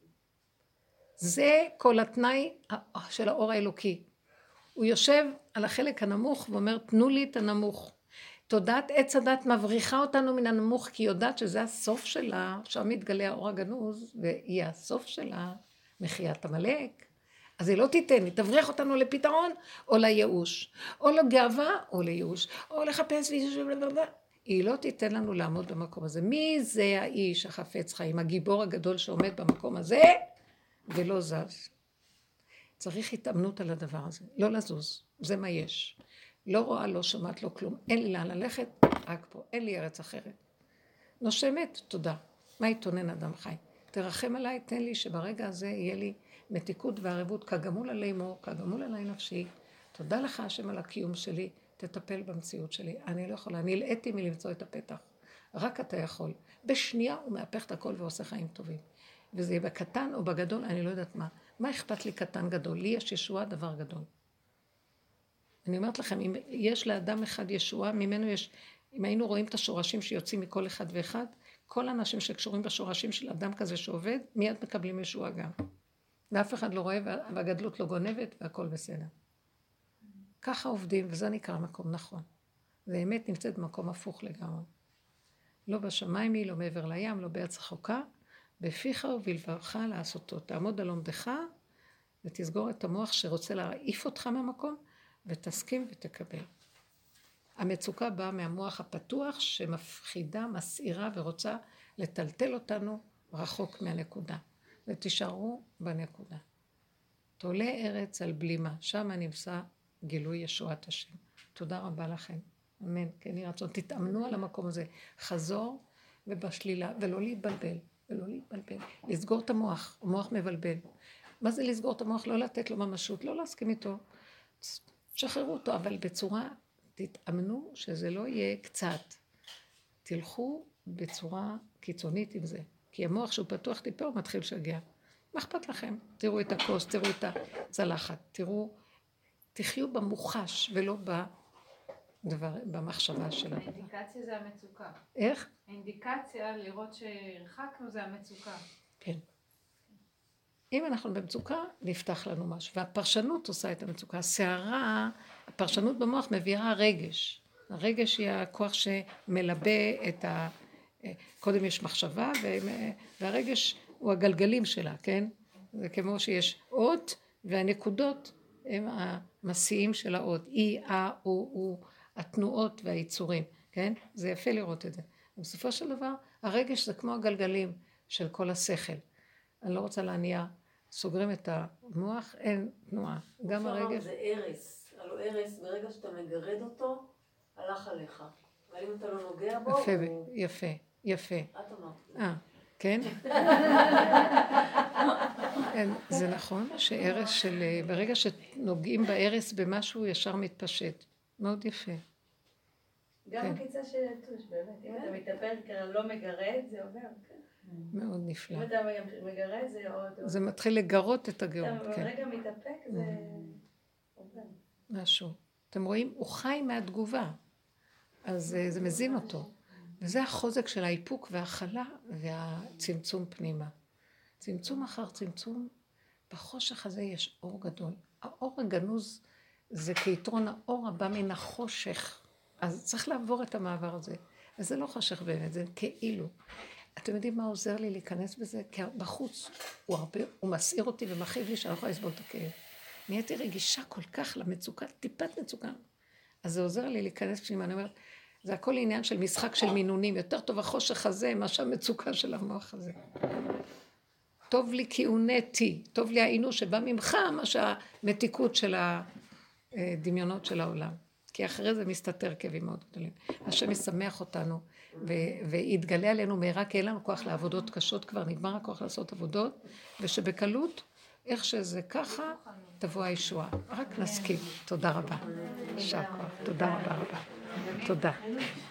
זה כל התנאי של האור האלוקי. הוא יושב על החלק הנמוך ואומר, תנו לי את הנמוך. תודעת עץ הדת מבריחה אותנו מן הנמוך, כי היא יודעת שזה הסוף שלה, שם מתגלה האור הגנוז, ויהיה הסוף שלה, מחיית המלאק. אז היא לא תיתן, היא תבריח אותנו לפתרון או לייאוש, או לגאווה או לייאוש, או לחפש היא לא תיתן לנו לעמוד במקום הזה. מי זה האיש החפץ חיים, הגיבור הגדול שעומד במקום הזה ולא זז? צריך התאמנות על הדבר הזה, לא לזוז, זה מה יש. לא רואה, לא שומעת, לא כלום, אין לי לאן ללכת, רק פה, אין לי ארץ אחרת. נושמת, תודה. מה יתונן אדם חי? תרחם עליי, תן לי שברגע הזה יהיה לי מתיקות וערבות, כגמול עלי מור, כגמול עלי נפשי. תודה לך השם על הקיום שלי, תטפל במציאות שלי. אני לא יכולה, אני הלאתי מלמצוא את הפתח. רק אתה יכול. בשנייה הוא מהפך את הכל ועושה חיים טובים. וזה יהיה בקטן או בגדול, אני לא יודעת מה. מה אכפת לי קטן גדול? לי יש ישועה דבר גדול. אני אומרת לכם, אם יש לאדם אחד ישועה, ממנו יש, אם היינו רואים את השורשים שיוצאים מכל אחד ואחד, כל האנשים שקשורים בשורשים של אדם כזה שעובד, מיד מקבלים ישועה גם. ואף אחד לא רואה, והגדלות לא גונבת, והכל בסדר. ככה עובדים, וזה נקרא מקום נכון. והאמת נמצאת במקום הפוך לגמרי. לא בשמיים היא, לא מעבר לים, לא בארץ רחוקה, בפיך ובלבבך לעשותו. תעמוד על עומדך, ותסגור את המוח שרוצה להעיף אותך מהמקום, ותסכים ותקבל. המצוקה באה מהמוח הפתוח שמפחידה, מסעירה ורוצה לטלטל אותנו רחוק מהנקודה. ותישארו בנקודה. תולה ארץ על בלימה, שם נמצא גילוי ישועת השם. תודה רבה לכם. אמן. כן יהי רצון. תתאמנו על המקום הזה. חזור ובשלילה, ולא להתבלבל. ולא להתבלבל. לסגור את המוח. המוח מבלבל. מה זה לסגור את המוח? לא לתת לו ממשות, לא להסכים איתו. שחררו אותו, אבל בצורה, תתאמנו שזה לא יהיה קצת. תלכו בצורה קיצונית עם זה. כי המוח שהוא פתוח טיפה הוא מתחיל לשגע. מה אכפת לכם? תראו את הכוס, תראו את הצלחת, תראו, תחיו במוחש ולא במחשבה של הדבר. האינדיקציה זה המצוקה. איך? האינדיקציה לראות שהרחקנו זה המצוקה. כן. אם אנחנו במצוקה, נפתח לנו משהו. והפרשנות עושה את המצוקה. הסערה, הפרשנות במוח מביאה רגש. הרגש היא הכוח שמלבה את ה... קודם יש מחשבה, והרגש הוא הגלגלים שלה, כן? זה כמו שיש אות, והנקודות הם המסיעים של האות. אי, הוא, התנועות והיצורים, כן? זה יפה לראות את זה. בסופו של דבר, הרגש זה כמו הגלגלים של כל השכל. אני לא רוצה להניע, סוגרים את המוח, אין תנועה. גם הרגש... זה ערס. הלוא ערס, ברגע שאתה מגרד אותו, הלך עליך. אבל אם אתה לא נוגע בו, יפה, יפה, יפה. את אמרת. כן? זה נכון שערס של... ברגע שנוגעים בערס במשהו, ישר מתפשט. מאוד יפה. גם הקיצה של יתוש, באמת. אם אתה מתאפל כאן לא מגרד, זה עובר, כן. מאוד נפלא. אם אתה מגרד, זה עוד... זה מתחיל לגרות את הגאות, כן. אתה ברגע מתאפק, זה עובר. משהו. אתם רואים? הוא חי מהתגובה. אז זה מזין אותו. וזה החוזק של האיפוק וההכלה והצמצום פנימה. צמצום אחר צמצום, בחושך הזה יש אור גדול. האור הגנוז זה כיתרון האור הבא מן החושך. אז צריך לעבור את המעבר הזה. וזה לא חושך באמת, זה כאילו. אתם יודעים מה עוזר לי להיכנס בזה? כי בחוץ הוא מסעיר אותי ומכאיב לי שאני לא יכולה לסבול את הכאב. נהייתי רגישה כל כך למצוקה, טיפת מצוקה. אז זה עוזר לי להיכנס פנימה, אני אומרת, זה הכל עניין של משחק של מינונים, יותר טוב החושך הזה, מה שהמצוקה של המוח הזה. טוב לי כי הונאתי, טוב לי העינו שבא ממך, מה שהמתיקות של הדמיונות של העולם. כי אחרי זה מסתתר כאבים מאוד גדולים. השם ישמח אותנו, ויתגלה עלינו מהרה, כי אין לנו כוח לעבודות קשות, כבר נגמר הכוח לעשות עבודות, ושבקלות, איך שזה ככה, תבוא הישועה. רק נסכים. תודה רבה. יישר כוח. תודה רבה רבה. תודה.